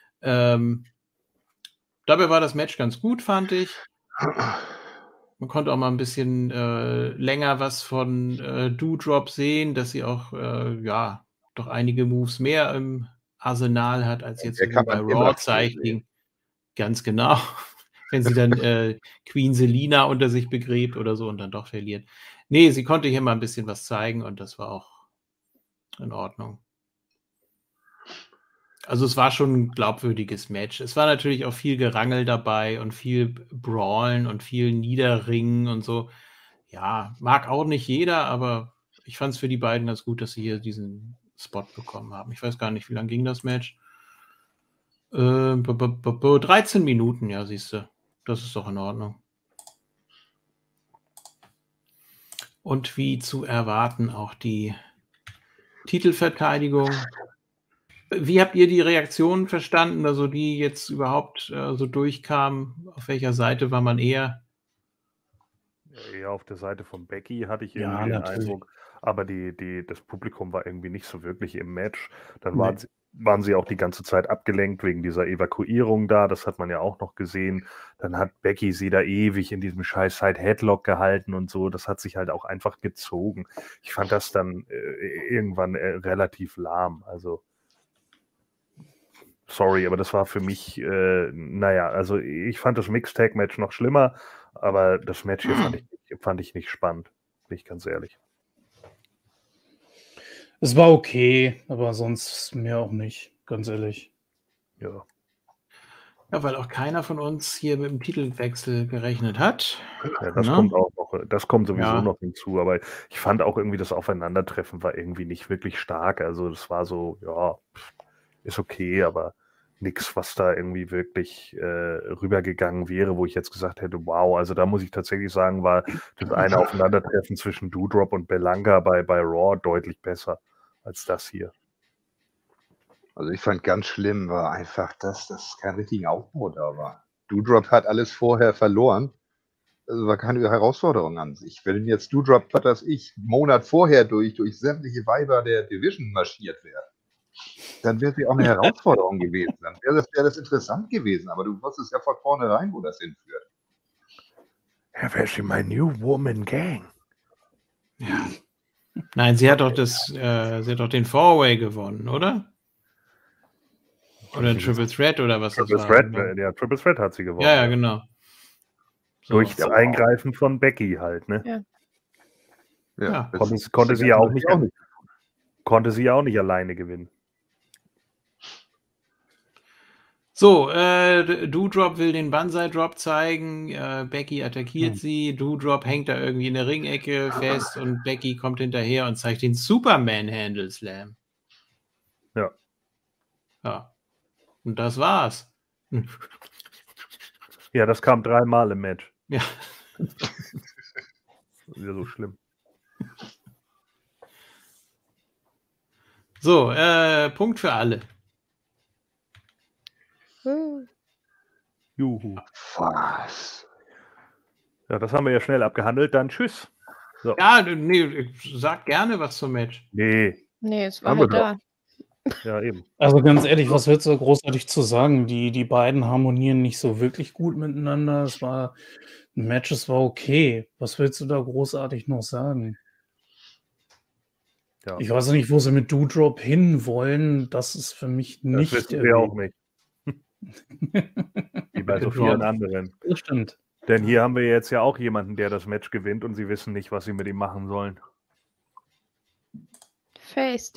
Dabei war das Match ganz gut, fand ich. Man konnte auch mal ein bisschen länger was von Doudrop sehen, dass sie auch ja doch einige Moves mehr im Arsenal hat, als jetzt Der irgendwie kann bei man immer Raw viel zeigt. Ganz genau. Wenn sie dann Queen Selina unter sich begräbt oder so und dann doch verliert. Nee, sie konnte hier mal ein bisschen was zeigen und das war auch in Ordnung. Also es war schon ein glaubwürdiges Match. Es war natürlich auch viel Gerangel dabei und viel Brawlen und viel Niederringen und so. Ja, mag auch nicht jeder, aber ich fand es für die beiden ganz gut, dass sie hier diesen Spot bekommen haben. Ich weiß gar nicht, wie lang ging das Match? 13 Minuten, ja, siehst du. Das ist doch in Ordnung. Und wie zu erwarten auch die Titelverteidigung. Wie habt ihr die Reaktionen verstanden, also die jetzt überhaupt so durchkamen? Auf welcher Seite war man eher? Eher auf der Seite von Becky hatte ich Ja, irgendwie den natürlich. Eindruck, aber das Publikum war irgendwie nicht so wirklich im Match. Dann Nee. waren sie auch die ganze Zeit abgelenkt wegen dieser Evakuierung da, das hat man ja auch noch gesehen. Dann hat Becky sie da ewig in diesem scheiß Side-Headlock gehalten und so, das hat sich halt auch einfach gezogen. Ich fand das dann irgendwann relativ lahm, also sorry, aber das war für mich, naja, also ich fand das Mixed-Tag-Match noch schlimmer, aber das Match hier fand ich nicht spannend, bin ich ganz ehrlich. Es war okay, aber sonst mir auch nicht, ganz ehrlich. Ja. Ja, weil auch keiner von uns hier mit dem Titelwechsel gerechnet hat. Ja, das Ne? kommt auch noch, das kommt sowieso Ja. noch hinzu, aber ich fand auch irgendwie das Aufeinandertreffen war irgendwie nicht wirklich stark. Also das war so, ja, ist okay, aber nichts, was da irgendwie wirklich rübergegangen wäre, wo ich jetzt gesagt hätte, wow, also da muss ich tatsächlich sagen, war das eine Aufeinandertreffen zwischen Doudrop und Belanga bei Raw deutlich besser als das hier. Also ich fand ganz schlimm war einfach, dass das kein richtigen Aufbau da war. Doudrop hat alles vorher verloren. Also war keine Herausforderung an sich. Wenn jetzt Doudrop, was weiß ich, einen Monat vorher durch sämtliche Weiber der Division marschiert wäre, dann wäre sie auch eine Herausforderung gewesen. Dann wäre das interessant gewesen, aber du wusstest ja von vornherein, wo das hinführt. Ja, wer ist denn my new woman gang? Ja. Nein, sie hat doch sie hat doch den Four-Way gewonnen, oder? Oder Triple Threat oder was Triple das war. Threat, ja, Triple Threat hat sie gewonnen. Ja, genau. So. Durch das Eingreifen von Becky halt, ne? Ja. Konnte sie ja auch nicht alleine gewinnen. So, Doudrop will den Banzai-Drop zeigen, Becky attackiert sie, Doudrop hängt da irgendwie in der Ringecke fest und Becky kommt hinterher und zeigt den Superman-Handle-Slam. Ja. Ja. Und das war's. Ja, das kam 3-mal im Match. Ja. Wieder so schlimm. So, Punkt für alle. Juhu. Was? Ja, das haben wir ja schnell abgehandelt. Dann tschüss. So. Ja, nee, sag gerne was zum Match. Nee, es war Haben halt wir da. ja eben. Also ganz ehrlich, was willst du großartig zu sagen? Die beiden harmonieren nicht so wirklich gut miteinander. Ein Match, es war okay. Was willst du da großartig noch sagen? Ja. Ich weiß nicht, wo sie mit Doudrop hinwollen. Das ist für mich Das nicht wissen der wir Weg. auch nicht. Wie bei so vielen anderen. Das stimmt. Denn hier haben wir jetzt ja auch jemanden, der das Match gewinnt und sie wissen nicht, was sie mit ihm machen sollen. Face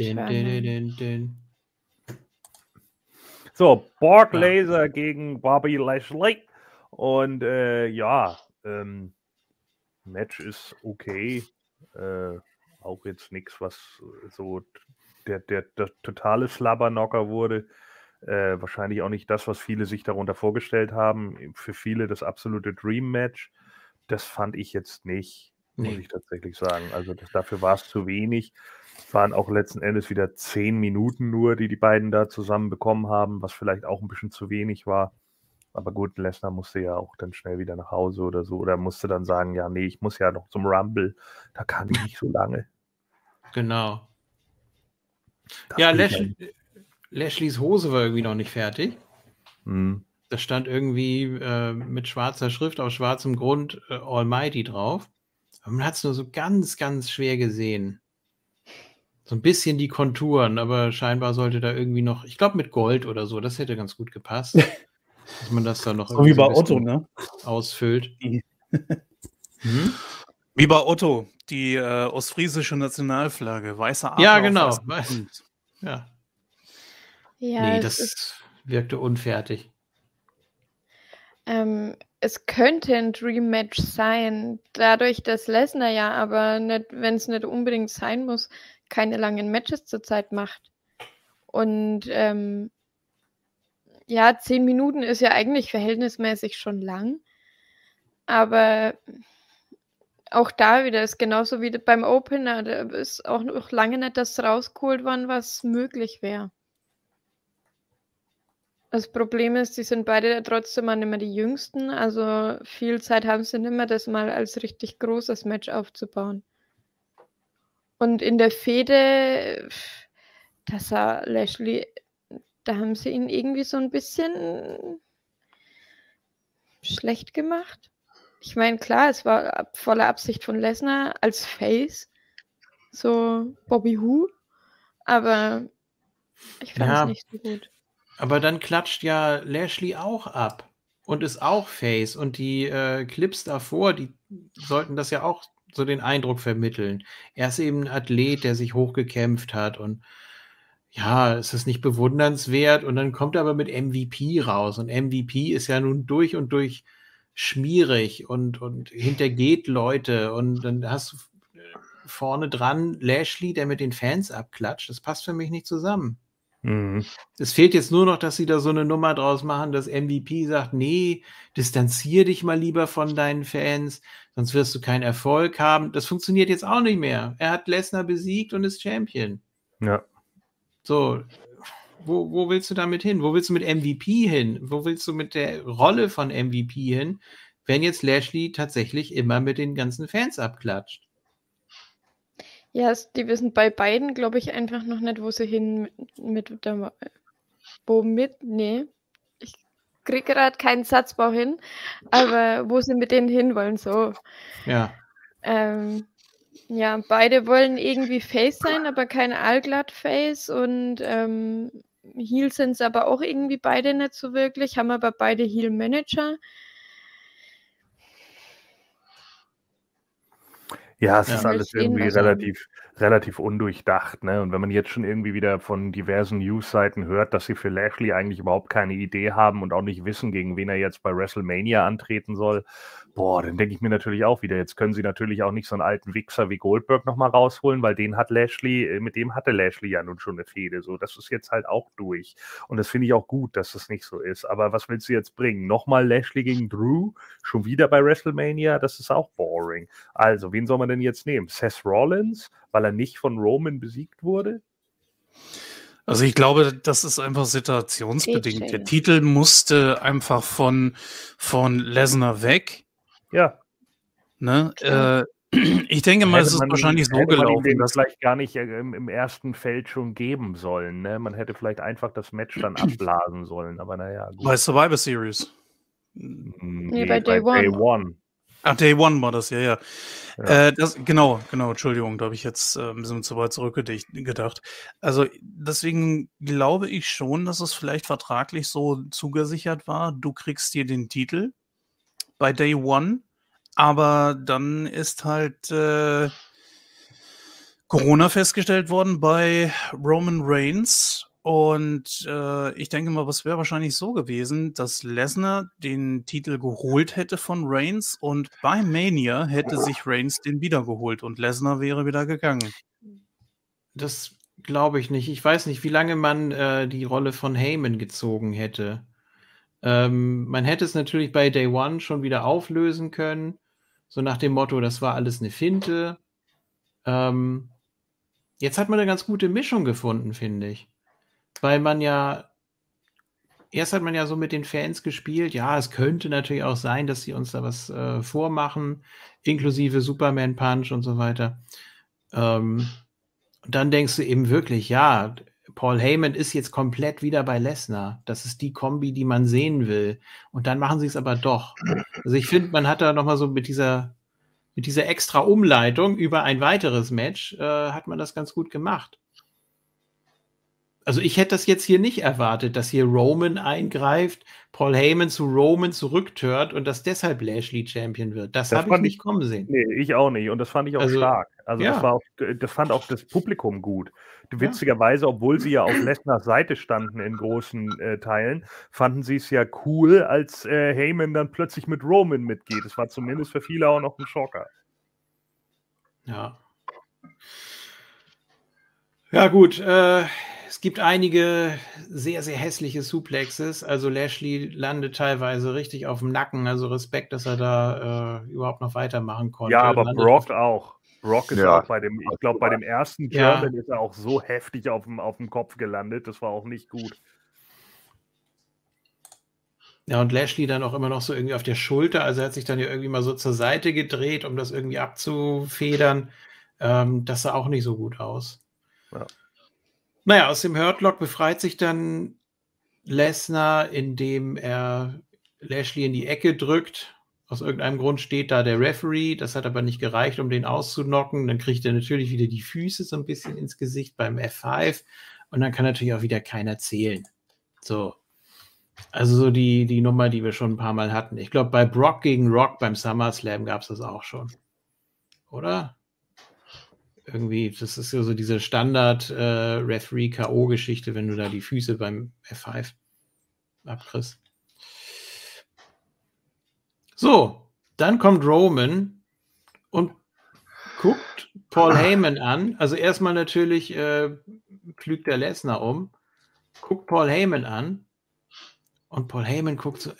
So, Borg Ja. Laser gegen Bobby Lashley. Und ja, Match ist okay. Auch jetzt nichts, was so der totale Slobberknocker wurde. Wahrscheinlich auch nicht das, was viele sich darunter vorgestellt haben. Für viele das absolute Dream-Match. Das fand ich jetzt nicht, muss ich tatsächlich sagen. Also dafür war es zu wenig. Es waren auch letzten Endes wieder 10 Minuten nur, die beiden da zusammen bekommen haben, was vielleicht auch ein bisschen zu wenig war. Aber gut, Lesnar musste ja auch dann schnell wieder nach Hause oder so. Oder musste dann sagen, ja, nee, ich muss ja noch zum Rumble. Da kann ich nicht so lange. Genau. Ja, Lashleys Hose war irgendwie noch nicht fertig. Da stand irgendwie mit schwarzer Schrift auf schwarzem Grund Almighty drauf. Aber man hat es nur so ganz, ganz schwer gesehen. So ein bisschen die Konturen, aber scheinbar sollte da irgendwie noch, ich glaube mit Gold oder so, das hätte ganz gut gepasst. Dass man das dann noch So wie bei ein Otto, bisschen ne? ausfüllt. Wie bei Otto, die ostfriesische Nationalflagge, weißer Adler. Ja, genau. auf weißem Grund. Ja. Ja, Nee, es das wirkte unfertig. Es könnte ein Dream-Match sein, dadurch, dass Lesnar ja aber, wenn es nicht unbedingt sein muss, keine langen Matches zurzeit macht. Und ja, 10 Minuten ist ja eigentlich verhältnismäßig schon lang. Aber auch da wieder ist genauso wie beim Opener, da ist auch noch lange nicht das rausgeholt worden, was möglich wäre. Das Problem ist, die sind beide trotzdem auch nicht mehr die Jüngsten, also viel Zeit haben sie nicht mehr, das mal als richtig großes Match aufzubauen. Und in der Fehde, da sah Lashley, da haben sie ihn irgendwie so ein bisschen schlecht gemacht. Ich meine, klar, es war voller Absicht von Lesnar als Face, so Bobby Who, aber ich fand es nicht so gut. Aber dann klatscht ja Lashley auch ab und ist auch Face und die Clips davor, die sollten das ja auch so den Eindruck vermitteln. Er ist eben ein Athlet, der sich hochgekämpft hat und ja, es ist nicht bewundernswert und dann kommt er aber mit MVP raus und MVP ist ja nun durch und durch schmierig und hintergeht Leute und dann hast du vorne dran Lashley, der mit den Fans abklatscht. Das passt für mich nicht zusammen. Es fehlt jetzt nur noch, dass sie da so eine Nummer draus machen, dass MVP sagt, nee, distanzier dich mal lieber von deinen Fans, sonst wirst du keinen Erfolg haben. Das funktioniert jetzt auch nicht mehr. Er hat Lesnar besiegt und ist Champion. Ja. So, wo willst du damit hin? Wo willst du mit MVP hin? Wo willst du mit der Rolle von MVP hin, wenn jetzt Lashley tatsächlich immer mit den ganzen Fans abklatscht? Ja, die wissen bei beiden, glaube ich, einfach noch nicht, wo sie hin womit, nee. Ich kriege gerade keinen Satzbau hin, aber wo sie mit denen hinwollen, so. Ja. Ja, beide wollen irgendwie Face sein, aber kein Allglatt-Face und Heel sind es aber auch irgendwie beide nicht so wirklich, haben aber beide Heel-Manager. Ja, es ist alles irgendwie relativ undurchdacht, ne? Und wenn man jetzt schon irgendwie wieder von diversen News-Seiten hört, dass sie für Lashley eigentlich überhaupt keine Idee haben und auch nicht wissen, gegen wen er jetzt bei WrestleMania antreten soll, dann denke ich mir natürlich auch wieder, jetzt können sie natürlich auch nicht so einen alten Wichser wie Goldberg nochmal rausholen, weil mit dem hatte Lashley ja nun schon eine Fehde, so, das ist jetzt halt auch durch. Und das finde ich auch gut, dass das nicht so ist. Aber was willst du jetzt bringen? Nochmal Lashley gegen Drew? Schon wieder bei WrestleMania? Das ist auch boring. Also, wen soll man denn jetzt nehmen? Seth Rollins, weil er nicht von Roman besiegt wurde? Also ich glaube, das ist einfach situationsbedingt. Der Titel musste einfach von Lesnar weg. Ja. Ne? Ich denke mal, es ist wahrscheinlich so gelaufen, dass vielleicht gar nicht im ersten Feld schon geben sollen. Ne? Man hätte vielleicht einfach das Match dann abblasen sollen, aber naja. Gut. Bei Survivor Series. Nee, bei Day One. Ach, Day One war das, ja. Genau, Entschuldigung, da habe ich jetzt ein bisschen zu weit zurückgedacht. Also deswegen glaube ich schon, dass es vielleicht vertraglich so zugesichert war, du kriegst dir den Titel bei Day One, aber dann ist halt Corona festgestellt worden bei Roman Reigns Und ich denke mal, es wäre wahrscheinlich so gewesen, dass Lesnar den Titel geholt hätte von Reigns und bei Mania hätte sich Reigns den wiedergeholt und Lesnar wäre wieder gegangen. Das glaube ich nicht. Ich weiß nicht, wie lange man die Rolle von Heyman gezogen hätte. Man hätte es natürlich bei Day One schon wieder auflösen können. So nach dem Motto, das war alles eine Finte. Jetzt hat man eine ganz gute Mischung gefunden, finde ich. Weil erst hat man ja so mit den Fans gespielt, ja, es könnte natürlich auch sein, dass sie uns da was vormachen, inklusive Superman Punch und so weiter. Und dann denkst du eben wirklich, ja, Paul Heyman ist jetzt komplett wieder bei Lesnar. Das ist die Kombi, die man sehen will. Und dann machen sie es aber doch. Also ich finde, man hat da nochmal so mit dieser extra Umleitung über ein weiteres Match, hat man das ganz gut gemacht. Also ich hätte das jetzt hier nicht erwartet, dass hier Roman eingreift, Paul Heyman zu Roman zurücktört und dass deshalb Lashley Champion wird. Das habe ich nicht kommen sehen. Nee, ich auch nicht. Und das fand ich auch stark. Also ja. das fand auch das Publikum gut. Witzigerweise, obwohl sie ja auf Lesnars Seite standen in großen Teilen, fanden sie es ja cool, als Heyman dann plötzlich mit Roman mitgeht. Das war zumindest für viele auch noch ein Schocker. Ja. Ja gut, es gibt einige sehr, sehr hässliche Suplexes. Also Lashley landet teilweise richtig auf dem Nacken. Also Respekt, dass er da überhaupt noch weitermachen konnte. Ja, aber Brock auch. Brock ist auch bei dem, ich glaube, bei dem ersten German ist er auch so heftig auf dem Kopf gelandet. Das war auch nicht gut. Ja, und Lashley dann auch immer noch so irgendwie auf der Schulter. Also er hat sich dann ja irgendwie mal so zur Seite gedreht, um das irgendwie abzufedern. Das sah auch nicht so gut aus. Ja. Naja, aus dem Hurtlock befreit sich dann Lesnar, indem er Lashley in die Ecke drückt. Aus irgendeinem Grund steht da der Referee. Das hat aber nicht gereicht, um den auszunocken. Dann kriegt er natürlich wieder die Füße so ein bisschen ins Gesicht beim F5. Und dann kann natürlich auch wieder keiner zählen. So. Also so die Nummer, die wir schon ein paar Mal hatten. Ich glaube, bei Brock gegen Rock beim SummerSlam gab es das auch schon. Oder? Irgendwie, das ist ja so diese Standard-Referee-K.O.-Geschichte, wenn du da die Füße beim F5 abkriegst. So, dann kommt Roman und guckt Paul Heyman an. Also erstmal natürlich pflügt der Lesnar um, guckt Paul Heyman an und Paul Heyman guckt so,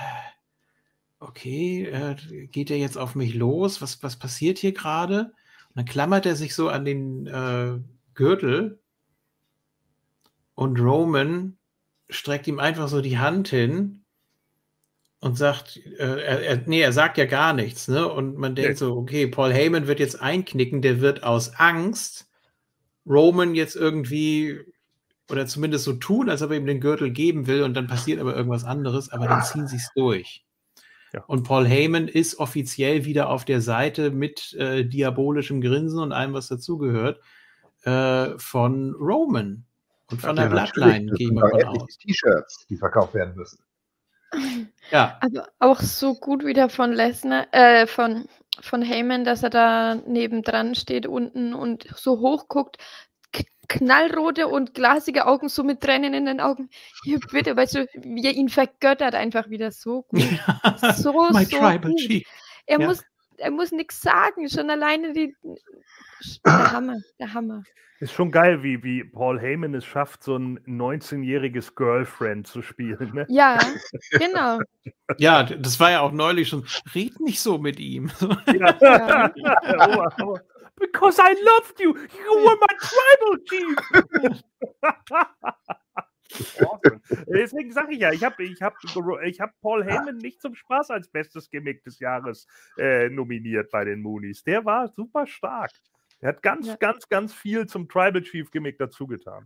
okay, geht er jetzt auf mich los? Was passiert hier gerade? Und dann klammert er sich so an den Gürtel und Roman streckt ihm einfach so die Hand hin und sagt, er sagt ja gar nichts, ne? Und man denkt so, okay, Paul Heyman wird jetzt einknicken, der wird aus Angst Roman jetzt irgendwie oder zumindest so tun, als ob er ihm den Gürtel geben will und dann passiert aber irgendwas anderes, aber dann ziehen sie es durch. Ja. Und Paul Heyman ist offiziell wieder auf der Seite mit diabolischem Grinsen und allem, was dazugehört, von Roman und von der Bloodline, gehe ich mal von aus. T-Shirts, die verkauft werden müssen. Ja. Aber auch so gut wieder von Lesnar, von Heyman, dass er da nebendran steht unten und so hoch guckt, knallrote und glasige Augen, so mit Tränen in den Augen. Hier, bitte, weißt du, wie er ihn vergöttert einfach wieder so gut. Ja. So Tribal gut. Chief. Er muss nichts sagen, schon alleine der Hammer. Ist schon geil, wie Paul Heyman es schafft, so ein 19-jähriges Girlfriend zu spielen. Ne? Ja, genau. Ja, das war ja auch neulich schon. Red nicht so mit ihm. Ja. Because I loved you. You were my Tribal Chief. Awesome. Deswegen sage ich ja, ich hab Paul Heyman nicht zum Spaß als bestes Gimmick des Jahres nominiert bei den Moonies. Der war super stark. Er hat ganz viel zum Tribal Chief Gimmick dazu getan.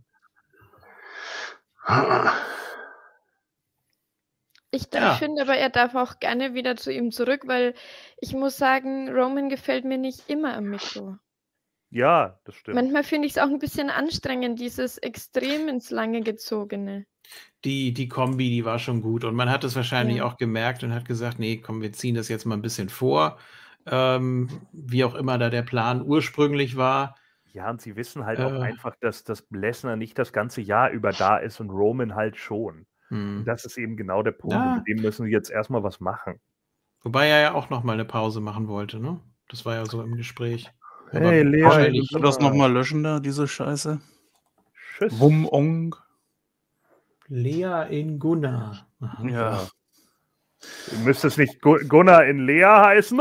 Ich finde aber, er darf auch gerne wieder zu ihm zurück, weil ich muss sagen, Roman gefällt mir nicht immer am Mikro. Ja, das stimmt. Manchmal finde ich es auch ein bisschen anstrengend, dieses extrem ins Lange gezogene. Die Kombi, die war schon gut und man hat es wahrscheinlich auch gemerkt und hat gesagt, nee, komm, wir ziehen das jetzt mal ein bisschen vor. Wie auch immer da der Plan ursprünglich war. Ja, und sie wissen halt auch Äh. einfach, dass Lesnar nicht das ganze Jahr über da ist und Roman halt schon. Und das ist eben genau der Punkt. Und Ja. mit dem müssen sie jetzt erstmal was machen. Wobei er ja auch noch mal eine Pause machen wollte, ne? Das war ja so im Gespräch. Aber Hey, Lea, wahrscheinlich. Kannst du das nochmal löschen da, diese Scheiße? Tschüss. Wum-Ong. Lea in Gunnar. Aha. Ja. Müsste es nicht Gunnar in Lea heißen?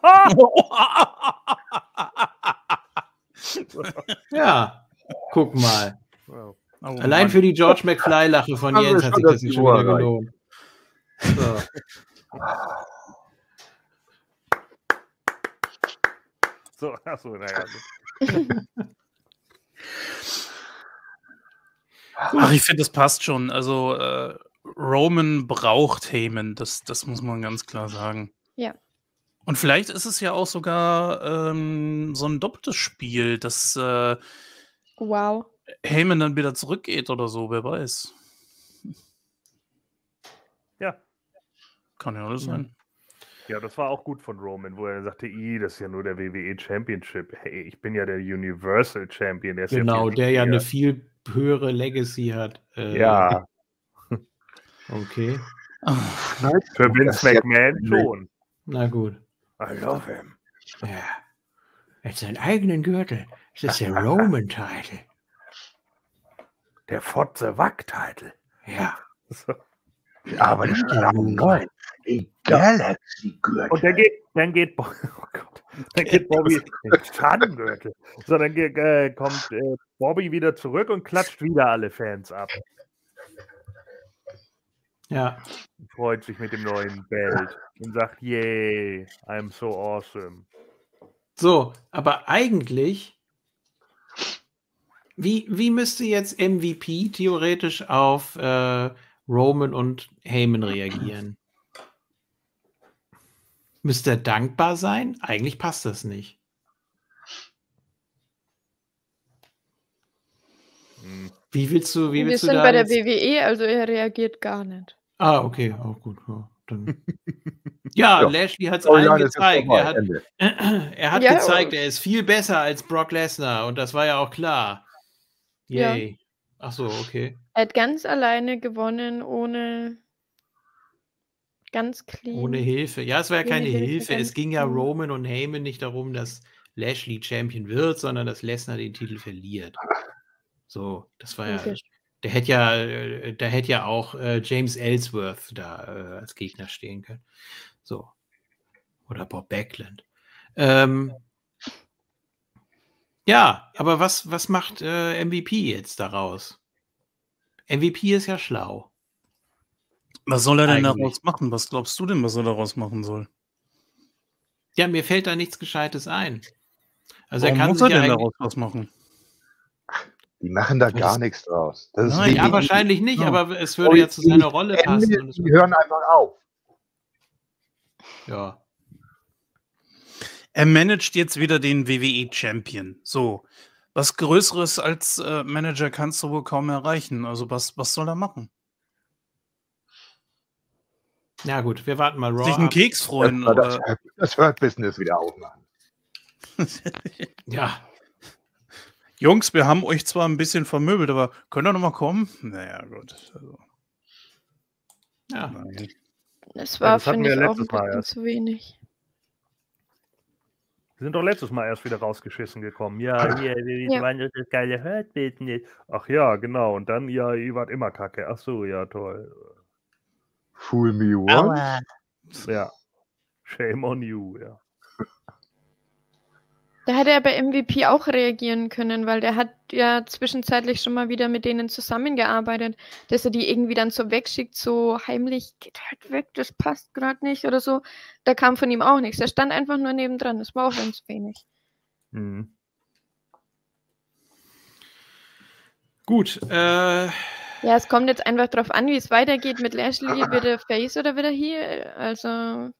Ja, guck mal. Wow. Oh, Allein Mann. für die George McFly-Lache von Haben wir Jens hat schon sich das das jetzt Niveau schon wieder erreicht. gelohnt. So. So, achso, naja. Gut. Ach, ich finde, das passt schon. Also, Roman braucht Heyman, das muss man ganz klar sagen. Ja. Und vielleicht ist es ja auch sogar so ein doppeltes Spiel, dass Wow. Heyman dann wieder zurückgeht oder so, wer weiß. Ja. Kann ja alles sein. Ja, das war auch gut von Roman, wo er sagte, das ist ja nur der WWE Championship. Hey, ich bin ja der Universal Champion. Der ist Genau, ja viel der ja eine wichtiger. viel höhere Legacy hat. Ja, Okay, für Vince Das ist ja- McMahon schon. na gut. I love him. Ja. Er hat seinen eigenen Gürtel. Das ist der Roman-Title. Der Fotze Wack-Title. Ja. So. Aber das ist auch neu. Die Galaxy-Gürtel. Und dann geht oh Gott, dann geht Bobby den Schadengürtel. So, dann kommt Bobby wieder zurück und klatscht wieder alle Fans ab. Ja, Freut sich mit dem neuen Belt und sagt, yay, I'm so awesome. so, aber eigentlich, wie müsste jetzt MVP theoretisch auf Roman und Heyman reagieren? Müsste er dankbar sein? Eigentlich passt das nicht. Wie willst du Wir da sind bei der jetzt- WWE, also er reagiert gar nicht. Ah, okay, auch gut. Ja, dann. Ja, Ja. Lashley hat es Oh, allen ja, das ist gezeigt. vorbei. Er hat, Ende. er hat Ja, gezeigt, er ist viel besser als Brock Lesnar und das war ja auch klar. Ja. Yay. Ach so, okay. Er hat ganz alleine gewonnen, ohne ganz clean. Ohne Hilfe. Ja, es war ja Ohne keine Hilfe, Hilfe. Es ganz ging ja clean. Roman und Heyman nicht darum, dass Lashley Champion wird, sondern dass Lesnar den Titel verliert. So, das war ja. Logisch. Da hätte ja auch James Ellsworth da als Gegner stehen können. So. Oder Bob Backlund. Ja, aber was macht MVP jetzt daraus? MVP ist ja schlau. Was soll er denn Eigentlich. daraus machen? Was glaubst du denn, was er daraus machen soll? Ja, mir fällt da nichts Gescheites ein. Also Warum er kann muss sich er ja denn eigentlich, daraus was machen? Die machen da Das- gar nichts draus. Das ist Nein, ja, WWE. wahrscheinlich nicht, Ja. aber es würde ja zu seiner Rolle Ende, passen. Und es, die hören einfach auf. ja. Er managt jetzt wieder den WWE-Champion. So. Was Größeres als Manager kannst du wohl kaum erreichen. Also was soll er machen? Ja gut, wir warten mal Raw Sich einen ab. Keks freuen? Das, Oder? das Hurt-Business wieder aufmachen. Ja, Jungs, wir haben euch zwar ein bisschen vermöbelt, aber könnt ihr noch mal kommen? Naja, gut. Also, ja. nein. Das war, das hatten finde wir ich, auch ein letztes Mal bisschen erst. zu wenig. Wir sind doch letztes Mal erst wieder rausgeschissen gekommen. Ja, hier, wir Ja. waren doch das geile Hurt-Business. Ach ja, genau. Und dann, ja, ihr wart immer kacke. Ach so, ja, toll. Fool me once. Ja. Shame on you, ja. Da hätte er bei MVP auch reagieren können, weil der hat ja zwischenzeitlich schon mal wieder mit denen zusammengearbeitet, dass er die irgendwie dann so wegschickt, so heimlich, geht halt weg, das passt gerade nicht oder so. Da kam von ihm auch nichts. Er stand einfach nur nebendran. Das war auch ganz wenig. Mhm. Gut, Ja, es kommt jetzt einfach drauf an, wie es weitergeht mit Lashley. Wird er Face oder wird er Heel? Also,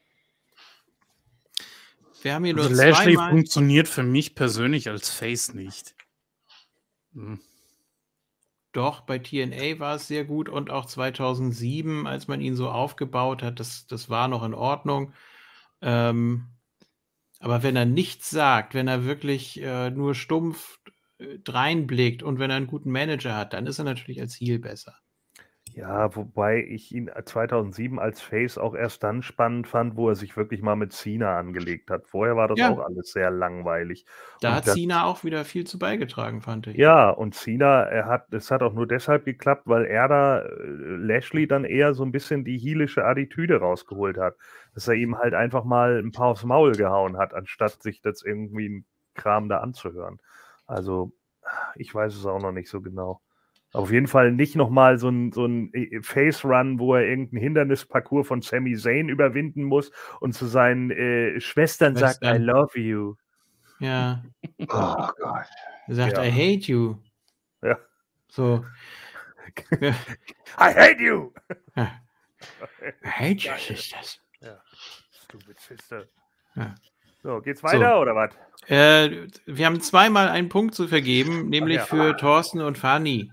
wir haben hier nur Also Lashley zweimal. funktioniert für mich persönlich als Face nicht. Hm. Doch, bei TNA war es sehr gut und auch 2007, als man ihn so aufgebaut hat, das war noch in Ordnung. Aber wenn er nichts sagt, wenn er wirklich nur stumpf reinblickt und wenn er einen guten Manager hat, dann ist er natürlich als Heel besser. Ja, wobei ich ihn 2007 als Face auch erst dann spannend fand, wo er sich wirklich mal mit Cena angelegt hat. Vorher war das Ja. auch alles sehr langweilig. Da Und hat das- Cena auch wieder viel zu beigetragen, fand ich. Ja, und Cena, es hat auch nur deshalb geklappt, weil er da Lashley dann eher so ein bisschen die heelische Attitüde rausgeholt hat. Dass er ihm halt einfach mal ein paar aufs Maul gehauen hat, anstatt sich das irgendwie einen Kram da anzuhören. Also, ich weiß es auch noch nicht so genau. Auf jeden Fall nicht nochmal so ein Face-Run, wo er irgendeinen Hindernisparcours von Sami Zayn überwinden muss und zu seinen Schwestern sagt, I love you. Ja. Oh Gott. Er sagt, Ja. I hate you. Ja. So. Ja. I hate you! Ja. I hate you, sisters. Ja. Stupid Sister. Ja. So, geht's weiter oder was? Wir haben zweimal einen Punkt zu vergeben, nämlich ja. für Thorsten und Fanny.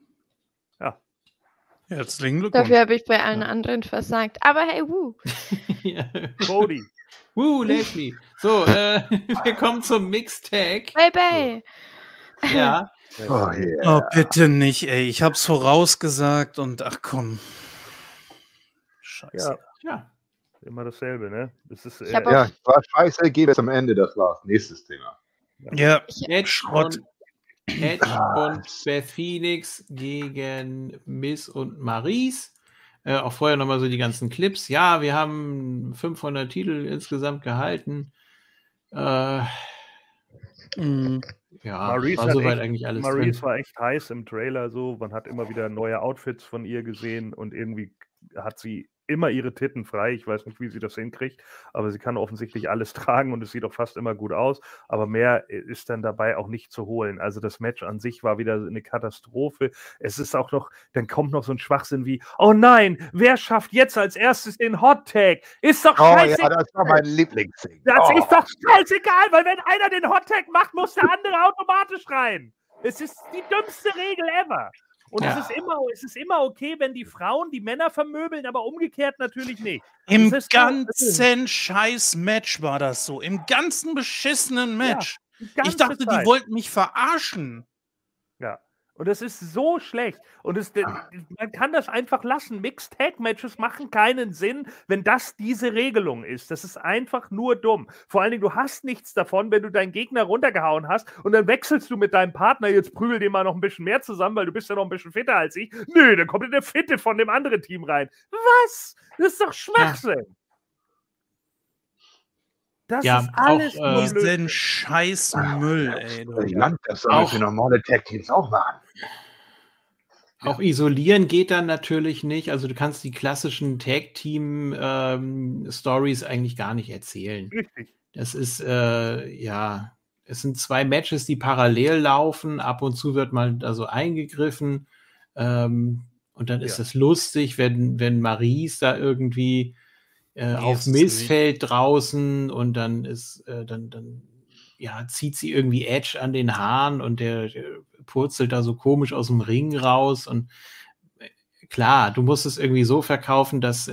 Herzlichen Glückwunsch. Dafür habe ich bei allen anderen versagt. Aber hey, wuh. Ja. Cody. Lashley. So, wir kommen zum Mixtag. Bye. Ja. Oh yeah. Oh, bitte nicht, ey. Ich hab's vorausgesagt und ach komm. Scheiße. Ja, immer dasselbe, ne? Das ist, Ich hab auch- Ja, war scheiße, geht es am Ende, das war's. Nächstes Thema. Ja, Edge Schrott. und Beth Phoenix gegen Miz und Maryse. Auch vorher nochmal so die ganzen Clips. Ja, wir haben 500 Titel insgesamt gehalten. Ja, Maryse war hat soweit echt- eigentlich alles Maryse drin. war echt heiß im Trailer so. Man hat immer wieder neue Outfits von ihr gesehen und irgendwie hat sie immer ihre Titten frei. Ich weiß nicht, wie sie das hinkriegt, aber sie kann offensichtlich alles tragen und es sieht auch fast immer gut aus. Aber mehr ist dann dabei auch nicht zu holen. Also das Match an sich war wieder eine Katastrophe. Es ist auch noch, dann kommt noch so ein Schwachsinn wie, oh nein, wer schafft jetzt als erstes den Hot Tag? Ist doch Oh scheißegal. ja, das war mein Lieblingsding. Das Oh. ist doch scheißegal, weil wenn einer den Hottag macht, muss der andere automatisch rein. Es ist die dümmste Regel ever. Und Ja. es ist immer okay, wenn die Frauen die Männer vermöbeln, aber umgekehrt natürlich nicht. Im Das ist ganzen Scheiß-Match war das so. Im ganzen beschissenen Match. Die ganze Ich dachte, Zeit. die wollten mich verarschen. Ja. Und es ist so schlecht. Und man kann das einfach lassen. Mixed-Tag-Matches machen keinen Sinn, wenn das diese Regelung ist. Das ist einfach nur dumm. Vor allen Dingen, du hast nichts davon, wenn du deinen Gegner runtergehauen hast und dann wechselst du mit deinem Partner, jetzt prügel den mal noch ein bisschen mehr zusammen, weil du bist ja noch ein bisschen fitter als ich. Nö, dann kommt in der Fitte von dem anderen Team rein. Was? Das ist doch Schwachsinn. Das Ja, ist alles auch, nur Diesen Blödsinn. Scheiß-Müll, ey. du. Ich land, das sollen wir für normale Tag-Teams auch machen. Auch isolieren geht dann natürlich nicht. Also du kannst die klassischen Tag-Team-Stories eigentlich gar nicht erzählen. Richtig. Das ist, ja, es sind zwei Matches, die parallel laufen. Ab und zu wird mal da so eingegriffen. Und dann ist es lustig, wenn Maryse da irgendwie auf ist es Missfeld draußen und dann ist, dann ja, zieht sie irgendwie Edge an den Haaren und der purzelt da so komisch aus dem Ring raus. Und klar, du musst es irgendwie so verkaufen, dass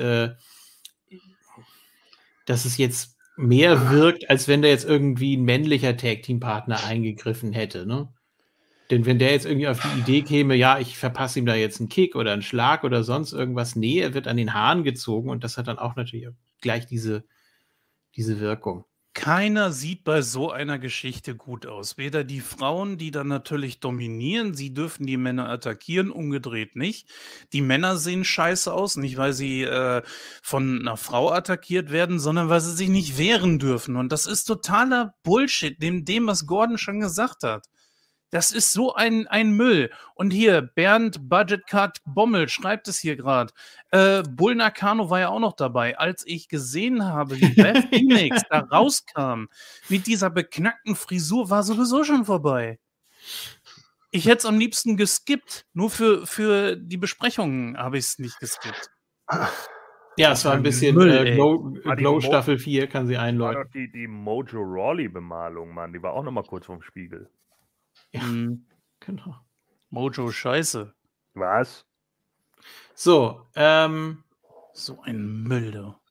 es jetzt mehr wirkt, als wenn da jetzt irgendwie ein männlicher Tag-Team-Partner eingegriffen hätte, ne? Denn wenn der jetzt irgendwie auf die Idee käme, ja, ich verpasse ihm da jetzt einen Kick oder einen Schlag oder sonst irgendwas, nee, er wird an den Haaren gezogen und das hat dann auch natürlich gleich diese Wirkung. Keiner sieht bei so einer Geschichte gut aus. Weder die Frauen, die dann natürlich dominieren, sie dürfen die Männer attackieren, umgedreht nicht. Die Männer sehen scheiße aus, nicht weil sie von einer Frau attackiert werden, sondern weil sie sich nicht wehren dürfen. Und das ist totaler Bullshit, dem was Gordon schon gesagt hat. Das ist so ein Müll. Und hier, Bernd Budget Cut Bommel schreibt es hier gerade. Bull Nakano war ja auch noch dabei. Als ich gesehen habe, wie Beth Phoenix da rauskam, mit dieser beknackten Frisur, war sowieso schon vorbei. Ich hätte es am liebsten geskippt. Nur für die Besprechungen habe ich es nicht geskippt. Ja, es war ein bisschen Müll, ey. Glow Staffel 4, kann sie War einläuten. doch die Mojo Rawley-Bemalung, Mann. Die war auch noch mal kurz vorm Spiegel. Ja, Mhm. genau. Mojo Scheiße. Was? So, So ein Müll, du.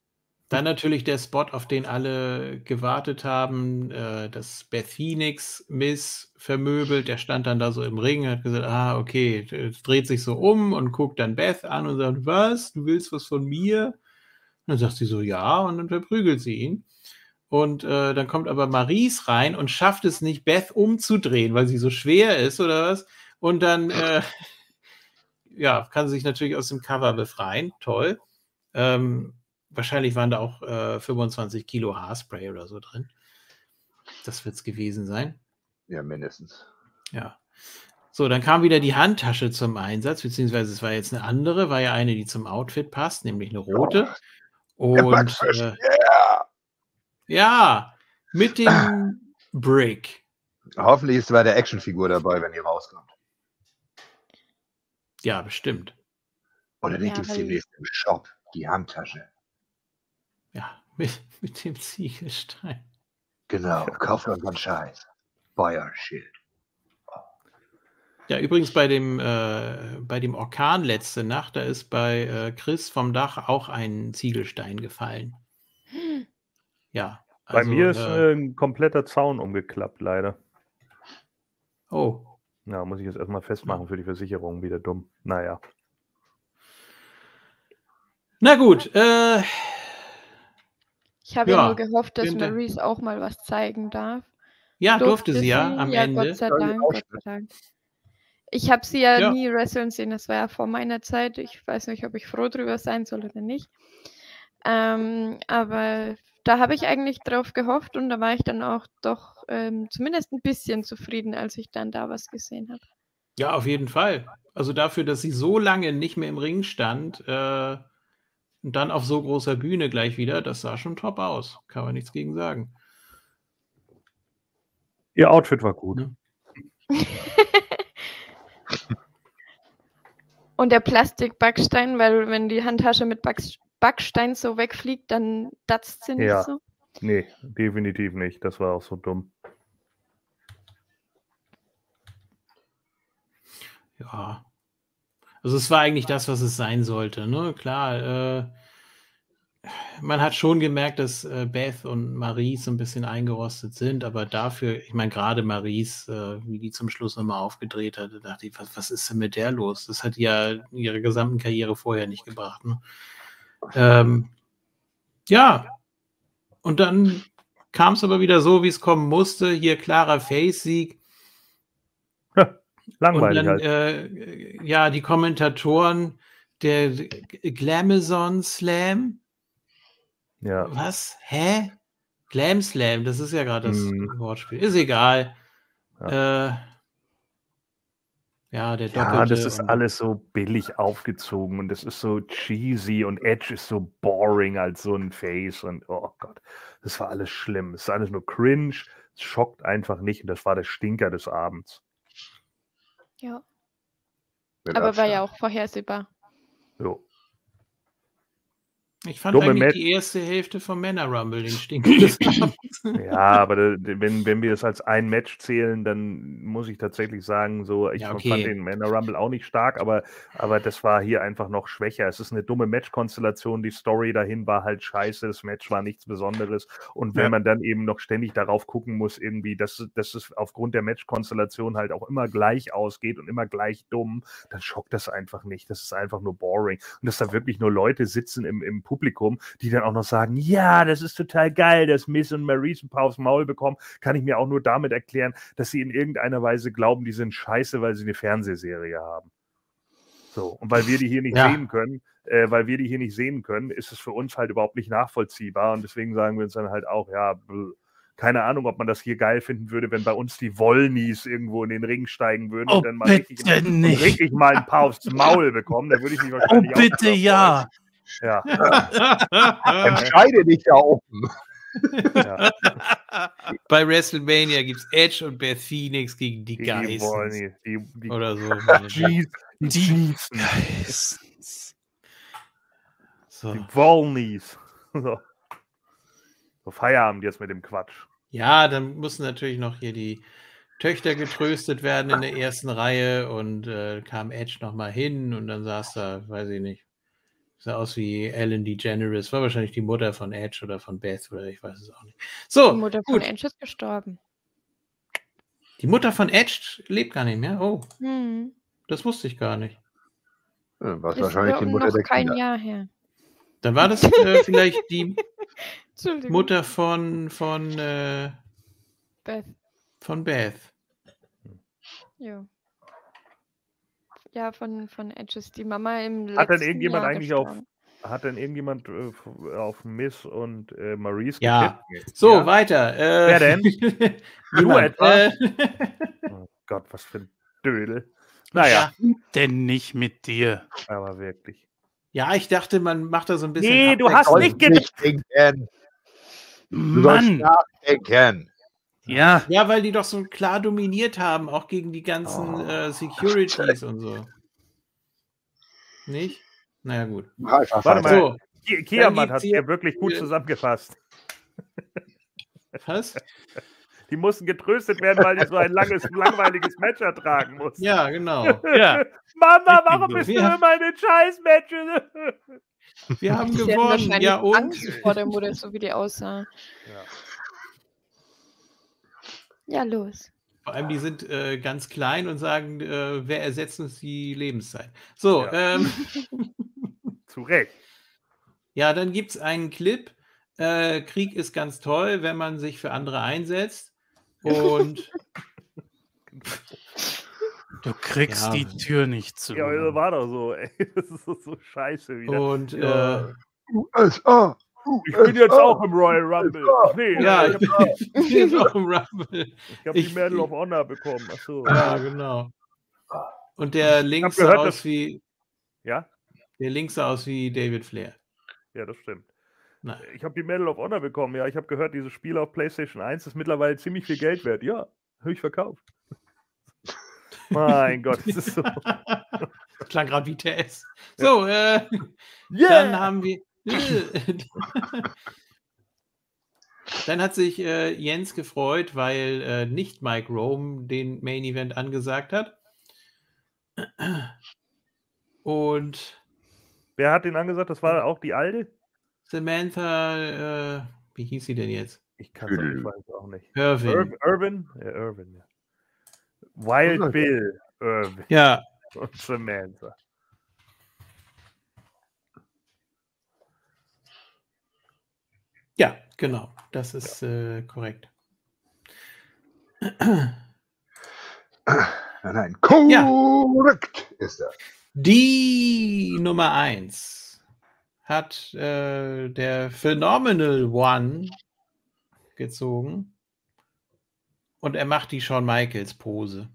Dann natürlich der Spot, auf den alle gewartet haben, dass Beth Phoenix Miss vermöbelt. Der stand dann da so im Ring, hat gesagt, okay, dreht sich so um und guckt dann Beth an und sagt, was, du willst was von mir? Und dann sagt sie so, ja, und dann verprügelt sie ihn. Und dann kommt aber Maryse rein und schafft es nicht, Beth umzudrehen, weil sie so schwer ist oder was. Und dann kann sie sich natürlich aus dem Cover befreien. Toll. Wahrscheinlich waren da auch 25 Kilo Haarspray oder so drin. Das wird es gewesen sein. Ja, mindestens. Ja. So, dann kam wieder die Handtasche zum Einsatz, beziehungsweise es war jetzt eine andere, war ja eine, die zum Outfit passt, nämlich eine rote. Und ja, mit dem Brick. Hoffentlich ist bei der Actionfigur dabei, wenn die rauskommt. Ja, bestimmt. Oder die gibt es demnächst im Shop, die Handtasche. Ja, mit dem Ziegelstein. Genau, kauft unseren Scheiß. Feuerschild. Ja, übrigens bei dem Orkan letzte Nacht, da ist bei Chris vom Dach auch ein Ziegelstein gefallen. Ja. Bei mir ist ein kompletter Zaun umgeklappt, leider. Oh. Ja, muss ich jetzt erstmal festmachen für die Versicherung, wieder dumm. Naja. Na gut. Ich habe ja nur gehofft, dass Maryse auch mal was zeigen darf. Ja, durfte sie ja am Ende. Gott sei Dank, Gott sei Dank. Ich habe sie ja nie wresteln sehen, das war ja vor meiner Zeit. Ich weiß nicht, ob ich froh drüber sein soll oder nicht. Aber da habe ich eigentlich drauf gehofft und da war ich dann auch doch zumindest ein bisschen zufrieden, als ich dann da was gesehen habe. Ja, auf jeden Fall. Also dafür, dass sie so lange nicht mehr im Ring stand und dann auf so großer Bühne gleich wieder, das sah schon top aus. Kann man nichts gegen sagen. Ihr Outfit war gut. Ja. Und der Plastikbackstein, weil wenn die Handtasche mit Backstein so wegfliegt, dann datzt sie nicht so? Nee, definitiv nicht. Das war auch so dumm. Ja. Also es war eigentlich das, was es sein sollte. Ne? Klar, man hat schon gemerkt, dass Beth und Maryse ein bisschen eingerostet sind, aber dafür, ich meine, gerade Maryse, wie die zum Schluss nochmal aufgedreht hatte, dachte ich, was ist denn mit der los? Das hat die ja ihre gesamten Karriere vorher nicht gebracht. Ne? Ja, und dann kam es aber wieder so, wie es kommen musste. Hier klarer Face-Sieg. Langweilig und dann, halt. Die Kommentatoren, der Glamazon Slam. Ja. Was? Hä? Glam Slam, das ist ja gerade das Wortspiel. Ist egal. Der doppelte. Ja, das ist alles so billig aufgezogen und das ist so cheesy und Edge ist so boring als so ein Face und oh Gott, das war alles schlimm. Es ist alles nur cringe, es schockt einfach nicht und das war der Stinker des Abends. Ja. Aber war ja auch vorhersehbar. Jo. Ich fand eigentlich die erste Hälfte vom Männer-Rumble den Stinker des Abends. Ja, aber wenn wir es als ein Match zählen, dann muss ich tatsächlich sagen, ich fand den Männer-Rumble auch nicht stark, aber das war hier einfach noch schwächer. Es ist eine dumme Match-Konstellation, die Story dahin war halt scheiße, das Match war nichts Besonderes und wenn man dann eben noch ständig darauf gucken muss, irgendwie, dass es aufgrund der Match-Konstellation halt auch immer gleich ausgeht und immer gleich dumm, dann schockt das einfach nicht. Das ist einfach nur boring. Und dass da wirklich nur Leute sitzen im Publikum, die dann auch noch sagen, ja, das ist total geil, dass Miss und Maryse ein paar aufs Maul bekommen, kann ich mir auch nur damit erklären, dass sie in irgendeiner Weise glauben, die sind scheiße, weil sie eine Fernsehserie haben. So, und weil wir die hier nicht sehen können, ist es für uns halt überhaupt nicht nachvollziehbar und deswegen sagen wir uns dann halt auch, keine Ahnung, ob man das hier geil finden würde, wenn bei uns die Wollnies irgendwo in den Ring steigen würden und dann mal richtig mal ein paar aufs Maul bekommen, dann würde ich mich wahrscheinlich bitte ja. Ja. Entscheide dich da oben. Ja. Bei WrestleMania gibt es Edge und Beth Phoenix gegen die Geissens. Oder so. Die Geissens. So. Die Wollnies. So, Feierabend jetzt mit dem Quatsch. Ja, dann mussten natürlich noch hier die Töchter getröstet werden in der ersten Reihe und kam Edge nochmal hin und dann saß da, weiß ich nicht, Sah aus wie Ellen DeGeneres. War wahrscheinlich die Mutter von Edge oder von Beth oder ich weiß es auch nicht. So, Die Mutter von Edge ist gestorben. Die Mutter von Edge lebt gar nicht mehr. Oh, Hm. das wusste ich gar nicht. Was Ist wahrscheinlich die Mutter noch der kein Kinder. Jahr her. Dann war das vielleicht die Entschuldigung. Mutter von Beth. Beth. Ja. Ja, von Edge ist die Mama im Hat denn letzten irgendjemand Jahr eigentlich gestorben. Hat denn irgendjemand auf Miss und Maurice Ja. getippt? So, Ja? weiter. Wer denn? Niemand. etwa? Oh Gott, was für ein Dödel. Naja, Denn nicht mit dir. aber wirklich. Ja, ich dachte, man macht da so ein bisschen. Nee, du hast Abwechslung. nicht Denken. Du sollst Mann! nachdenken. Ja, Ja, weil die doch so klar dominiert haben, auch gegen die ganzen Securities und so. Nicht? Naja, gut. Einfach Warte weiter. mal. So, Kiamat gibt's hat hier- hier wirklich gut zusammengefasst. was? Die mussten getröstet werden, weil die so ein langweiliges Match ertragen mussten. Ja, genau. ja. Mama, Richtig warum so. bist du Ja. immer in den Scheiß-Matches? Wir haben Sie hatten gewonnen. wahrscheinlich Ja, und? Angst vor der Mutter, so wie die aussah. Ja, los. Vor allem, die sind ganz klein und sagen, wer ersetzt uns die Lebenszeit. So, Ja. Zu Recht. ja, dann gibt es einen Clip. Krieg ist ganz toll, wenn man sich für andere einsetzt. Und Du kriegst Ja. die Tür nicht zu. Ja, das war doch so, ey. Das ist so scheiße wieder. Und Ja. USA. Ich bin jetzt auch im Royal Rumble. Ach nee, ja, ich ich bin jetzt auch im Rumble. habe ich- die Medal of Honor bekommen. Ach so. Ja, genau. Und der links gehört, sah dass- aus wie Ja? David Flair. Ja, das stimmt. Nein. Ich habe die Medal of Honor bekommen. Ja, ich habe gehört, dieses Spiel auf PlayStation 1 ist mittlerweile ziemlich viel Geld wert. Ja, habe ich verkauft. Mein Gott, das ist so. Das klang gerade wie TS. So, dann haben wir. Dann hat sich Jens gefreut, weil nicht Mike Rome den Main Event angesagt hat. Und Wer hat den angesagt? Das war auch die alte? Samantha, wie hieß sie denn jetzt? Ich kann es ich weiß auch nicht. Irvin. Irvin? Ja, Irvin, ja. Wild Okay. Bill, Irvin Ja, und Samantha. ja, genau. Das ist korrekt. Nein, korrekt ist er. Die Nummer 1 hat der Phenomenal One gezogen und er macht die Shawn Michaels Pose,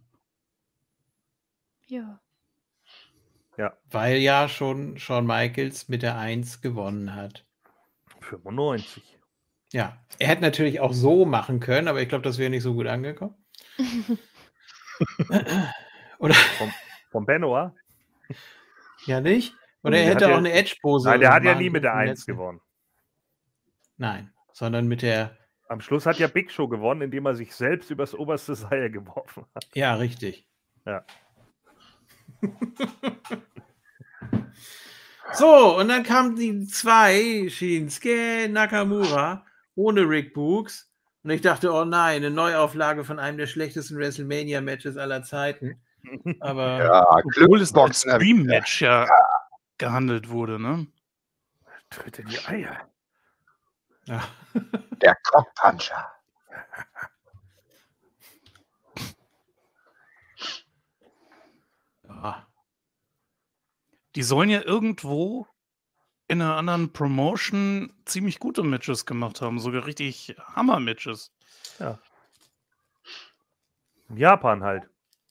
Ja. weil ja schon Shawn Michaels mit der 1 gewonnen hat. 95. Ja, er hätte natürlich auch so machen können, aber ich glaube, das wäre nicht so gut angekommen. Oder Von Benoit? ja nicht? Oder er Der hätte hat auch ja- eine Edge-Pose. Nein, der hat ja machen nie mit der können im 1 letzten- gewonnen. Nein, sondern mit der. Am Schluss hat ja Big Show gewonnen, indem er sich selbst übers oberste Seil geworfen hat. Ja, richtig. Ja. So, und dann kamen die 2, Shinsuke Nakamura, ohne Rick Books. Und ich dachte, oh nein, eine Neuauflage von einem der schlechtesten WrestleMania-Matches aller Zeiten. Aber Ja, Obwohl es als Glücksboxen. hab ich gesagt. Dream-Match ja gehandelt wurde, ne? Tritt in die Eier. ja. Der Cockpuncher. Ja. Die sollen ja irgendwo in einer anderen Promotion ziemlich gute Matches gemacht haben, sogar richtig Hammer-Matches. In Japan halt.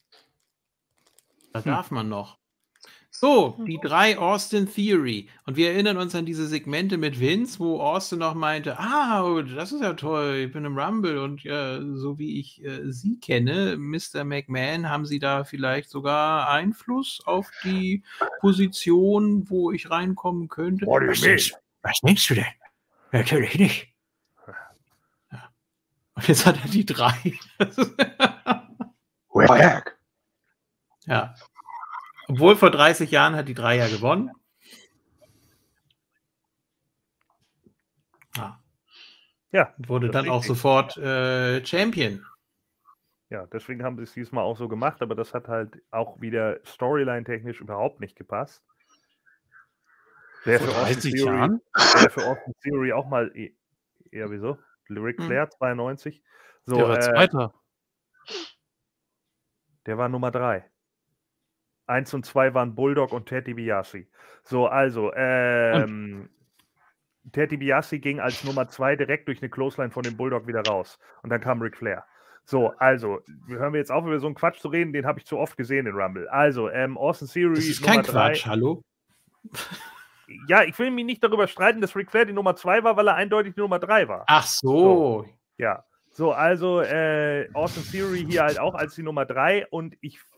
Da darf man noch. So, die 3 Austin Theory. Und wir erinnern uns an diese Segmente mit Vince, wo Austin noch meinte, das ist ja toll, ich bin im Rumble und so wie ich Sie kenne, Mr. McMahon, haben Sie da vielleicht sogar Einfluss auf die Position, wo ich reinkommen könnte? What do you mean? Was denkst du denn? Natürlich nicht. Ja. Und jetzt hat er die 3. We're back. Ja. Obwohl vor 30 Jahren hat die 3 ja gewonnen. Ja, Und wurde das ist dann auch richtig. sofort Champion. Ja, deswegen haben sie es diesmal auch so gemacht, aber das hat halt auch wieder storyline-technisch überhaupt nicht gepasst. Wäre Vor für Austin 30 Theory, Jahren? wäre für Austin Theory auch mal eher wieso? Ric Hm. Flair 92. So, Der war Zweiter. der war Nummer 3. 1 und 2 waren Bulldog und Ted DiBiase. So, also, Ted DiBiase ging als Nummer 2 direkt durch eine Clothesline von dem Bulldog wieder raus. Und dann kam Ric Flair. So, also, hören wir jetzt auf, über so einen Quatsch zu reden, den habe ich zu oft gesehen in Rumble. Also, Austin Theory Das ist Nummer kein 3. Quatsch, hallo? Ja, ich will mich nicht darüber streiten, dass Ric Flair die Nummer 2 war, weil er eindeutig die Nummer 3 war. Ach so. Ja. So, also Austin Theory hier halt auch als die Nummer 3 und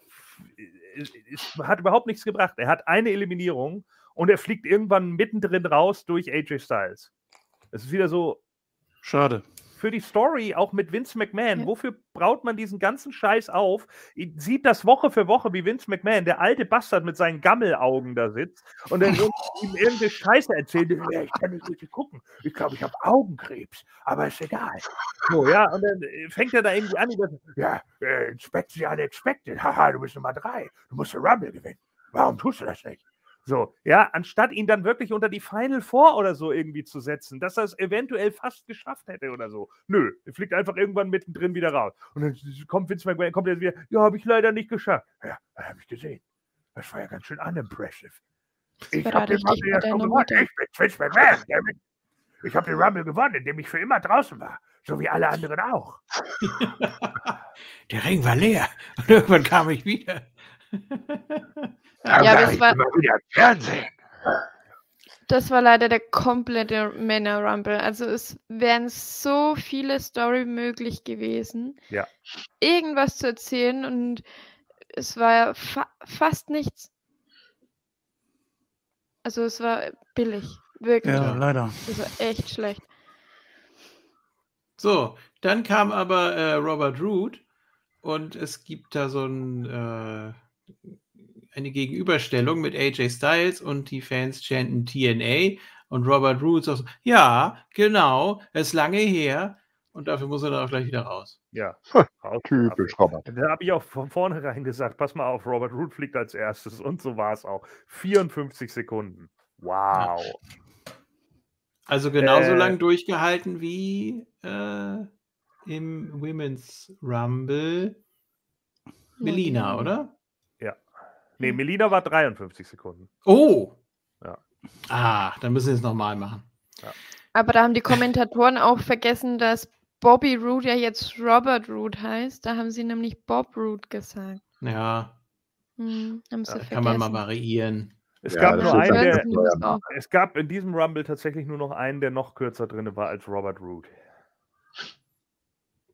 es hat überhaupt nichts gebracht. Er hat eine Eliminierung und er fliegt irgendwann mittendrin raus durch AJ Styles. Es ist wieder so, Schade. für die Story, auch mit Vince McMahon, Ja. wofür braut man diesen ganzen Scheiß auf? Sieht das Woche für Woche, wie Vince McMahon, der alte Bastard mit seinen Gammelaugen da sitzt und dann ihm irgendeine Scheiße erzählt. Ja, ich kann nicht richtig gucken. Ich glaube, ich habe Augenkrebs, aber ist egal. So, ja, und dann fängt er da irgendwie an, ja, expect the unexpected. Haha, du bist Nummer 3. Du musst den Rumble gewinnen. Warum tust du das nicht? So, ja, anstatt ihn dann wirklich unter die Final Four oder so irgendwie zu setzen, dass er es eventuell fast geschafft hätte oder so. Nö, er fliegt einfach irgendwann mittendrin wieder raus. Und dann kommt Vince McMahon, kommt er wieder, ja, habe ich leider nicht geschafft. Ja, habe ich gesehen. Das war ja ganz schön unimpressive. Ich habe den Rumble ja schon gewonnen. Ich bin Vince McMahon. Ich habe den Rumble gewonnen, indem ich für immer draußen war. So wie alle anderen auch. Der Ring war leer und irgendwann kam ich wieder. Ja, aber es war, immer wieder im Fernsehen. das war leider der komplette Männer Rumble. Also es wären so viele Story möglich gewesen, Ja. irgendwas zu erzählen und es war fast nichts. Also es war billig, wirklich. Ja, leider. Es war echt schlecht. So, dann kam aber Robert Roode und es gibt da so eine Gegenüberstellung mit AJ Styles und die Fans chanten TNA und Robert Roode sagt so, ja, genau, ist lange her und dafür muss er dann auch gleich wieder raus. Ja. Typisch Robert. Da habe ich auch von vornherein gesagt, pass mal auf, Robert Roode fliegt als erstes und so war es auch. 54 Sekunden. Wow. Also genauso lang durchgehalten wie im Women's Rumble Melina, oder? Nee, Melina war 53 Sekunden. Oh! Ja. Ah, dann müssen wir es nochmal machen. Aber da haben die Kommentatoren auch vergessen, dass Bobby Roode ja jetzt Robert Roode heißt. Da haben sie nämlich Bob Roode gesagt. Ja, Haben sie kann vergessen. man mal variieren. Es Ja, gab das nur ist einen, dann der, Hört zumindest auf. es gab in diesem Rumble tatsächlich nur noch einen, der noch kürzer drin war als Robert Roode. Da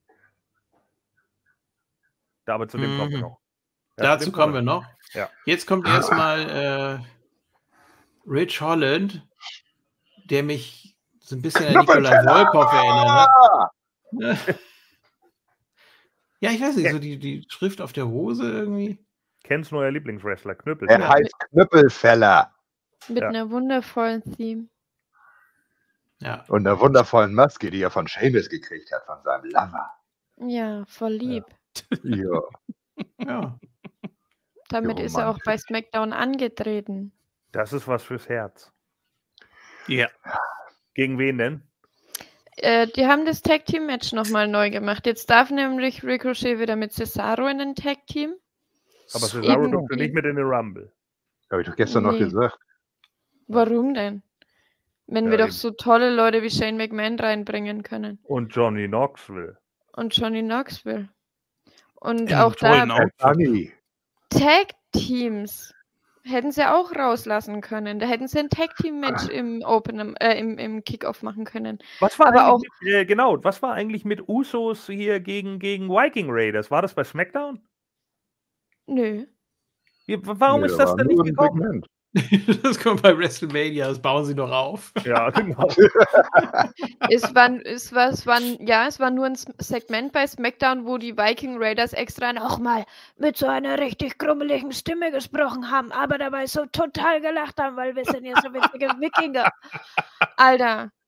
aber zu dem kommen wir Mhm. noch. Ja, zu Dazu dem kommen wir noch. Ja. Jetzt kommt erstmal Rich Holland, der mich so ein bisschen an Nikolai Volkov erinnert. Ne? Ja, ich weiß nicht, so die Schrift auf der Hose irgendwie. Kens neuer Lieblingswrestler, Knüppel. Er heißt Knüppelfeller. Mit Ja. einer wundervollen Theme. Ja. Und einer wundervollen Maske, die er von Seamus gekriegt hat, von seinem Lover. Ja, voll lieb. Ja. Ja. Damit Wie ist er auch bei romantisch. SmackDown angetreten. Das ist was fürs Herz. Ja. Gegen wen denn? Die haben das Tag Team Match nochmal neu gemacht. Jetzt darf nämlich Ricochet wieder mit Cesaro in den Tag Team. Aber Cesaro Irgendwie- durfte nicht mit in den Rumble. Habe ich doch gestern noch Nee. gesagt. Warum denn? Wenn Ja, wir doch eben. so tolle Leute wie Shane McMahon reinbringen können. Und Johnny Knoxville. Und Johnny Knoxville. Und In auch da tollen Outfit. Funny. Tag Teams hätten sie auch rauslassen können. Da hätten sie ein Tag Team Match im im Kickoff machen können. Was war Aber eigentlich was war eigentlich mit Usos hier gegen Viking Raiders? War das bei SmackDown? Nö. Warum Nee, ist da das war denn nur nicht ein gekommen? Segment. Das kommt bei WrestleMania, das bauen sie doch auf. Ja, genau. Es war nur ein Segment bei SmackDown, wo die Viking Raiders extra nochmal mit so einer richtig grummeligen Stimme gesprochen haben, aber dabei so total gelacht haben, weil wir sind ja so witzige Wikinger. Alter,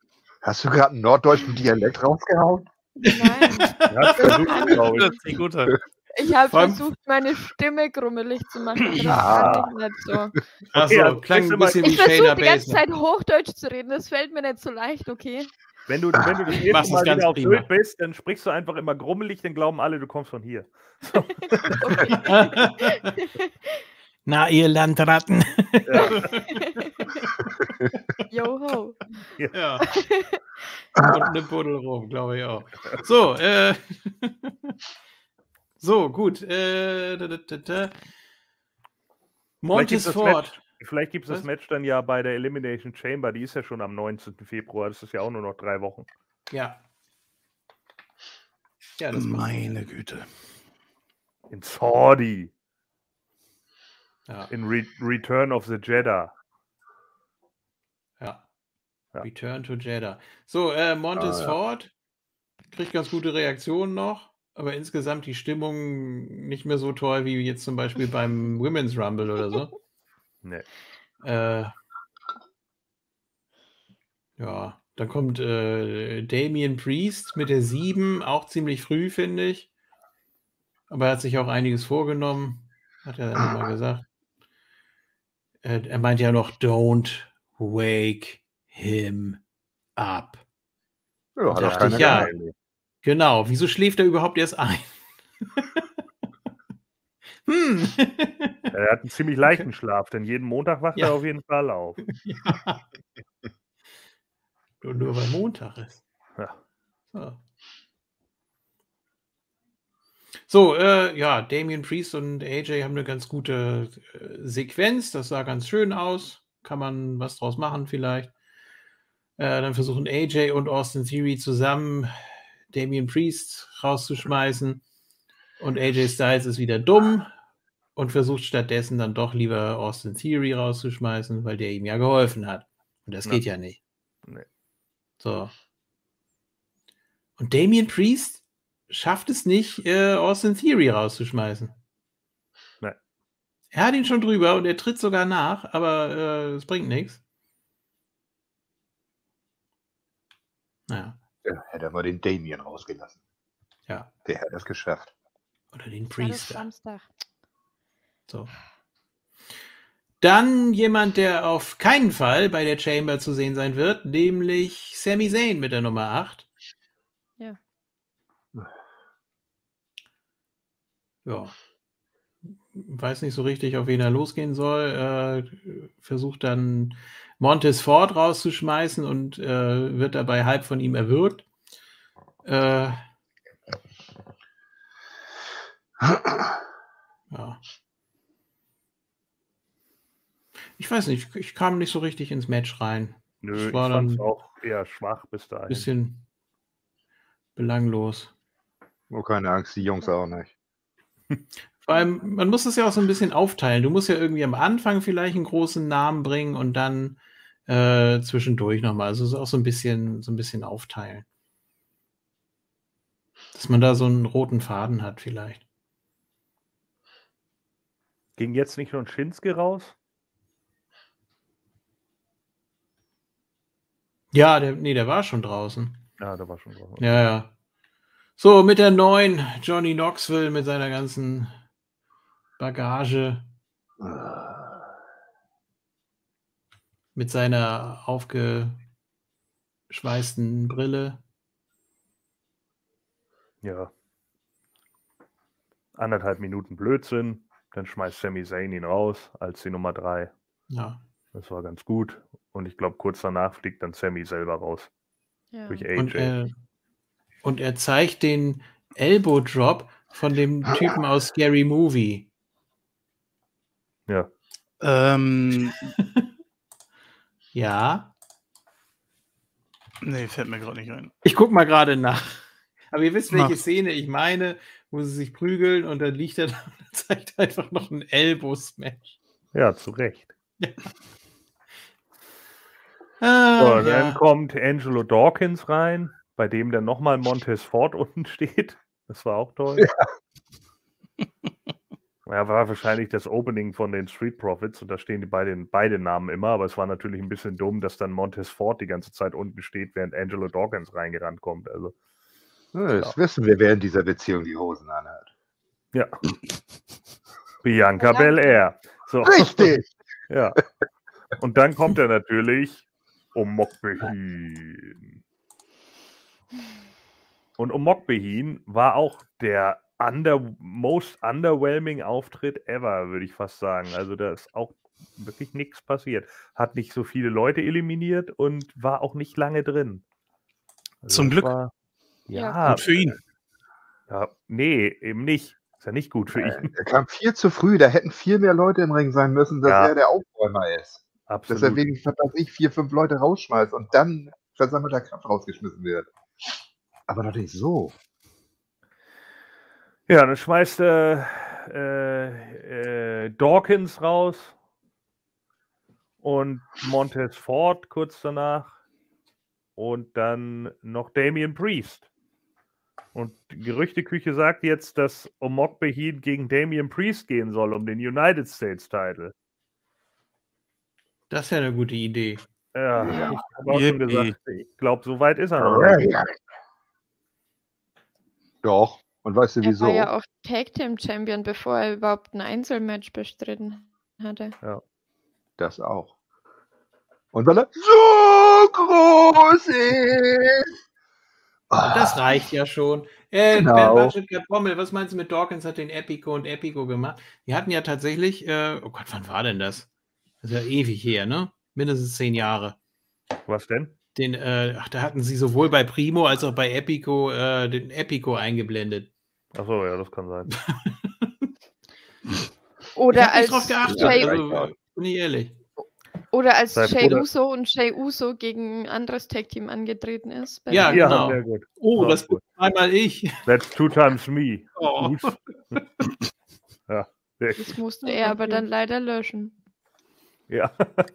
Hast du gerade einen norddeutschen Dialekt rausgehauen? Nein. Ja, versucht, glaub ich. Das ist gut. Ich habe Vor allem- versucht, meine Stimme grummelig zu machen, aber das Ja. kann ich nicht so. Achso, also klang weißt du ein mal, bisschen wie Ich versuche Shayna die ganze Baszler. Zeit Hochdeutsch zu reden, das fällt mir nicht so leicht, okay? Wenn du das Machst nächste es Mal ganz wieder auf prima. Sylt bist, dann sprichst du einfach immer grummelig, dann glauben alle, du kommst von hier. So. Na, ihr Landratten. Joho. Ja. Und eine Buddel rum, glaube ich auch. So, so, gut. Montes Ford. Vielleicht gibt es das Was? Match dann ja bei der Elimination Chamber, die ist ja schon am 19. Februar, das ist ja auch nur noch 3 Wochen. Ja. Ja, das macht Meine Güte. In Saudi, ja. in Return of the Jedi. Ja. Ja. Return to Jeddah. So, Montes ja. Ford kriegt ganz gute Reaktionen noch, aber insgesamt die Stimmung nicht mehr so toll wie jetzt zum Beispiel beim Women's Rumble oder so. Nee. Ja, dann kommt Damian Priest mit der 7, auch ziemlich früh, finde ich. Aber er hat sich auch einiges vorgenommen, hat er dann immer gesagt. Er meint ja noch, don't wake him up. Ja, hat Dachte auch keiner ich, ja. gemeint. Genau, wieso schläft er überhaupt erst ein? Hm. Er hat einen ziemlich leichten Schlaf, denn jeden Montag wacht Ja. er auf jeden Fall auf. Ja. Nur weil Montag ist. Ja. So, ja, Damian Priest und AJ haben eine ganz gute Sequenz. Das sah ganz schön aus. Kann man was draus machen vielleicht. Dann versuchen AJ und Austin Theory zusammen Damian Priest rauszuschmeißen. Und AJ Styles ist wieder dumm und versucht stattdessen dann doch lieber Austin Theory rauszuschmeißen, weil der ihm ja geholfen hat. Und das Ja. geht ja nicht. Nee. So. Und Damian Priest schafft es nicht, Austin Theory rauszuschmeißen. Nee. Er hat ihn schon drüber und er tritt sogar nach, aber es bringt nichts. Naja, Ja, hätte er mal den Damien rausgelassen. ja. Der hat es geschafft. Oder den War das Priest. Samstag. So. Dann jemand, der auf keinen Fall bei der Chamber zu sehen sein wird, nämlich Sami Zayn mit der Nummer 8. Ja. Ja. Weiß nicht so richtig, auf wen er losgehen soll. Versucht dann Montez Ford rauszuschmeißen und wird dabei halb von ihm erwürgt. Ja. Ich weiß nicht, ich kam nicht so richtig ins Match rein. Nö, Das ich war fand es dann auch eher schwach bis dahin. ein bisschen belanglos. Oh, keine Angst, die Jungs auch nicht. Vor allem, man muss es ja auch so ein bisschen aufteilen. Du musst ja irgendwie am Anfang vielleicht einen großen Namen bringen und dann zwischendurch nochmal. Also es ist auch so ein bisschen aufteilen. Dass man da so einen roten Faden hat vielleicht. Ging jetzt nicht schon Shinsuke raus? Ja, der war schon draußen. Ja, da war schon raus. Ja, ja. So, mit der neuen Johnny Knoxville mit seiner ganzen Bagage, mit seiner aufgeschweißten Brille. Ja. 1,5 Minuten Blödsinn, dann schmeißt Sami Zayn ihn raus als die Nummer 3. Ja. Das war ganz gut. Und ich glaube, kurz danach fliegt dann Sami selber raus. Ja. Durch AJ. Und er zeigt den Elbow Drop von dem Typen aus Scary Movie. Ja. Ja. Nee, fällt mir gerade nicht ein. Ich guck mal gerade nach. Aber ihr wisst, welche Mach. Szene ich meine, wo sie sich prügeln und dann liegt er da und zeigt einfach noch einen Elbow-Smash. Ja, zu Recht. Ah, So, ja. dann kommt Angelo Dawkins rein, bei dem dann nochmal Montez Ford unten steht. Das war auch toll. Ja, war wahrscheinlich das Opening von den Street Profits und da stehen die beide Namen immer, aber es war natürlich ein bisschen dumm, dass dann Montez Ford die ganze Zeit unten steht, während Angelo Dawkins reingerannt kommt. Also, Das wissen wir, wer in dieser Beziehung die Hosen anhat. ja. Bianca Belair. So. Richtig! Ja. Und dann kommt er natürlich Omog Behin. Und Omog Behin war auch der most underwhelming Auftritt ever, würde ich fast sagen. Also da ist auch wirklich nichts passiert. Hat nicht so viele Leute eliminiert und war auch nicht lange drin. Also Zum das Glück. Ja, Gut für ihn. ja, nee, eben nicht. Ist ja nicht gut für ihn. Er kam viel zu früh, da hätten viel mehr Leute im Ring sein müssen, dass Ja. er der Aufräumer ist. Dass Absolut. er wenigstens, was weiß ich, 4, 5 Leute rausschmeißt und dann versammelter Kraft rausgeschmissen wird. Aber doch nicht so. Ja, dann schmeißt Dawkins raus und Montez Ford kurz danach und dann noch Damian Priest. Und die Gerüchteküche sagt jetzt, dass Omog Behin gegen Damian Priest gehen soll um den United States Title. Das ist ja eine gute Idee. Ja, Ja. ich habe auch schon Yippie. gesagt, ich glaube, so weit ist er noch nicht. Doch. Und weißt du Er wieso? war ja auch Tag Team Champion, bevor er überhaupt ein Einzelmatch bestritten hatte. Das auch. Und weil er so groß ist. Das reicht ja schon. Genau. Ben Budget Pommel, was meinst du mit Dawkins hat den Epico und Epico gemacht? Die hatten ja tatsächlich, oh Gott, wann war denn das? Das ist ja ewig her, ne? Mindestens 10 Jahre. Was denn? Da hatten sie sowohl bei Primo als auch bei Epico den Epico eingeblendet. Achso, ja, das kann sein. Ich Oder hab nicht als drauf geachtet, Jay, also bin ich ehrlich. oder als Sei Jey froh, Uso und Jey Uso gegen ein anderes Tag Team angetreten ist. Ja, Ja, genau. sehr gut. Oh, Ja, das bin gut. einmal ich. That's 2 times me. Oh. Ja. Das musste er aber dann leider löschen. Ja.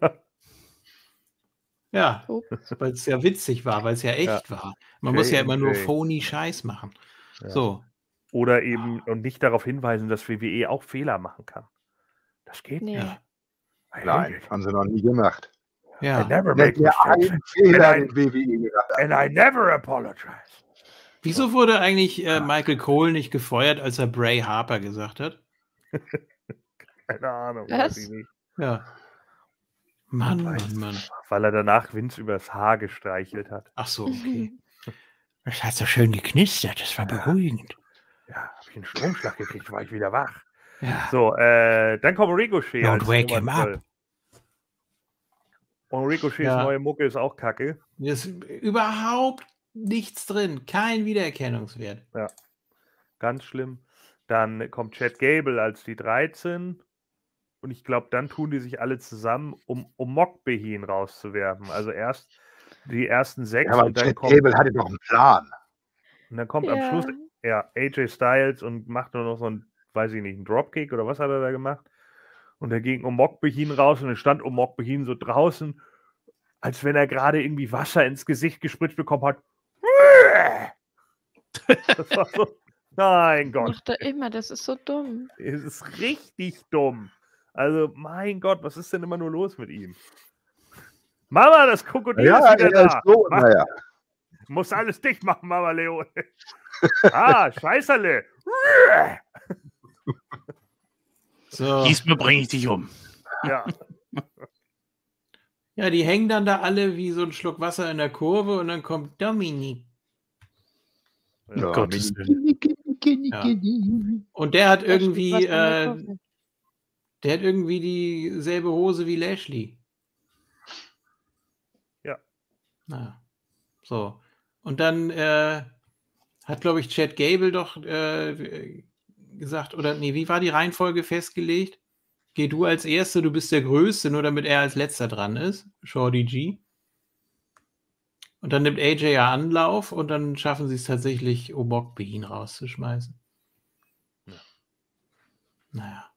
Ja, Ups. weil es ja witzig war, weil es ja echt war. Man muss ja immer nur J&J. phony Scheiß machen. Ja. So. Oder eben und nicht darauf hinweisen, dass WWE auch Fehler machen kann. Das geht Nee. Ja. nicht. Nein, haben sie noch nie gemacht. I Ja. never Nennt make mir mistakes. einen Fehler, And I- den WWE gemacht hat. And I never apologize. Wieso wurde eigentlich Michael Cole nicht gefeuert, als er Bray Harper gesagt hat? Keine Ahnung, Was? weiß ich nicht. Ja. Mann, Weiß. Mann, Mann. Weil er danach Vince übers Haar gestreichelt hat. Ach so, okay. Das hat so schön geknistert, das war beruhigend. Ja, hab ich einen Stromschlag gekriegt, war ich wieder wach. Ja. So, dann kommt Ricochet. Don't als wake Nummer him 12. Und Ricochets Ja. neue Mucke ist auch kacke. Hier ist überhaupt nichts drin. Kein Wiedererkennungswert. Ganz schlimm. Dann kommt Chad Gable als die 13. Und ich glaube, dann tun die sich alle zusammen, um Omog Behin rauszuwerfen. Also erst die ersten 6 Ja, aber und dann Chad kommt, Gable hatte doch einen Plan. und dann kommt am Ja. Schluss AJ Styles und macht nur noch so ein, weiß ich nicht, einen Dropkick oder was hat er da gemacht? Und da ging Omog Behin raus und dann stand Omog Behin so draußen, als wenn er gerade irgendwie Wasser ins Gesicht gespritzt bekommen hat. Das war so, mein Gott. Macht er immer, das ist so dumm. Es ist richtig dumm. Also, mein Gott, was ist denn immer nur los mit ihm? Mama, das Krokodil Ja, ist wieder er ist da. so, Mach, naja. muss alles dicht machen, Mama Leone. Scheißerle. So. Diesmal bringe ich dich um. Ja, Ja, die hängen dann da alle wie so ein Schluck Wasser in der Kurve und dann kommt Dominik. Ja, Gottes Ja. Und der hat irgendwie, Was an der Kurve. der hat irgendwie dieselbe Hose wie Lashley. Ja. Naja. So. Und dann hat, glaube ich, Chad Gable doch gesagt, oder nee, wie war die Reihenfolge festgelegt? Geh du als Erster, du bist der Größte, nur damit er als Letzter dran ist. Shorty G. Und dann nimmt AJ ja Anlauf und dann schaffen sie es tatsächlich, Omog Behin rauszuschmeißen. Ja. Naja.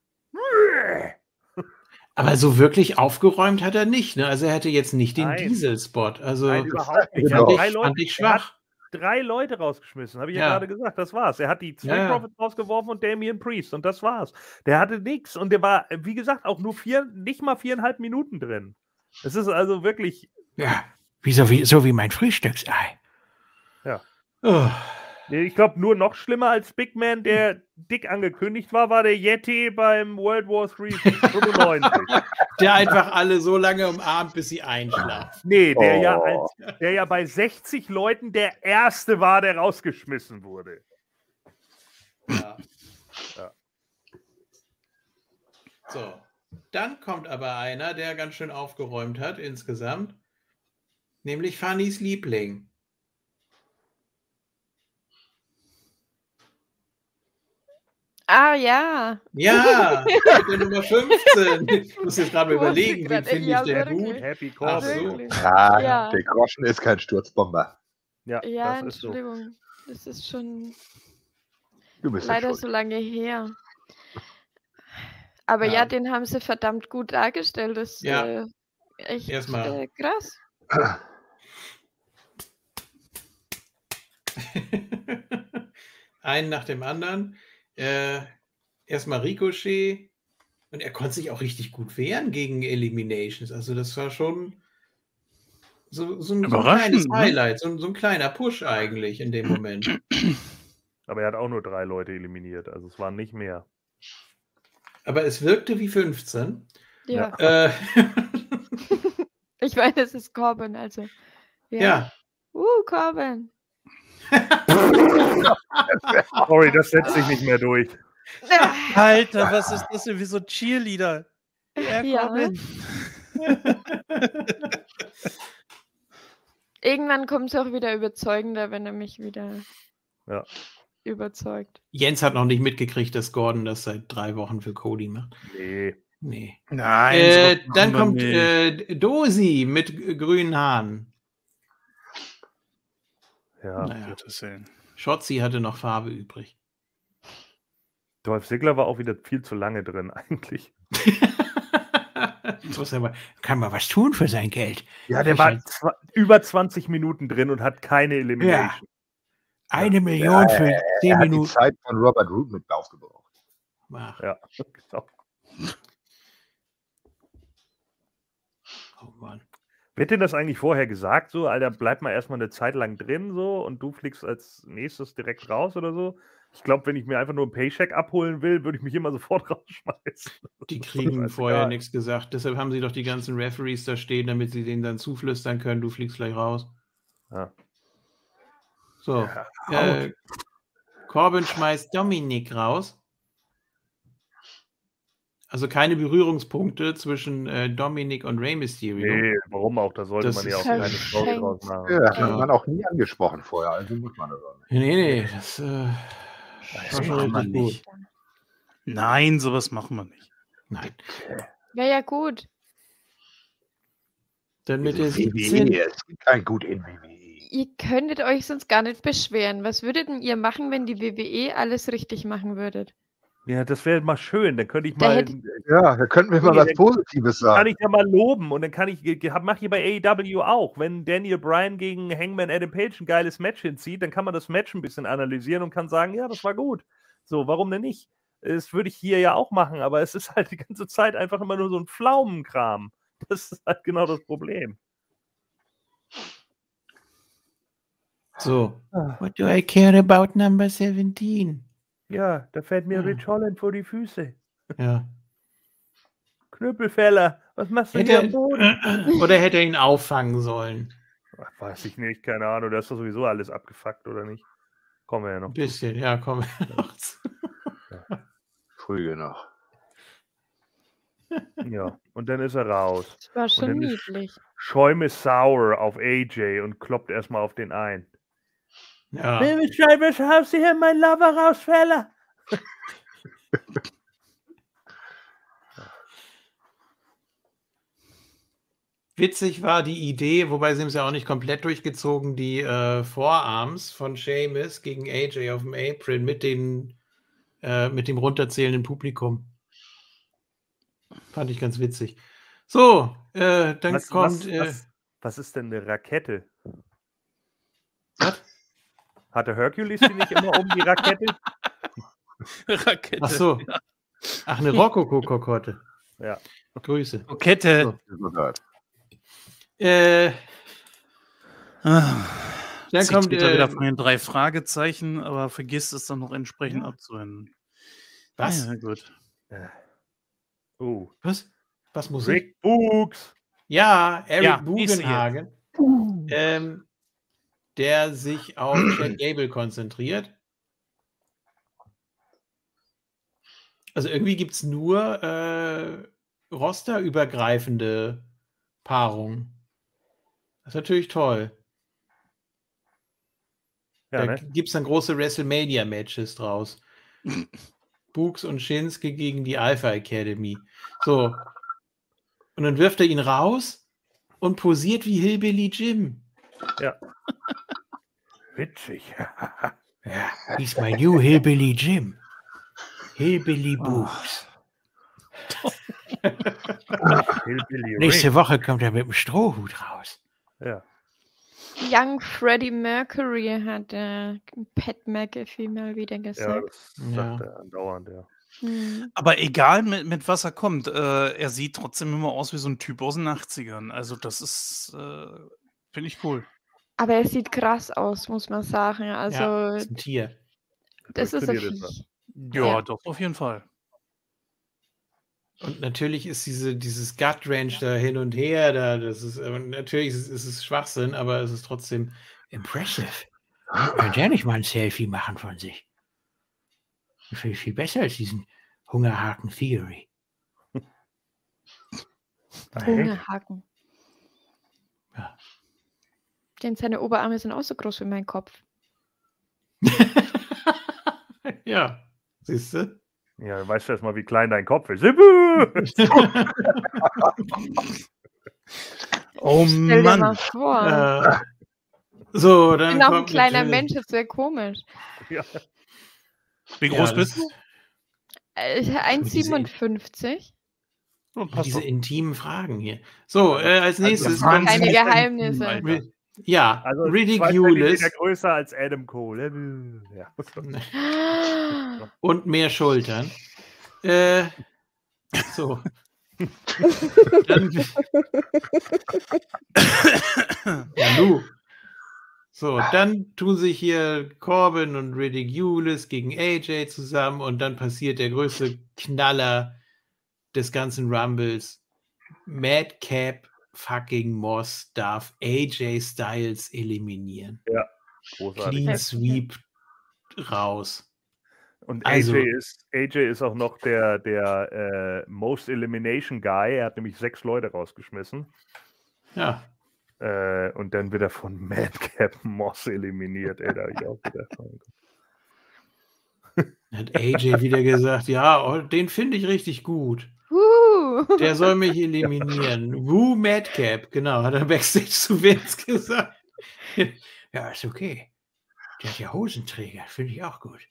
Aber so wirklich aufgeräumt hat er nicht. Ne? Also er hätte jetzt nicht den Nein. Diesel-Spot. Also Nein, überhaupt nicht. Genau. Er hat drei Leute- fand ich schwach. 3 Leute rausgeschmissen, habe ich ja Ja. gerade gesagt, das war's. Er hat die Street Ja, ja. Profits rausgeworfen und Damian Priest und das war's. Der hatte nichts und der war, wie gesagt, auch nur nicht mal 4,5 Minuten drin. Es ist also wirklich, Ja, so wie mein Frühstücksei. Oh. ich glaube, nur noch schlimmer als Big Man, der dick angekündigt war der Yeti beim World War III 95. Der einfach alle so lange umarmt, bis sie einschlafen. Nee, der Oh. ja bei 60 Leuten der Erste war, der rausgeschmissen wurde. Ja. Ja. So, dann kommt aber einer, der ganz schön aufgeräumt hat insgesamt, nämlich Fannys Liebling. Ah ja. Ja, mit der Nummer 15. Ich muss jetzt gerade Ich musste überlegen, wen grad- finde ja, ich denn wirklich. gut? Happy Ach Corbin. so. Wirklich. Ja, Ja. der Groschen ist kein Sturzbomber. Ja, Ja, das ist so. Entschuldigung. Das ist schon Du bist ja leider schuld. so lange her. Aber Ja. ja, den haben sie verdammt gut dargestellt. Das ist Ja. echt Erstmal. krass. Einen nach dem anderen. Erstmal Ricochet. Und er konnte sich auch richtig gut wehren gegen Eliminations. Also das war schon so ein kleines Überraschend, ne? Highlight, so ein kleiner Push eigentlich in dem Moment. Aber er hat auch nur 3 Leute eliminiert, also es waren nicht mehr. Aber es wirkte wie 15. Ja. Äh, Ich meine, es ist Corbin, also. ja. Corbin. Sorry, das setzt sich nicht mehr durch. Alter, was ist das denn wie so ein Cheerleader? Ja. Corbin. Irgendwann kommt es auch wieder überzeugender, wenn er mich wieder Ja. überzeugt. Jens hat noch nicht mitgekriegt, dass Gordon das seit 3 Wochen für Cody macht. Nee. Nee. Nein, sowas machen Dann wir kommt nicht. Dosi mit grünen Haaren. Ja. Naja, Gottes Willen. Shotzi hatte noch Farbe übrig. Dolph Ziggler war auch wieder viel zu lange drin, eigentlich. Kann man was tun für sein Geld. Ja, der Ich war halt- über 20 Minuten drin und hat keine Elimination. 1 Million für 10 Er hat die Minuten. Zeit von Robert Root mit aufgebraucht. Ach, Ja, genau. oh Mann. Wird denn das eigentlich vorher gesagt, so, Alter, bleib mal erstmal eine Zeit lang drin, so, und du fliegst als nächstes direkt raus oder so? Ich glaube, wenn ich mir einfach nur ein Paycheck abholen will, würde ich mich immer sofort rausschmeißen. Die Das ist kriegen scheißegal. vorher nichts gesagt. Deshalb haben sie doch die ganzen Referees da stehen, damit sie denen dann zuflüstern können, du fliegst gleich raus. Ja. So. Corbin schmeißt Dominik raus. Also keine Berührungspunkte zwischen Dominik und Rey Mysterio. Nee, warum auch? Da sollte Das man ja auch ist keine Story verschenkt. draus machen. Ja, hat Ja. man auch nie angesprochen vorher, also muss man das auch nicht. Nee, das war Das schon machen wir richtig gut. nicht. Nein, sowas machen wir nicht. Nein. Wäre ja gut. Dann mit der Es gibt 17. Es gibt kein Gut in WWE. Ihr könntet euch sonst gar nicht beschweren. Was würdet denn ihr machen, wenn die WWE alles richtig machen würdet? Ja, das wäre mal schön. Dann könnte ich Da mal, hätte- Ja, da könnten wir mal Nee, was dann- Positives kann sagen. ich ja mal loben und dann kann ich, mache ich bei AEW auch. Wenn Daniel Bryan gegen Hangman Adam Page ein geiles Match hinzieht, dann kann man das Match ein bisschen analysieren und kann sagen, ja, das war gut. So, warum denn nicht? Das würde ich hier ja auch machen, aber es ist halt die ganze Zeit einfach immer nur so ein Pflaumenkram. Das ist halt genau das Problem. So. What do I care about number 17? Ja, da fällt mir Ja. Rich Holland vor die Füße. Ja. Knüppelfeller, was machst du hier am Boden? Oder hätte er ihn auffangen sollen? Ach, weiß ich nicht, keine Ahnung. Da ist doch sowieso alles abgefuckt, oder nicht? Kommen wir ja noch. Ein bisschen, ja, komm. Früh genug. Ja, und dann ist er raus. Das war schon dann ist- niedlich. Schäume sauer auf AJ und kloppt erstmal auf den ein. Ja. Scheibe, hast du hier mein Lover raus, Fella? Witzig war die Idee, wobei sie haben es ja auch nicht komplett durchgezogen, die Forearms von Sheamus gegen AJ auf dem Apron mit dem runterzählenden Publikum. Fand ich ganz witzig. So, dann kommt. Was ist denn eine Rakette? Was? Hatte Hercules die nicht immer um die Rakette? Rakete. Ach so. Ach, eine Rokoko-Kokotte. Ja. Grüße. Kokette. Dann Dann kommt kommt wieder von den 3 Fragezeichen, aber vergisst es dann noch entsprechend Ja. abzuwenden. was? Ja, gut. Was? Was muss ich? Rick Books. Ja, Eric Ja, nächste Bugenhagen, der sich auf Chad Gable konzentriert. Also irgendwie gibt es nur rosterübergreifende Paarungen. Das ist natürlich toll. Ja, Da ne? gibt es dann große WrestleMania-Matches draus. Books und Shinsuke gegen die Alpha Academy. So. Und dann wirft er ihn raus und posiert wie Hillbilly Jim. Ja. Witzig. Ja, he's my new Hillbilly Jim. Hillbilly Books. Hillbilly Nächste Rick. Woche kommt er mit dem Strohhut raus. Ja. Young Freddie Mercury hat Pat McAfee mal wieder Ja, gesagt. das sagt er andauernd, ja. Aber egal, mit was er kommt, er sieht trotzdem immer aus wie so ein Typ aus den 80ern. Also das ist, finde ich cool. Aber er sieht krass aus, muss man sagen. Also, Ja, ist ein Tier. das ist ein Durchtrainiert ist er. Viech. Ja, Ja. doch, auf jeden Fall. Und natürlich ist dieses Gut Range da hin und her, natürlich ist es Schwachsinn, aber es ist trotzdem Impressive. Könnte er nicht mal ein Selfie machen von sich? Viel besser als diesen Hungerhaken Theory. Hungerhaken. Ja. Denn seine Oberarme sind auch so groß wie mein Kopf. Ja, siehst du? Ja, weißt du erst mal, wie klein dein Kopf ist. Oh Stell dir mal Mann. vor. So, Ich dann bin auch ein kommt kleiner natürlich- Mensch, das wäre komisch. Ja. Wie groß Ja, bist du? 1,57. Oh, passt Diese doch. intimen Fragen hier. So, als nächstes das waren kommt sie keine nicht Geheimnisse. Alter. ja, Also 2 Ridiculous Zentimeter größer als Adam Cole. Ja. und mehr Schultern. So. Dann, ja, nu. So, dann tun sich hier Corbin und Ridiculous gegen AJ zusammen und dann passiert der größte Knaller des ganzen Rumbles. Madcap fucking Moss darf AJ Styles eliminieren. Großartig. Clean Sweep raus. Und Also- AJ ist auch noch der Most Elimination Guy. Er hat nämlich 6 Leute rausgeschmissen. Ja. Und dann wird er von Madcap Moss eliminiert. Ey, da hab ich auch wieder. Hat AJ wieder gesagt, ja, oh, den finde ich richtig gut. Der soll mich eliminieren. Woo Madcap, genau, hat er Backstage zu Vince gesagt. Ja, ist okay. Der hat ja Hosenträger, finde ich auch gut.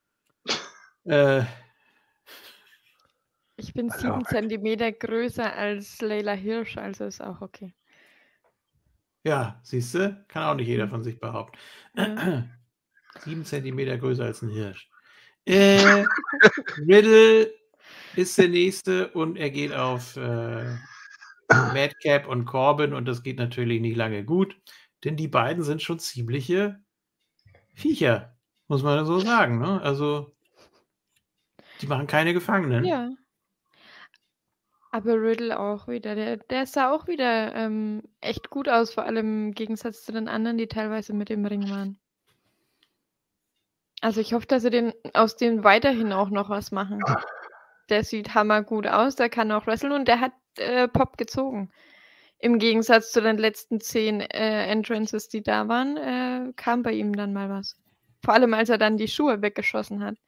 Ich bin 7 Zentimeter größer als Leila Hirsch, also ist auch okay. Ja, siehst du? Kann auch nicht jeder von sich behaupten. Ja. 7 Zentimeter größer als ein Hirsch. Riddle ist der nächste und er geht auf Madcap und Corbin und das geht natürlich nicht lange gut, denn die beiden sind schon ziemliche Viecher, muss man so sagen. Ne? Also, die machen keine Gefangenen. Ja. Aber Riddle auch wieder. Der sah auch wieder echt gut aus, vor allem im Gegensatz zu den anderen, die teilweise mit im Ring waren. Also ich hoffe, dass sie aus dem weiterhin auch noch was machen. Der sieht hammergut aus, der kann auch wresteln und der hat Pop gezogen. Im Gegensatz zu den letzten 10 Entrances, die da waren, kam bei ihm dann mal was. Vor allem, als er dann die Schuhe weggeschossen hat.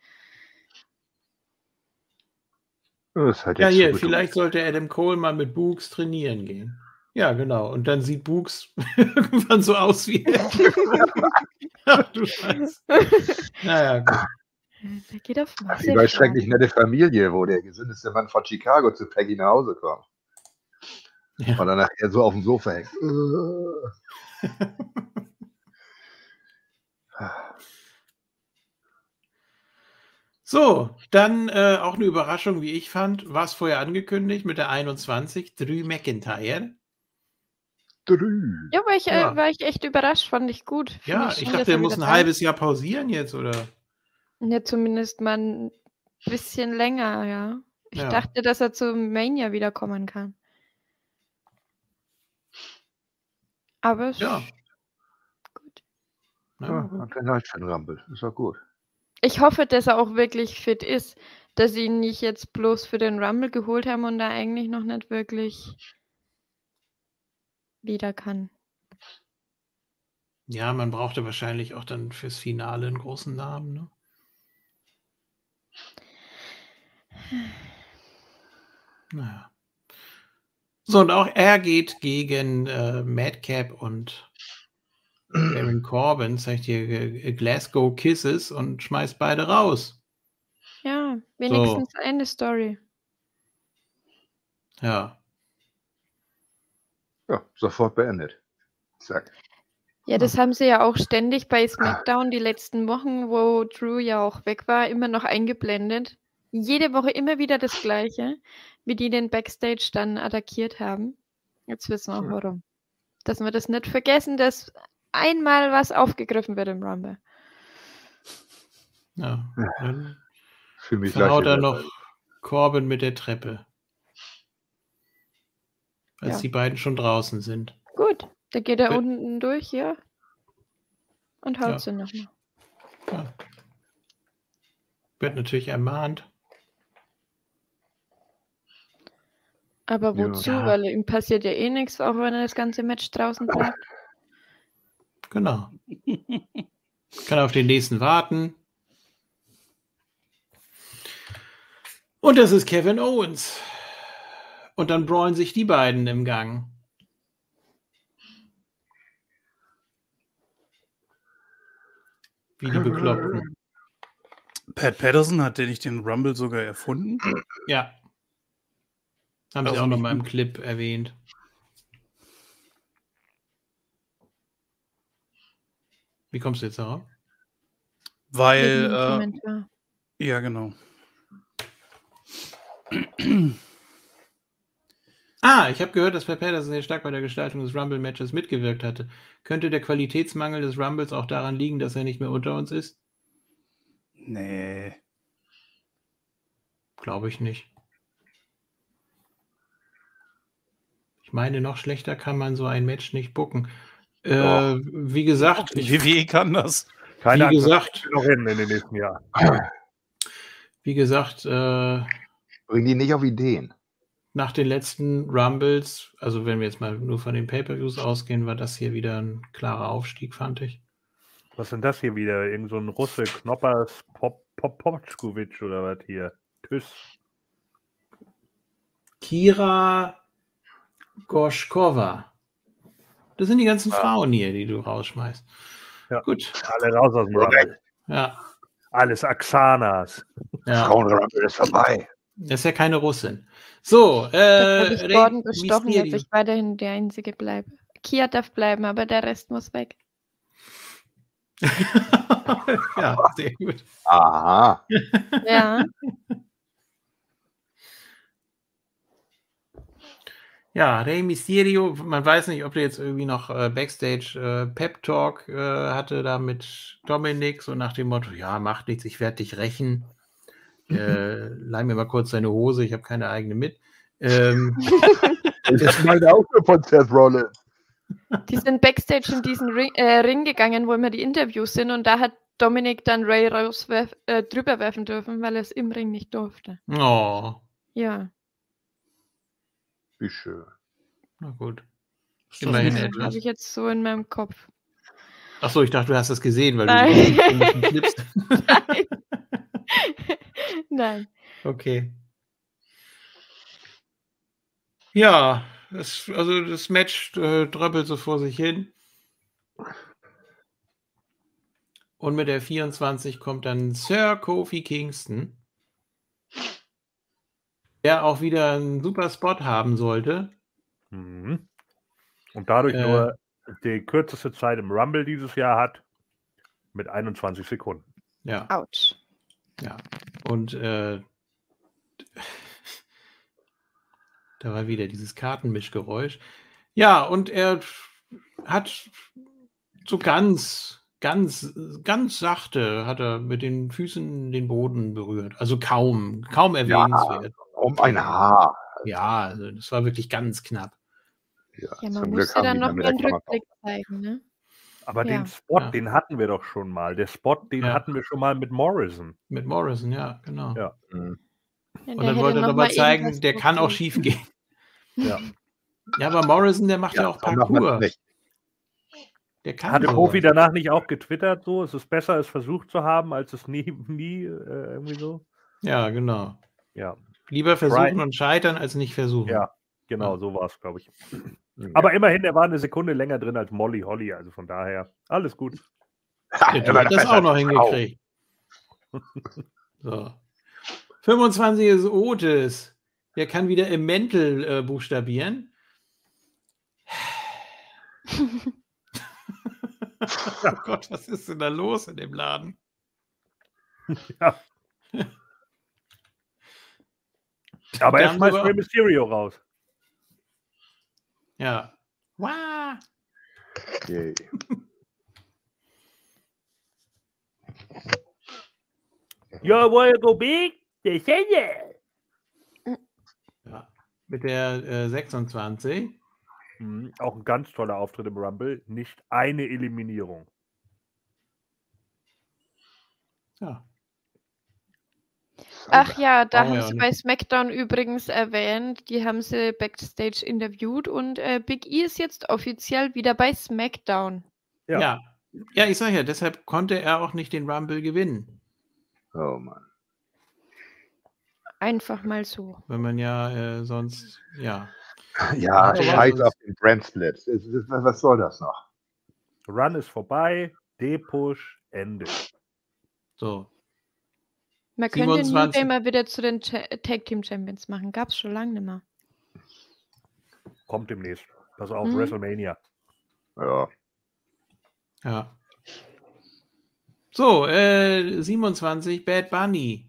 Das ist halt Ja, jetzt hier, so vielleicht sollte Adam Cole mal mit Boogs trainieren gehen. Ja, genau. Und dann sieht Boogs irgendwann so aus wie er. Ach, du Scheiße. Naja, gut. Der geht auf Wie Masse. bei Schrecklich nette Familie, wo der gesündeste Mann von Chicago zu Peggy nach Hause kommt. Ja. Und dann nachher so auf dem Sofa hängt. So, dann auch eine Überraschung, wie ich fand, war es vorher angekündigt mit der 21, Drew McIntyre. Ja, Ja. war ich echt überrascht, fand ich gut. Find Ja, schön, ich dass dachte, er muss wieder ein da ist. halbes Jahr pausieren jetzt, oder? Ja, zumindest mal ein bisschen länger, ja. Ich Ja. dachte, dass er zum Mania wiederkommen kann. Aber es Ja. gut. Na Ja, gut. hat den Halt für den Rumble. Ist doch gut. Ich hoffe, dass er auch wirklich fit ist, dass sie ihn nicht jetzt bloß für den Rumble geholt haben und er eigentlich noch nicht wirklich wieder kann. Ja, man brauchte wahrscheinlich auch dann fürs Finale einen großen Namen, ne? Naja. So, und auch er geht gegen Madcap und Baron Corbin, zeigt hier Glasgow Kisses und schmeißt beide raus. Ja, wenigstens eine Story. Ja. Ja, sofort beendet. Zack. Ja, das haben sie ja auch ständig bei SmackDown die letzten Wochen, wo Drew ja auch weg war, immer noch eingeblendet. Jede Woche immer wieder das Gleiche, wie die den Backstage dann attackiert haben. Jetzt wissen wir auch warum. Dass wir das nicht vergessen, dass einmal was aufgegriffen wird im Rumble. Ja. Dann Für mich gleich verhaut er wieder. noch Corbin mit der Treppe. Als Ja. die beiden schon draußen sind. Gut, da geht er Wird- unten durch, ja. Und haut Ja. sie nochmal. Ja. Wird natürlich ermahnt. Aber Ja. wozu? Weil ihm passiert ja eh nichts, auch wenn er das ganze Match draußen bleibt. Genau. Kann auf den nächsten warten. Und das ist Kevin Owens. Und dann brawlen sich die beiden im Gang. Wie die Bekloppten. Pat Patterson, hat der nicht den Rumble sogar erfunden? Ja. Haben sie Also auch noch nicht mal im gut. Clip erwähnt. Wie kommst du jetzt darauf? Weil, Wegen dem Kommentar. ja, genau. Ich habe gehört, dass Pat Patterson sehr stark bei der Gestaltung des Rumble-Matches mitgewirkt hatte. Könnte der Qualitätsmangel des Rumbles auch daran liegen, dass er nicht mehr unter uns ist? Nee. Glaube ich nicht. Ich meine, noch schlechter kann man so ein Match nicht booken. Wie gesagt, WWE kann das. Keine Wie Angst, das gesagt- kriegen wir noch hin in den nächsten Jahren. wie gesagt, Bringen die nicht auf Ideen. nach den letzten Rumbles, also wenn wir jetzt mal nur von den Pay-Per-Views ausgehen, war das hier wieder ein klarer Aufstieg, fand ich. Was ist denn das hier wieder? Irgend so ein Russe, Knoppers, Popotschkowitsch oder was hier? Tschüss. Kira Gorschkova. Das sind die ganzen Frauen hier, die du rausschmeißt. Ja. Gut. Alle raus aus dem Rumble. Ja. Alles Axanas. Ja. Frauenrumble ist vorbei. Das ist ja keine Russin. So, Da habe ich Rey Gordon bestochen, dass Mysterio. ich weiterhin der Einzige bleibe. Kia darf bleiben, aber der Rest muss weg. Ja, sehr gut. Aha. Ja. Ja, Rey Mysterio, man weiß nicht, ob der jetzt irgendwie noch Backstage Pep Talk hatte da mit Dominik, so nach dem Motto, ja, macht nichts, ich werde dich rächen. Leih mir mal kurz deine Hose, ich habe keine eigene mit. Ich meine auch nur von Seth Rollins. Die sind Backstage in diesen Ring gegangen, wo immer die Interviews sind, und da hat Dominik dann Ray drüber werfen dürfen, weil er es im Ring nicht durfte. Oh, Ja. Wie schön. na gut. Ist das Immerhin nicht- etwas. Habe ich jetzt so in meinem Kopf. Achso, ich dachte, du hast das gesehen, weil du Nein. die komischen Clips. Nein. Nein. Okay. Ja, also das Match dröppelt so vor sich hin. Und mit der 24 kommt dann Sir Kofi Kingston, der auch wieder einen super Spot haben sollte. Mhm. Und dadurch Äh. nur die kürzeste Zeit im Rumble dieses Jahr hat mit 21 Sekunden. Ja. Autsch. Ja, und da war wieder dieses Kartenmischgeräusch. Ja, und er hat so ganz sachte hat er mit den Füßen den Boden berührt. Also kaum erwähnenswert. Um ein Haar. Ja, also das war wirklich ganz knapp. Ja, Ja, man zum Glück musste haben dann die noch dann mit den der Kamera. Rückblick zeigen, ne? Aber Ja. den Spot, Ja. den hatten wir doch schon mal. Der Spot, den Ja. hatten wir schon mal mit Morrison. Mit Morrison, ja, genau. Ja. Mhm. Ja, Und der dann hätte wollte er noch nochmal mal zeigen, irgendwas der kann auch drauflegen. schief gehen. Ja. Ja, aber Morrison, der macht ja, auch so macht man's Parkour. nicht. Der kann Hatte sowas. Kofi danach nicht auch getwittert so? Es ist besser, es versucht zu haben, als es nie irgendwie so? Ja, genau. Ja. Lieber versuchen Try. und scheitern, als nicht versuchen. Ja, genau, Ja. so war es, glaube ich. Ja. Aber immerhin, er war eine Sekunde länger drin als Molly Holly, also von daher alles gut. Ha, Ja, die immer hat das besser auch als noch eine Frau. hingekriegt. So. 25 ist Otis. Der kann wieder im Mäntel buchstabieren. Oh Gott, was ist denn da los in dem Laden? Ja. Aber Da er haben sie schmeißt aber- Rey Mysterio raus. Ja. Wow. Yay. You wanna go big? They say yeah. Ja. Mit der 26. Auch ein ganz toller Auftritt im Rumble. Nicht eine Eliminierung. Ja. Ach ja, da Brauchen wir haben auch sie nicht. bei SmackDown übrigens erwähnt, die haben sie backstage interviewt und Big E ist jetzt offiziell wieder bei SmackDown. Ja. Ja, ich sage ja, deshalb konnte er auch nicht den Rumble gewinnen. Oh Mann. Einfach mal so. Wenn man ja sonst, ja. Ja, Aber scheiß sonst- auf den Brand Split. Was soll das noch? Run ist vorbei. D-Push, Ende. So. Man könnte New 27. Day mal wieder zu den Tag Team Champions machen. Gab's schon lange nicht mehr. Kommt demnächst. Pass auf, Mhm. WrestleMania. Ja. Ja. So, 27, Bad Bunny.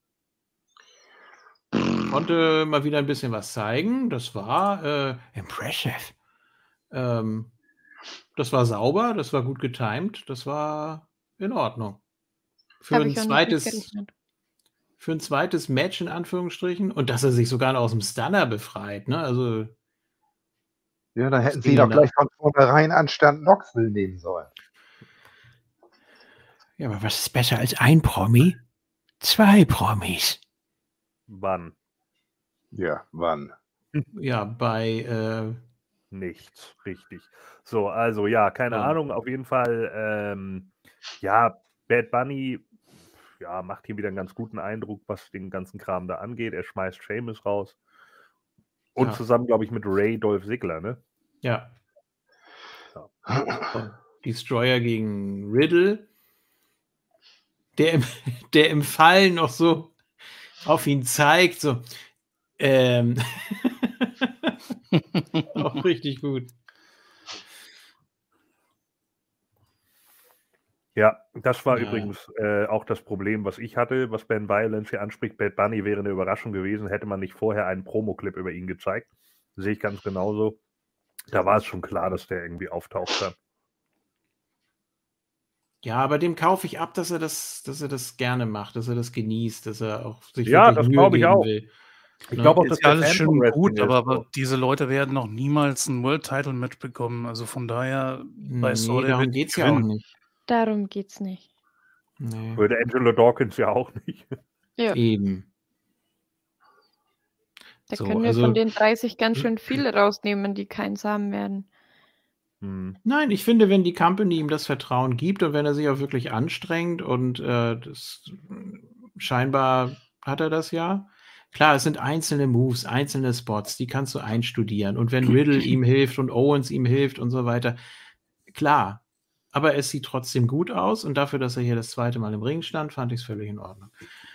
Konnte mal wieder ein bisschen was zeigen. Das war impressive. Das war sauber, das war gut getimed, das war in Ordnung. Für Hab ein ich auch nicht mit zweites gerechnet. für ein zweites Match in Anführungsstrichen und dass er sich sogar noch aus dem Stunner befreit, ne? Also Ja, dann hätten Das sie ging doch ja gleich von vornherein anstatt Knoxville nehmen sollen. Ja, aber was ist besser als ein Promi? 2 Promis. Wann? Ja, wann? ja, bei Nichts, richtig. So, also ja, keine Ja. Ahnung, auf jeden Fall, ja, Bad Bunny, ja, macht hier wieder einen ganz guten Eindruck, was den ganzen Kram da angeht. Er schmeißt Sheamus raus. Und Ja. zusammen, glaube ich, mit Ray Dolph Ziggler, ne? ja. Und Destroyer gegen Riddle, der im Fall noch so auf ihn zeigt, so auch richtig gut. Ja, das war Ja. übrigens auch das Problem, was ich hatte, was Ben Violence hier anspricht. Bad Bunny wäre eine Überraschung gewesen, hätte man nicht vorher einen Promo-Clip über ihn gezeigt. Sehe ich ganz genauso. Da war es schon klar, dass der irgendwie auftaucht dann. Ja, aber dem kaufe ich ab, dass er das gerne macht, dass er das genießt, dass er auch sich Ja, wirklich das Mühe glaube ich geben auch. will. Ich Ne? glaube auch, dass Ist ja der alles Fan schön von und Wrestling gut, ist, aber so. diese Leute werden noch niemals ein World-Title-Match bekommen. Also von daher, weißt du, Nee, der darum wird geht es ja auch gewinnen. nicht. Darum geht's nicht. Nee. Würde Angelo Dawkins ja auch nicht. Ja, Eben. da So, können wir also- von den 30 ganz schön viele rausnehmen, die keins haben werden. Nein, ich finde, wenn die Company ihm das Vertrauen gibt und wenn er sich auch wirklich anstrengt und scheinbar hat er das ja. Klar, es sind einzelne Moves, einzelne Spots, die kannst du einstudieren. Und wenn Riddle ihm hilft und Owens ihm hilft und so weiter, klar. Aber es sieht trotzdem gut aus und dafür, dass er hier das zweite Mal im Ring stand, fand ich es völlig in Ordnung.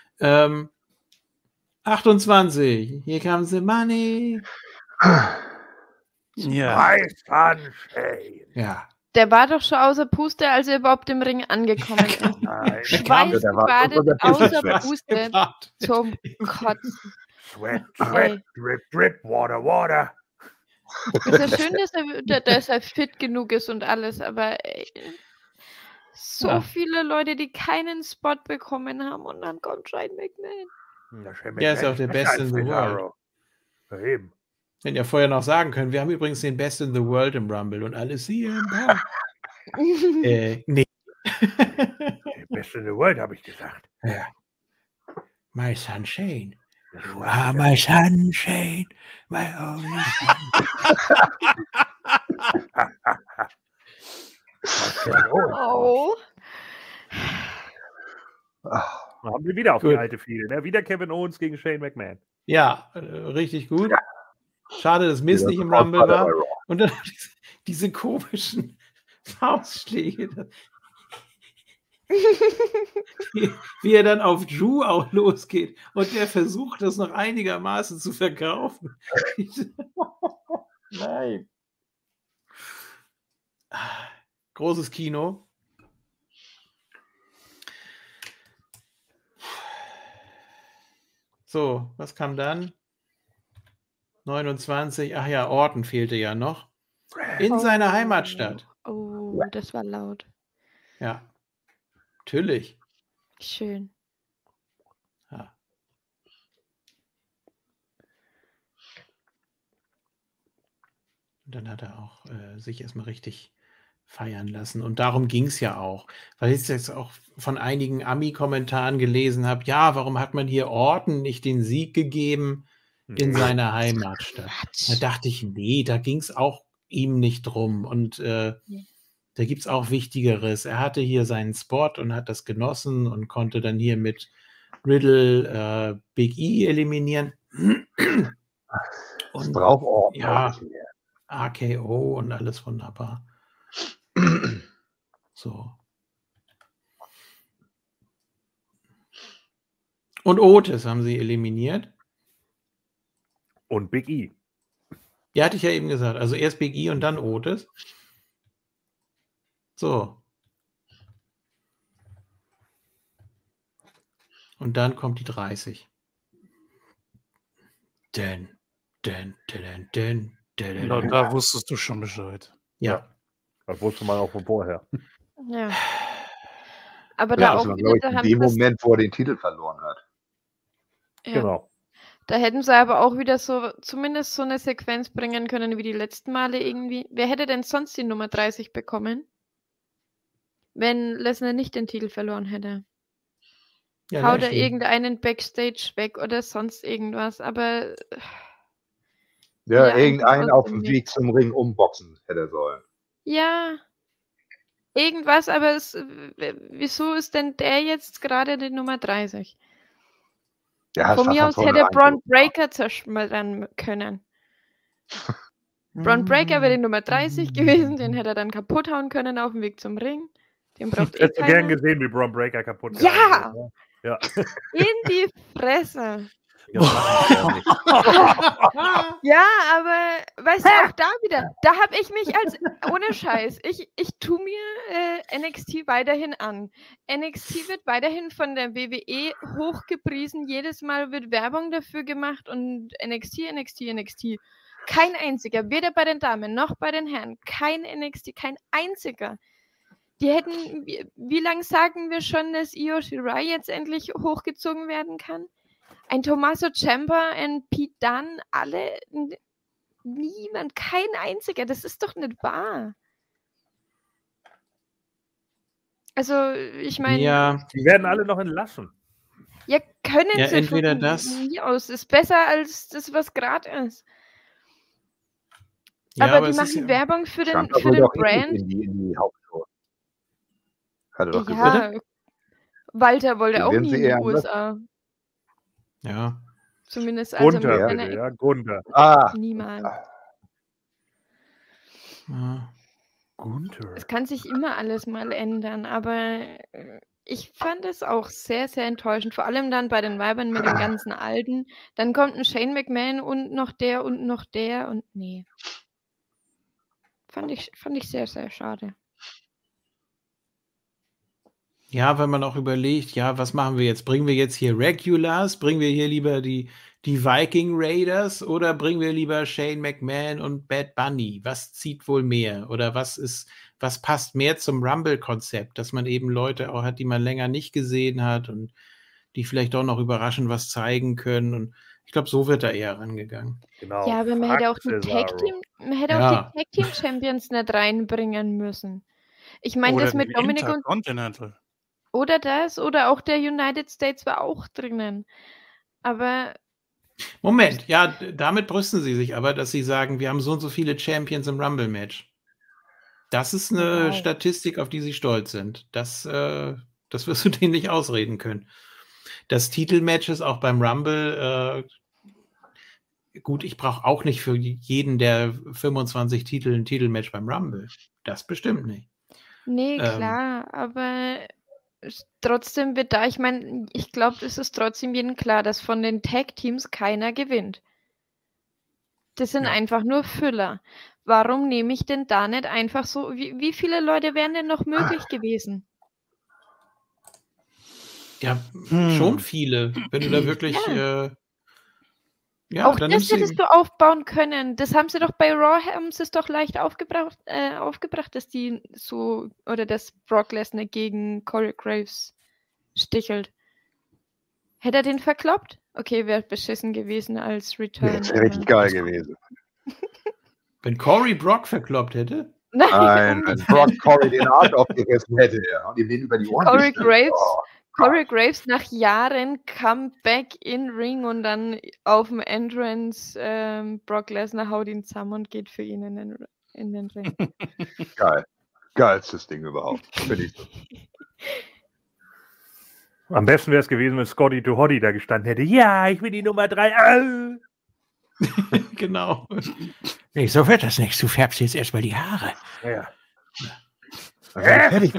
28, hier comes the money. Ja. Nice Sunshine. Ja, Der war doch schon außer Puste, als er überhaupt im Ring angekommen ist. Nein. Schweißgebadet, außer Schweiß. Puste, zum Kotzen. Sweat, Ey. drip, drip, water, water. Ist ja schön, dass er fit genug ist und alles, aber so Ja. viele Leute, die keinen Spot bekommen haben und dann kommt Shane McMahon. Ja, ist auch der Beste in the world. Ja, eben. Hätten ja vorher noch sagen können, wir haben übrigens den Best in the World im Rumble und alles CM Punk. Nee. Der Beste in the World, habe ich gesagt. Ja. My sunshine. You are my sunshine, my only sunshine. Oh. Ah, Da haben wir wieder auf Gut. die alte Fehde. Ne? Wieder Kevin Owens gegen Shane McMahon. Ja, richtig gut. Schade, dass Mist dieser nicht im Support Rumble war dabei war. Raw. Und dann diese komischen Faustschläge. Wie er dann auf Drew auch losgeht und der versucht, das noch einigermaßen zu verkaufen. Nein. Großes Kino. So, was kam dann? 29, ach ja, Orton fehlte ja noch. In seiner Heimatstadt. Oh, das war laut. Ja, natürlich. Schön. Ja. Und dann hat er auch sich erstmal richtig feiern lassen. Und darum ging es ja auch. Weil ich jetzt auch von einigen Ami-Kommentaren gelesen habe, ja, warum hat man hier Orton nicht den Sieg gegeben in seiner Heimatstadt? Da dachte ich, nee, da ging es auch ihm nicht drum. Und da gibt es auch Wichtigeres. Er hatte hier seinen Spot und hat das genossen und konnte dann hier mit Riddle Big E eliminieren. Das braucht Orton ja. auch nicht mehr. AKO und alles wunderbar. So. Und Otis haben sie eliminiert. Und Big E. Ja, hatte ich ja eben gesagt. Also erst Big E und dann Otis. So. Und dann kommt die 30. Dun, dun, dun, dun, dun, dun, Ja, dun. da wusstest du schon Bescheid. Ja. Das wusste man auch von vorher. Ja. Aber Ja, da das auch war, wieder, glaube ich, da in haben dem das, Moment, wo er den Titel verloren hat. ja, Genau. da hätten sie aber auch wieder so, zumindest so eine Sequenz bringen können wie die letzten Male irgendwie. Wer hätte denn sonst die Nummer 30 bekommen? Wenn Lesnar nicht den Titel verloren hätte. Ja, Haut er Lashley. irgendeinen Backstage weg oder sonst irgendwas, aber Ja, Ja, irgendeinen einfach auf aus dem dem Weg zum Ring umboxen hätte er sollen. ja, irgendwas, aber wieso ist denn der jetzt gerade die Nummer 30? Ja, Von das mir war aus von hätte vornherein Braun Breaker zerschmettern können. Braun Breaker wäre die Nummer 30 gewesen, den hätte er dann kaputt hauen können auf dem Weg zum Ring. Den braucht Hättest du gern keiner. gesehen, wie Braun Breaker kaputt Ja! gehauen wird, ne? Ja. In die Fresse. Ja, mach ich ja nicht. Ja, aber weißt du, auch da wieder, da habe ich mich als, ohne Scheiß, ich tue mir NXT weiterhin an. NXT wird weiterhin von der WWE hochgepriesen, jedes Mal wird Werbung dafür gemacht und NXT. Kein einziger, weder bei den Damen noch bei den Herren, kein NXT, kein einziger. Die hätten, wie lange sagen wir schon, dass Io Shirai jetzt endlich hochgezogen werden kann? Ein Tommaso Ciampa, ein Pete Dunne, alle, niemand, kein einziger, das ist doch nicht wahr. Also, ich meine, Ja, Die werden alle noch entlassen. ja, können Ja, sie entweder von das- mir aus, ist besser als das, was gerade ist. ja, aber die es ist machen ja, Werbung für den, Ciampa für wollte den auch eh nicht Brand. in die Hauptshow. Hat er doch gesagt. Ja, Walter wollte Den auch werden nie sie in die eher anders- USA. ja. Zumindest als er mit Gunther, seiner bitte, ja, Gunther. Ah, niemals. Ja. Gunther. Es kann sich immer alles mal ändern, aber ich fand es auch sehr, sehr enttäuschend. Vor allem dann bei den Weibern mit den ganzen Alten. Dann kommt ein Shane McMahon und noch der und nee. Fand ich sehr, sehr schade. Ja, wenn man auch überlegt, ja, was machen wir jetzt? Bringen wir jetzt hier Regulars? Bringen wir hier lieber die Viking Raiders oder bringen wir lieber Shane McMahon und Bad Bunny? Was zieht wohl mehr? Oder was passt mehr zum Rumble-Konzept, dass man eben Leute auch hat, die man länger nicht gesehen hat und die vielleicht auch noch überraschend was zeigen können. Und ich glaube, so wird da eher rangegangen. Genau. Ja, aber man hätte auch die Cesaro. Tag Team Champions nicht reinbringen müssen. Ich meine, Oder das mit den Dominik und Intercontinental. oder das oder auch der United States war auch drinnen. Aber Moment, ja, damit brüsten sie sich aber, dass sie sagen, wir haben so und so viele Champions im Rumble-Match. Das ist eine Wow. Statistik, auf die sie stolz sind. Das wirst du denen nicht ausreden können. Das Titelmatch ist auch beim Rumble, gut, ich brauche auch nicht für jeden der 25 Titel ein Titelmatch beim Rumble. Das bestimmt nicht. nee, klar, aber trotzdem wird da, ich meine, ich glaube, es ist trotzdem jedem klar, dass von den Tag-Teams keiner gewinnt. Das sind Ja. einfach nur Füller. Warum nehme ich denn da nicht einfach so, wie viele Leute wären denn noch möglich gewesen? Ja, schon viele. Wenn du da wirklich, Auch dann das nimmst du hättest du aufbauen können. Das haben sie doch bei Raw, haben sie es doch leicht aufgebracht, dass die so, oder dass Brock Lesnar gegen Corey Graves stichelt. Hätte er den verkloppt? Okay, wäre beschissen gewesen als Return. Das wäre richtig geil gewesen. wenn Corey Brock verkloppt hätte. Nein, wenn Brock Corey den Arsch aufgerissen hätte und ihm den über die Ohren Corey geschnitten. Graves, Oh, Corey Graves nach Jahren Comeback in Ring und dann auf dem Entrance Brock Lesnar haut ihn zusammen und geht für ihn in den Ring. geil. Geilstes Ding überhaupt. Finde ich so. Am besten wäre es gewesen, wenn Scotty to Hotty da gestanden hätte. Ja, ich bin die Nummer 3. Genau. Nee, so wird das nichts. Du färbst jetzt erstmal die Haare. Ja. Dann war ich fertig.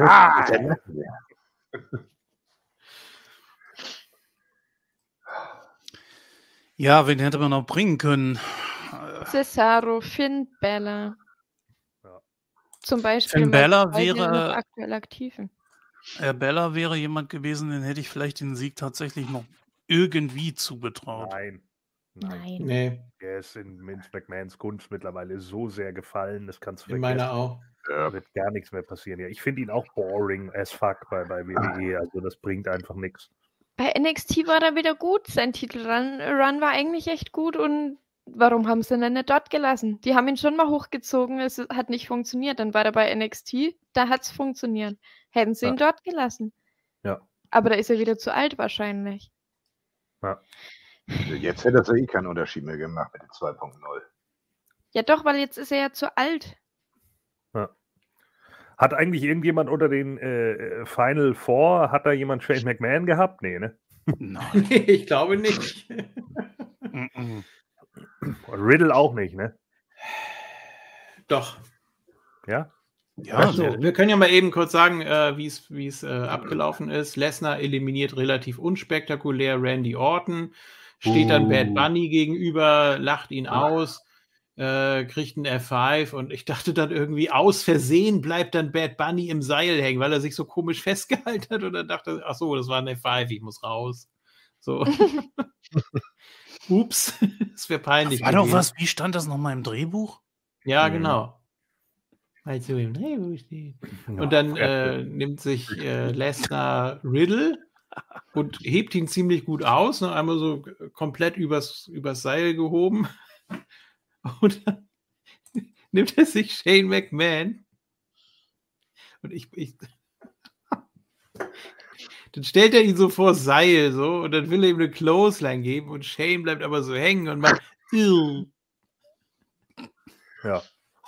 Ja, wen hätte man noch bringen können? Cesaro, Finn Balor. Ja. Zum Beispiel Finn mal Balor zwei der noch wäre- aktuell aktiven. Bella wäre jemand gewesen, den hätte ich vielleicht den Sieg tatsächlich noch irgendwie zugetraut. Nein. Nein. Nee, Der ist in Vince McMahons Gunst mittlerweile so sehr gefallen, das kannst du in vergessen. meiner auch. Da wird gar nichts mehr passieren. Ja, ich finde ihn auch boring as fuck bei WWE. Also das bringt einfach nichts. Bei NXT war er wieder gut. Sein Titelrun war eigentlich echt gut und warum haben sie ihn denn nicht dort gelassen? Die haben ihn schon mal hochgezogen, es hat nicht funktioniert. Dann war er bei NXT, da hat es funktioniert. Hätten sie ihn dort gelassen. Ja. Aber da ist er wieder zu alt wahrscheinlich. Jetzt hätte er keinen Unterschied mehr gemacht mit den 2.0. Ja doch, weil jetzt ist er ja zu alt. Hat eigentlich irgendjemand unter den Final Four, hat da jemand Shane McMahon gehabt? Nee, ne? Nein. Nee, ich glaube nicht. Mhm. Riddle auch nicht, ne? Doch. Ja? Ja, So, wir können ja mal eben kurz sagen, wie es abgelaufen ist. Lesnar eliminiert relativ unspektakulär Randy Orton, steht dann Bad Bunny gegenüber, lacht ihn aus, kriegt einen F5 und ich dachte dann irgendwie, aus Versehen bleibt dann Bad Bunny im Seil hängen, weil er sich so komisch festgehalten hat und dann dachte, ach so, das war ein F5, ich muss raus. So. Ups, das wäre peinlich. war doch gewesen. was, wie stand das nochmal im Drehbuch? Ja, Mhm. genau. Also im Drehbuch steht. Und dann nimmt sich Lesnar Riddle und hebt ihn ziemlich gut aus, ne? Einmal so komplett übers Seil gehoben. Und dann nimmt er sich Shane McMahon. Und dann stellt er ihn so vor Seil so und dann will er ihm eine Clothesline geben und Shane bleibt aber so hängen und macht Ill. Ja.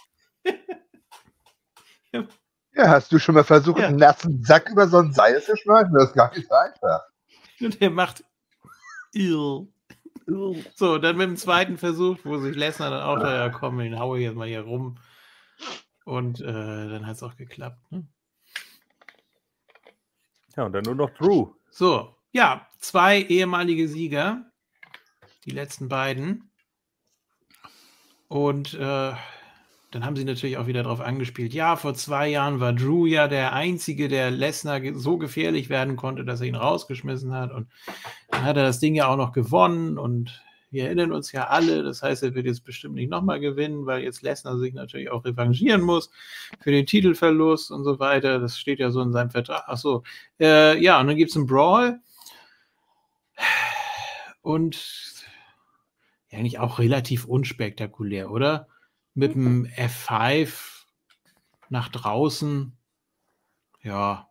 Ja, hast du schon mal versucht, Ja. einen nassen Sack über so ein Seil zu schmeißen? Das ist gar nicht so einfach. Und er macht Ill. So, dann mit dem zweiten Versuch, wo sich Lesnar dann auch, ja komm, den haue ich jetzt mal hier rum. Und dann hat es auch geklappt. Ne? Ja, und dann nur noch Drew. So, ja, 2 ehemalige Sieger. Die letzten beiden. Und das dann haben sie natürlich auch wieder darauf angespielt, ja, vor 2 Jahren war Drew ja der Einzige, der Lesnar so gefährlich werden konnte, dass er ihn rausgeschmissen hat. Und dann hat er das Ding ja auch noch gewonnen und wir erinnern uns ja alle, das heißt, er wird jetzt bestimmt nicht nochmal gewinnen, weil jetzt Lesnar sich natürlich auch revanchieren muss für den Titelverlust und so weiter. Das steht ja so in seinem Vertrag. Achso, ja, und dann gibt es einen Brawl und eigentlich auch relativ unspektakulär, oder? Mit dem F5 nach draußen, ja.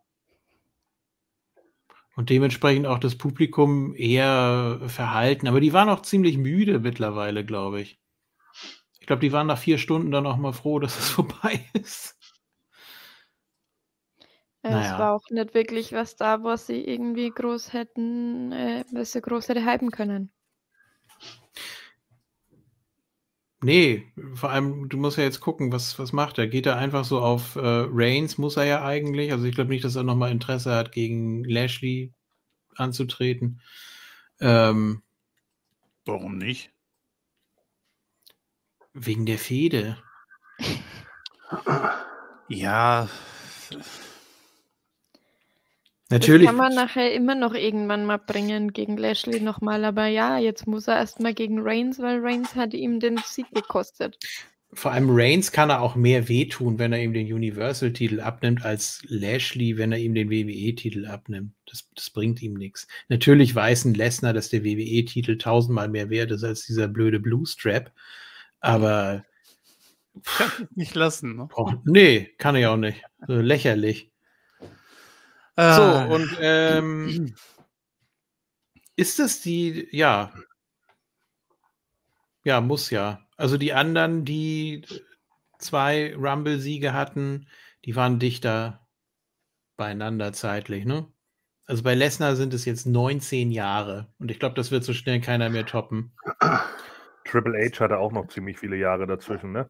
Und dementsprechend auch das Publikum eher verhalten. Aber die waren auch ziemlich müde mittlerweile, glaube ich. Ich glaube, die waren nach 4 Stunden dann auch mal froh, dass es vorbei ist. Es Naja. war auch nicht wirklich was da, was sie irgendwie groß hätten, was sie groß hätte hypen können. Nee, vor allem, du musst ja jetzt gucken, was macht er? Geht er einfach so auf Reigns, muss er ja eigentlich. Also ich glaube nicht, dass er nochmal Interesse hat, gegen Lashley anzutreten. Warum nicht? Wegen der Fehde. Ja, Natürlich. Das kann man nachher immer noch irgendwann mal bringen gegen Lashley nochmal, aber ja, jetzt muss er erstmal gegen Reigns, weil Reigns hat ihm den Sieg gekostet. Vor allem Reigns kann er auch mehr wehtun, wenn er ihm den Universal-Titel abnimmt, als Lashley, wenn er ihm den WWE-Titel abnimmt. Das bringt ihm nichts. Natürlich weiß ein Lesnar, dass der WWE-Titel 1000-mal mehr wert ist als dieser blöde Blue-Strap. Aber kann ich nicht lassen. Ne? nee, kann ich auch nicht. So lächerlich. So, und ist das die, ja, muss ja. Also die anderen, die 2 Rumble-Siege hatten, die waren dichter beieinander zeitlich, ne? Also bei Lesnar sind es jetzt 19 Jahre und ich glaube, das wird so schnell keiner mehr toppen. Triple H hatte auch noch ziemlich viele Jahre dazwischen, ne?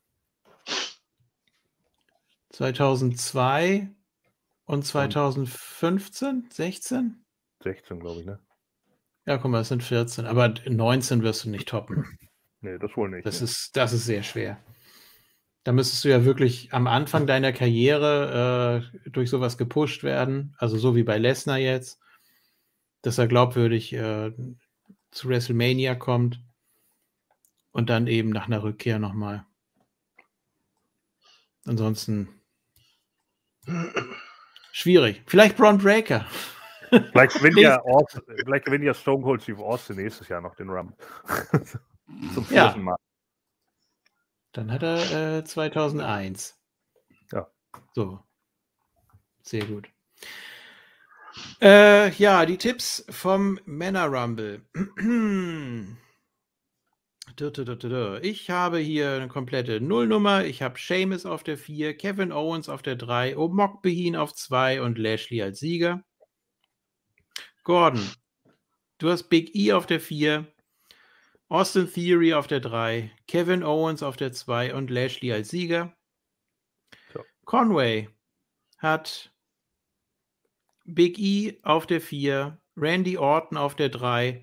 2002 und 2015, 16? 16, glaube ich, ne? Ja, guck mal, das sind 14, aber 19 wirst du nicht toppen. Nee, das wohl nicht. Das ist sehr schwer. Da müsstest du ja wirklich am Anfang deiner Karriere durch sowas gepusht werden, also so wie bei Lesnar jetzt, dass er glaubwürdig zu WrestleMania kommt und dann eben nach einer Rückkehr nochmal. Ansonsten schwierig. Vielleicht Braun Breaker. Vielleicht gewinnt ja Stone Cold Steve Austin nächstes Jahr noch den Rumble. Zum 4. Mal. Dann hat er 2001. Ja. So. Sehr gut. Ja, die Tipps vom Männer Rumble. Ich habe hier eine komplette Nullnummer. Ich habe Sheamus auf der 4, Kevin Owens auf der 3, Omog Behin auf 2 und Lashley als Sieger. Gordon, du hast Big E auf der 4, Austin Theory auf der 3, Kevin Owens auf der 2 und Lashley als Sieger. So. Conway hat Big E auf der 4, Randy Orton auf der 3,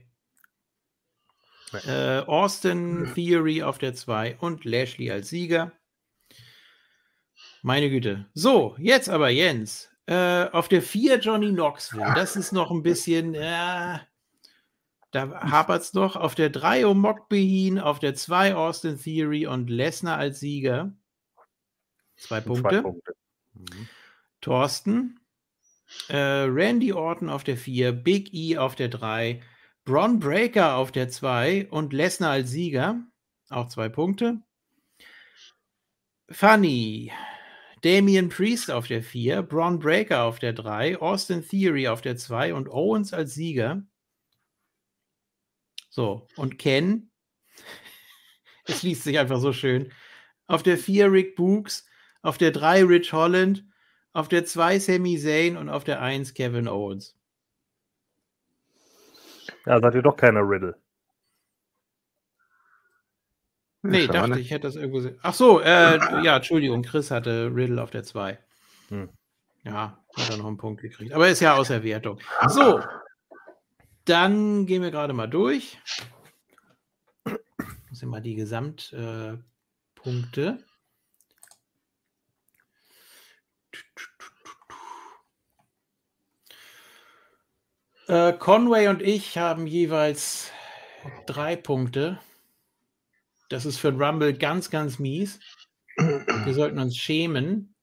Austin Theory auf der 2 und Lashley als Sieger. Meine Güte. So, jetzt aber Jens. Auf der 4 Johnny Knoxville. Das ist noch ein bisschen, da hapert es noch. Auf der 3 Omog Behin, auf der 2 Austin Theory und Lesnar als Sieger. 2 Punkte. 2 Punkte. Mhm. Thorsten. Randy Orton auf der 4, Big E auf der 3, Bron Breakker auf der 2 und Lesnar als Sieger. Auch 2 Punkte. Funny. Damian Priest auf der 4, Bron Breakker auf der 3, Austin Theory auf der 2 und Owens als Sieger. So, und Ken, es liest sich einfach so schön. Auf der 4 Rick Books, auf der 3 Rich Holland, auf der 2 Sami Zayn und auf der 1 Kevin Owens. Ja, seid ihr doch keiner Riddle. Nee, dachte ich, hätte das irgendwo. Ach so, ja, Entschuldigung, Chris hatte Riddle auf der 2. Ja, hat er noch einen Punkt gekriegt. Aber ist ja aus der Wertung. So, dann gehen wir gerade mal durch. Das sind mal die Gesamtpunkte. Conway und ich haben jeweils 3 Punkte. Das ist für den Rumble ganz, ganz mies. Wir sollten uns schämen.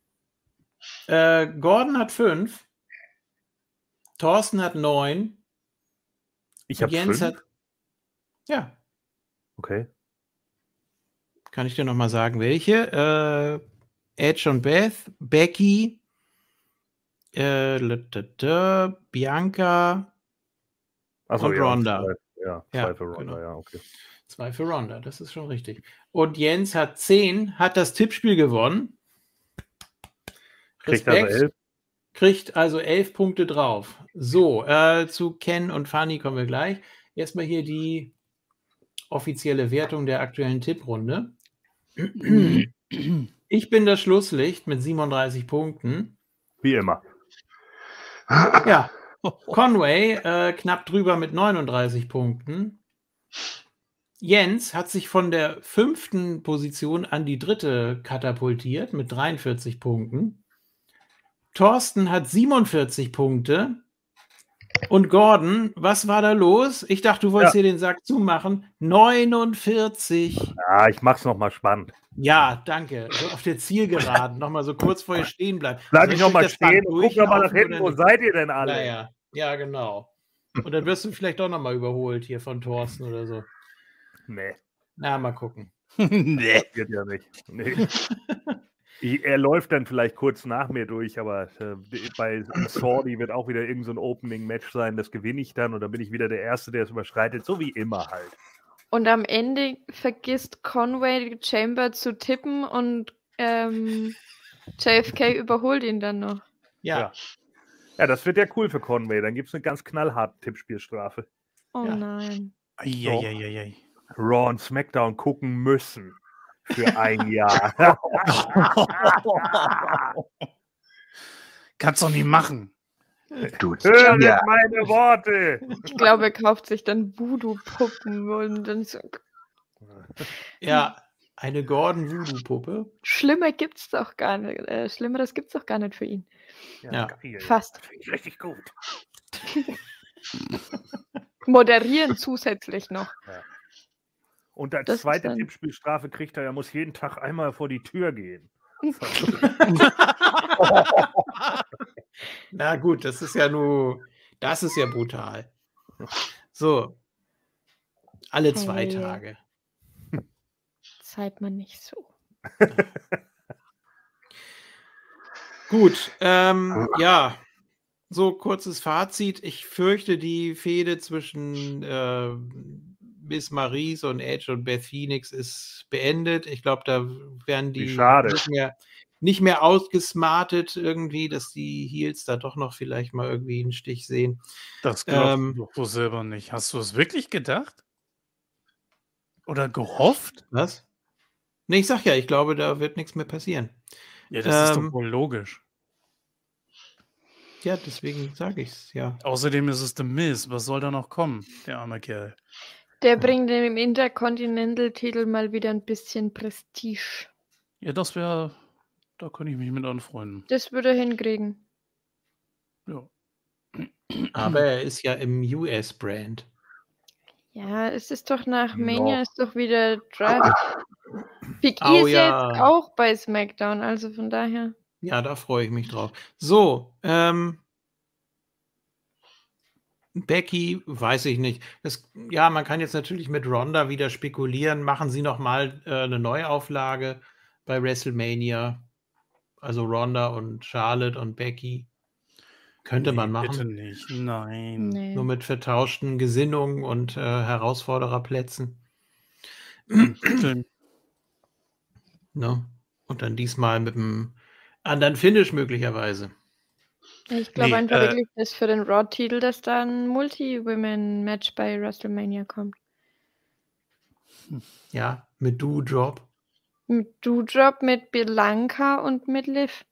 Gordon hat 5. Thorsten hat 9. Ich habe Jens 5. hat. Ja, Okay. kann ich dir nochmal sagen, welche? Edge und Beth, Becky, Bianca Achso, und ja, Ronda. 2. Ja, 2 Ja, für Ronda, genau. ja, okay. 2 für Ronda, das ist schon richtig. Und Jens hat 10, hat das Tippspiel gewonnen. Kriegt also 11. Kriegt also 11 Punkte drauf. So, zu Ken und Fanny kommen wir gleich. Erstmal hier die offizielle Wertung der aktuellen Tipprunde. Ich bin das Schlusslicht mit 37 Punkten. Wie immer. Ja, Conway knapp drüber mit 39 Punkten. Jens hat sich von der 5. Position an die 3. katapultiert mit 43 Punkten. Thorsten hat 47 Punkte. Und Gordon, was war da los? Ich dachte, du wolltest hier den Sack zumachen. 49. Ja, ich mach's nochmal spannend. Ja, danke. So auf der Zielgeraden nochmal so kurz vor ihr stehen bleiben. Bleib Soll ich nochmal durch das Band stehen und guck nochmal nach durchlaufen hinten. oder Wo nicht? seid ihr denn alle? Naja, ja, genau. Und dann wirst du vielleicht doch nochmal überholt hier von Thorsten oder so. Nee, Na, mal gucken. Nee. passiert ja nicht. Nee. Er läuft dann vielleicht kurz nach mir durch, aber bei Saudi wird auch wieder irgend so ein Opening-Match sein. Das gewinne ich dann und dann bin ich wieder der Erste, der es überschreitet. So wie immer halt. Und am Ende vergisst Conway Chamber zu tippen und JFK überholt ihn dann noch. Ja, Ja, das wird ja cool für Conway. Dann gibt es eine ganz knallharte Tippspielstrafe. Oh Ja. nein. Eieieiei. Raw und SmackDown gucken müssen. Für ein Jahr. Kannst doch nicht machen. Du Hören ja. meine Worte! Ich glaube, er kauft sich dann Voodoo-Puppen und dann so. ja, eine Gordon-Voodoo-Puppe. Schlimmer gibt's doch gar nicht. Schlimmeres gibt's doch gar nicht für ihn. Ja. geil. Fast. Das finde ich richtig gut. Moderieren zusätzlich noch. Und als Das ist zweite dann- Tippspielstrafe kriegt er muss jeden Tag einmal vor die Tür gehen. Na gut, das ist ja brutal. So. Alle 2 Hey. Tage. Seid man nicht so. Gut, ja, so kurzes Fazit. Ich fürchte, die Fehde zwischen Miss Maryse und Edge und Beth Phoenix ist beendet. Ich glaube, da werden Wie die schade. nicht mehr ausgesmartet irgendwie, dass die Heels da doch noch vielleicht mal irgendwie einen Stich sehen. Das glaubst du doch so selber nicht. Hast du es wirklich gedacht? Oder gehofft? Was? Nee, ich sag ja, ich glaube, da wird nichts mehr passieren. Ja, das ist doch wohl logisch. Ja, deswegen sage ich es, ja. Außerdem ist es The Miz. Was soll da noch kommen, der arme Kerl? Der bringt dem Intercontinental-Titel mal wieder ein bisschen Prestige. Ja, das wäre, da könnte ich mich mit anfreunden. Das würde er hinkriegen. Ja. Aber er ist ja im US-Brand. Ja, es ist doch nach Noch. Mania ist doch wieder Draft. Big E Au, ist ja ja. jetzt auch bei SmackDown, also von daher. Ja, da freue ich mich drauf. So, Becky, weiß ich nicht. Ja, man kann jetzt natürlich mit Ronda wieder spekulieren. Machen Sie noch mal eine Neuauflage bei WrestleMania. Also Ronda und Charlotte und Becky. Könnte man machen. Bitte nicht. Nein. Nee. Nur mit vertauschten Gesinnungen und Herausfordererplätzen. Titeln. Ne? Und dann diesmal mit einem anderen Finish möglicherweise. Ich glaube Nee, einfach wirklich, dass für den Raw-Titel, dass da ein Multi-Women-Match bei WrestleMania kommt. Ja, mit Doudrop. Mit Doudrop, mit Bianca und mit Liv.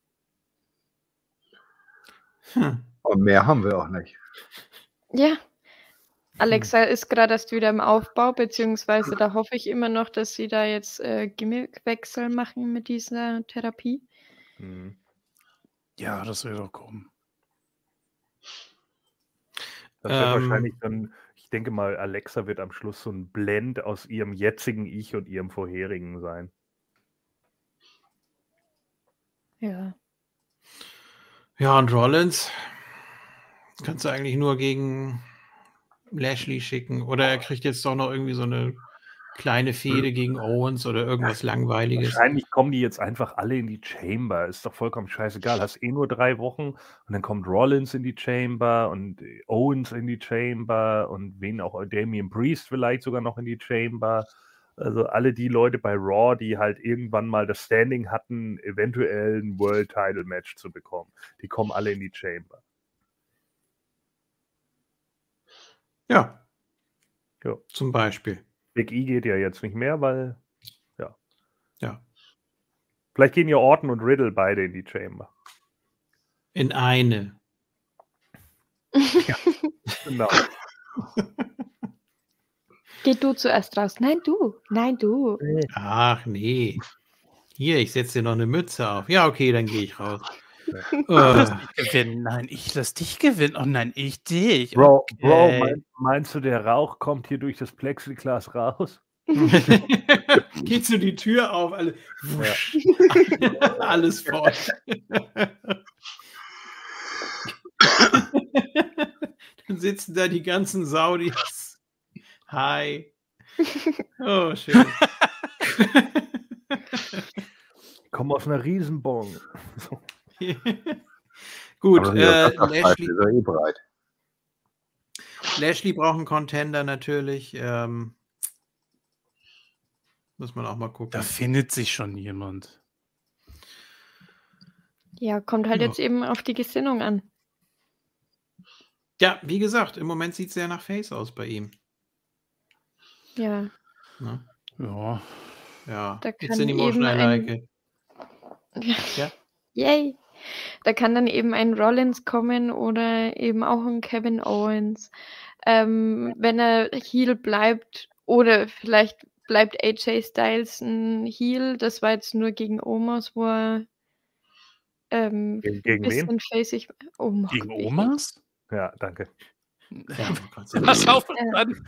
Und mehr haben wir auch nicht. Ja. Alexa ist gerade erst wieder im Aufbau, beziehungsweise da hoffe ich immer noch, dass sie da jetzt Gimmickwechsel machen mit dieser Therapie. Mhm. Ja, das wird doch kommen. Das wird Ähm, wahrscheinlich dann, ich denke mal, Alexa wird am Schluss so ein Blend aus ihrem jetzigen Ich und ihrem vorherigen sein. Ja. Ja, und Rollins kannst du eigentlich nur gegen Lashley schicken. Oder er kriegt jetzt doch noch irgendwie so eine kleine Fehde gegen Owens oder irgendwas Langweiliges. Wahrscheinlich kommen die jetzt einfach alle in die Chamber. Ist doch vollkommen scheißegal. Hast nur 3 Wochen und dann kommt Rollins in die Chamber und Owens in die Chamber und wen auch, Damian Priest vielleicht sogar noch in die Chamber. Also alle die Leute bei Raw, die halt irgendwann mal das Standing hatten, eventuell ein World Title Match zu bekommen. Die kommen alle in die Chamber. Ja. Ja. Zum Beispiel. Big E geht ja jetzt nicht mehr, weil, ja. Ja. Vielleicht gehen ja Orton und Riddle beide in die Chamber. In eine. Genau. Geh du zuerst raus. Nein, du. Nein, du. Ach nee. Hier, ich setze dir noch eine Mütze auf. Ja, okay, dann gehe ich raus. Gewinnen. Nein, ich lass dich gewinnen. Oh nein, ich dich. Bro, Okay. meinst du, der Rauch kommt hier durch das Plexiglas raus? Geht so die Tür auf, alle, wusch, alles voll. Dann sitzen da die ganzen Saudis. Hi. Oh, schön. Komm aus einer Riesenbong. Gut, Aber das Lashley, ist er bereit. Lashley braucht einen Contender natürlich. Muss man auch mal gucken. Da findet sich schon jemand. Ja, kommt halt Ja. jetzt eben auf die Gesinnung an. Ja, wie gesagt, im Moment sieht es ja nach Face aus bei ihm. Ja. Ne? Ja. Ja, Da it's kann an emotion, I eben like ein- it. Ja. Yay! Da kann dann eben ein Rollins kommen oder eben auch ein Kevin Owens. Wenn er Heel bleibt oder vielleicht bleibt AJ Styles ein Heel. Das war jetzt nur gegen Omos, wo er Gegen wen? bisschen faceig. Oh, Gegen Gott, Omas? Ja, danke. Ja, oh Gott sei Pass Dank. auf, Mann.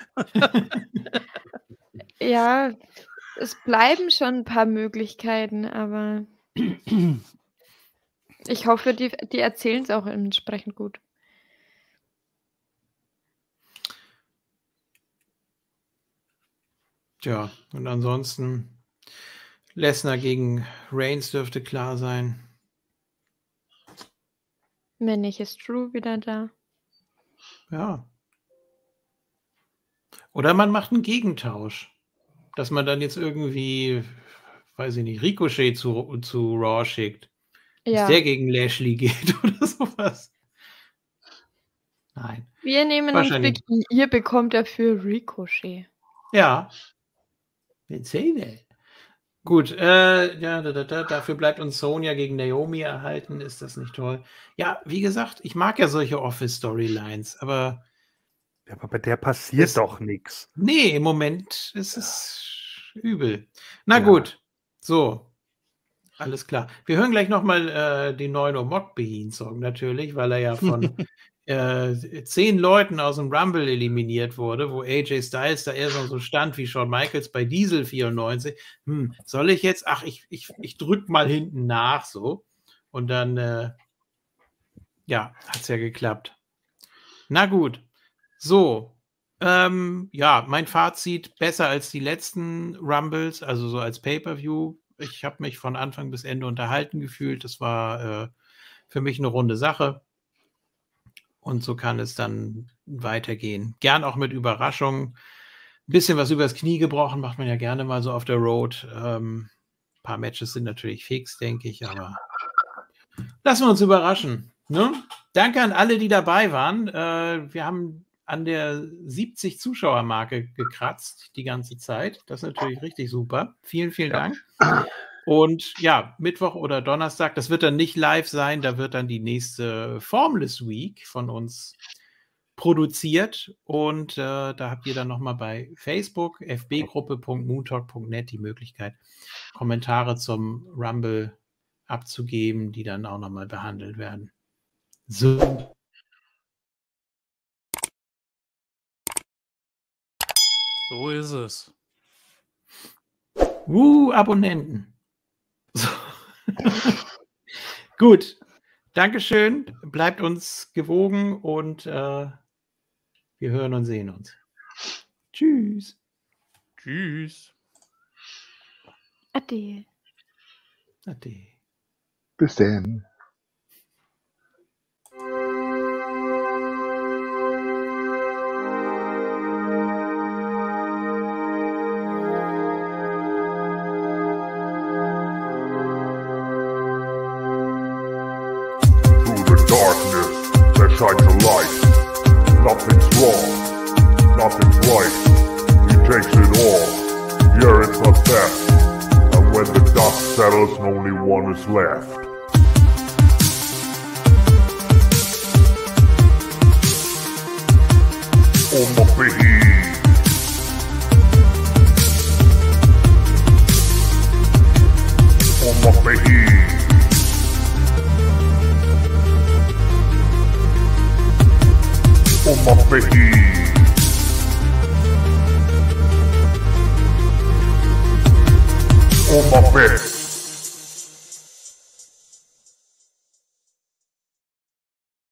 Ja, es bleiben schon ein paar Möglichkeiten, aber ich hoffe, die erzählen es auch entsprechend gut. Tja, und ansonsten Lesnar gegen Reigns dürfte klar sein. Wenn nicht, ist Drew wieder da. Ja. Oder man macht einen Gegentausch. Dass man dann jetzt irgendwie, weiß ich nicht, Ricochet zu Raw schickt. Dass Ja, der gegen Lashley geht oder sowas. Nein. wir nehmen uns Wahrscheinlich. Big E. Ihr bekommt dafür Ricochet. Ja. Let's say that. Gut, ja, dafür bleibt uns Sonja gegen Naomi erhalten. Ist das nicht toll? Ja, wie gesagt, ich mag ja solche Office-Storylines, aber Ja, aber bei der passiert Das- doch nichts. nee, im Moment ist es übel. Na Ja. gut, so. Alles klar. Wir hören gleich nochmal den neuen Omok-Behin-Song natürlich, weil er ja von 10 Leuten aus dem Rumble eliminiert wurde, wo AJ Styles da erst noch so stand wie Shawn Michaels bei Diesel 94. Soll ich jetzt? Ach, ich drück mal hinten nach so. Und dann, ja, hat's ja geklappt. Na gut. So. Ja, mein Fazit besser als die letzten Rumbles, also so als Pay-Per-View. Ich habe mich von Anfang bis Ende unterhalten gefühlt. Das war für mich eine runde Sache. Und so kann es dann weitergehen. Gern auch mit Überraschungen. Ein bisschen was übers Knie gebrochen macht man ja gerne mal so auf der Road. Ein paar Matches sind natürlich fix, denke ich, aber lassen wir uns überraschen. Ne? Danke an alle, die dabei waren. Wir haben an der 70 Zuschauermarke gekratzt die ganze Zeit. Das ist natürlich richtig super. Vielen, vielen Dank. Und ja, Mittwoch oder Donnerstag, das wird dann nicht live sein, da wird dann die nächste Formless Week von uns produziert. Und da habt ihr dann nochmal bei Facebook, fbgruppe.moontalk.net die Möglichkeit, Kommentare zum Rumble abzugeben, die dann auch nochmal behandelt werden. So. So ist es. Abonnenten. So. Gut. Dankeschön. Bleibt uns gewogen und wir hören und sehen uns. Tschüss. Tschüss. Ade. Ade. Bis dann. Darkness, there shines a light. Nothing's wrong, nothing's right. He takes it all, yeah, it's the best. And when the dust settles, only one is left. Oh my baby. Oh my baby. Oh my baby. Oh my baby.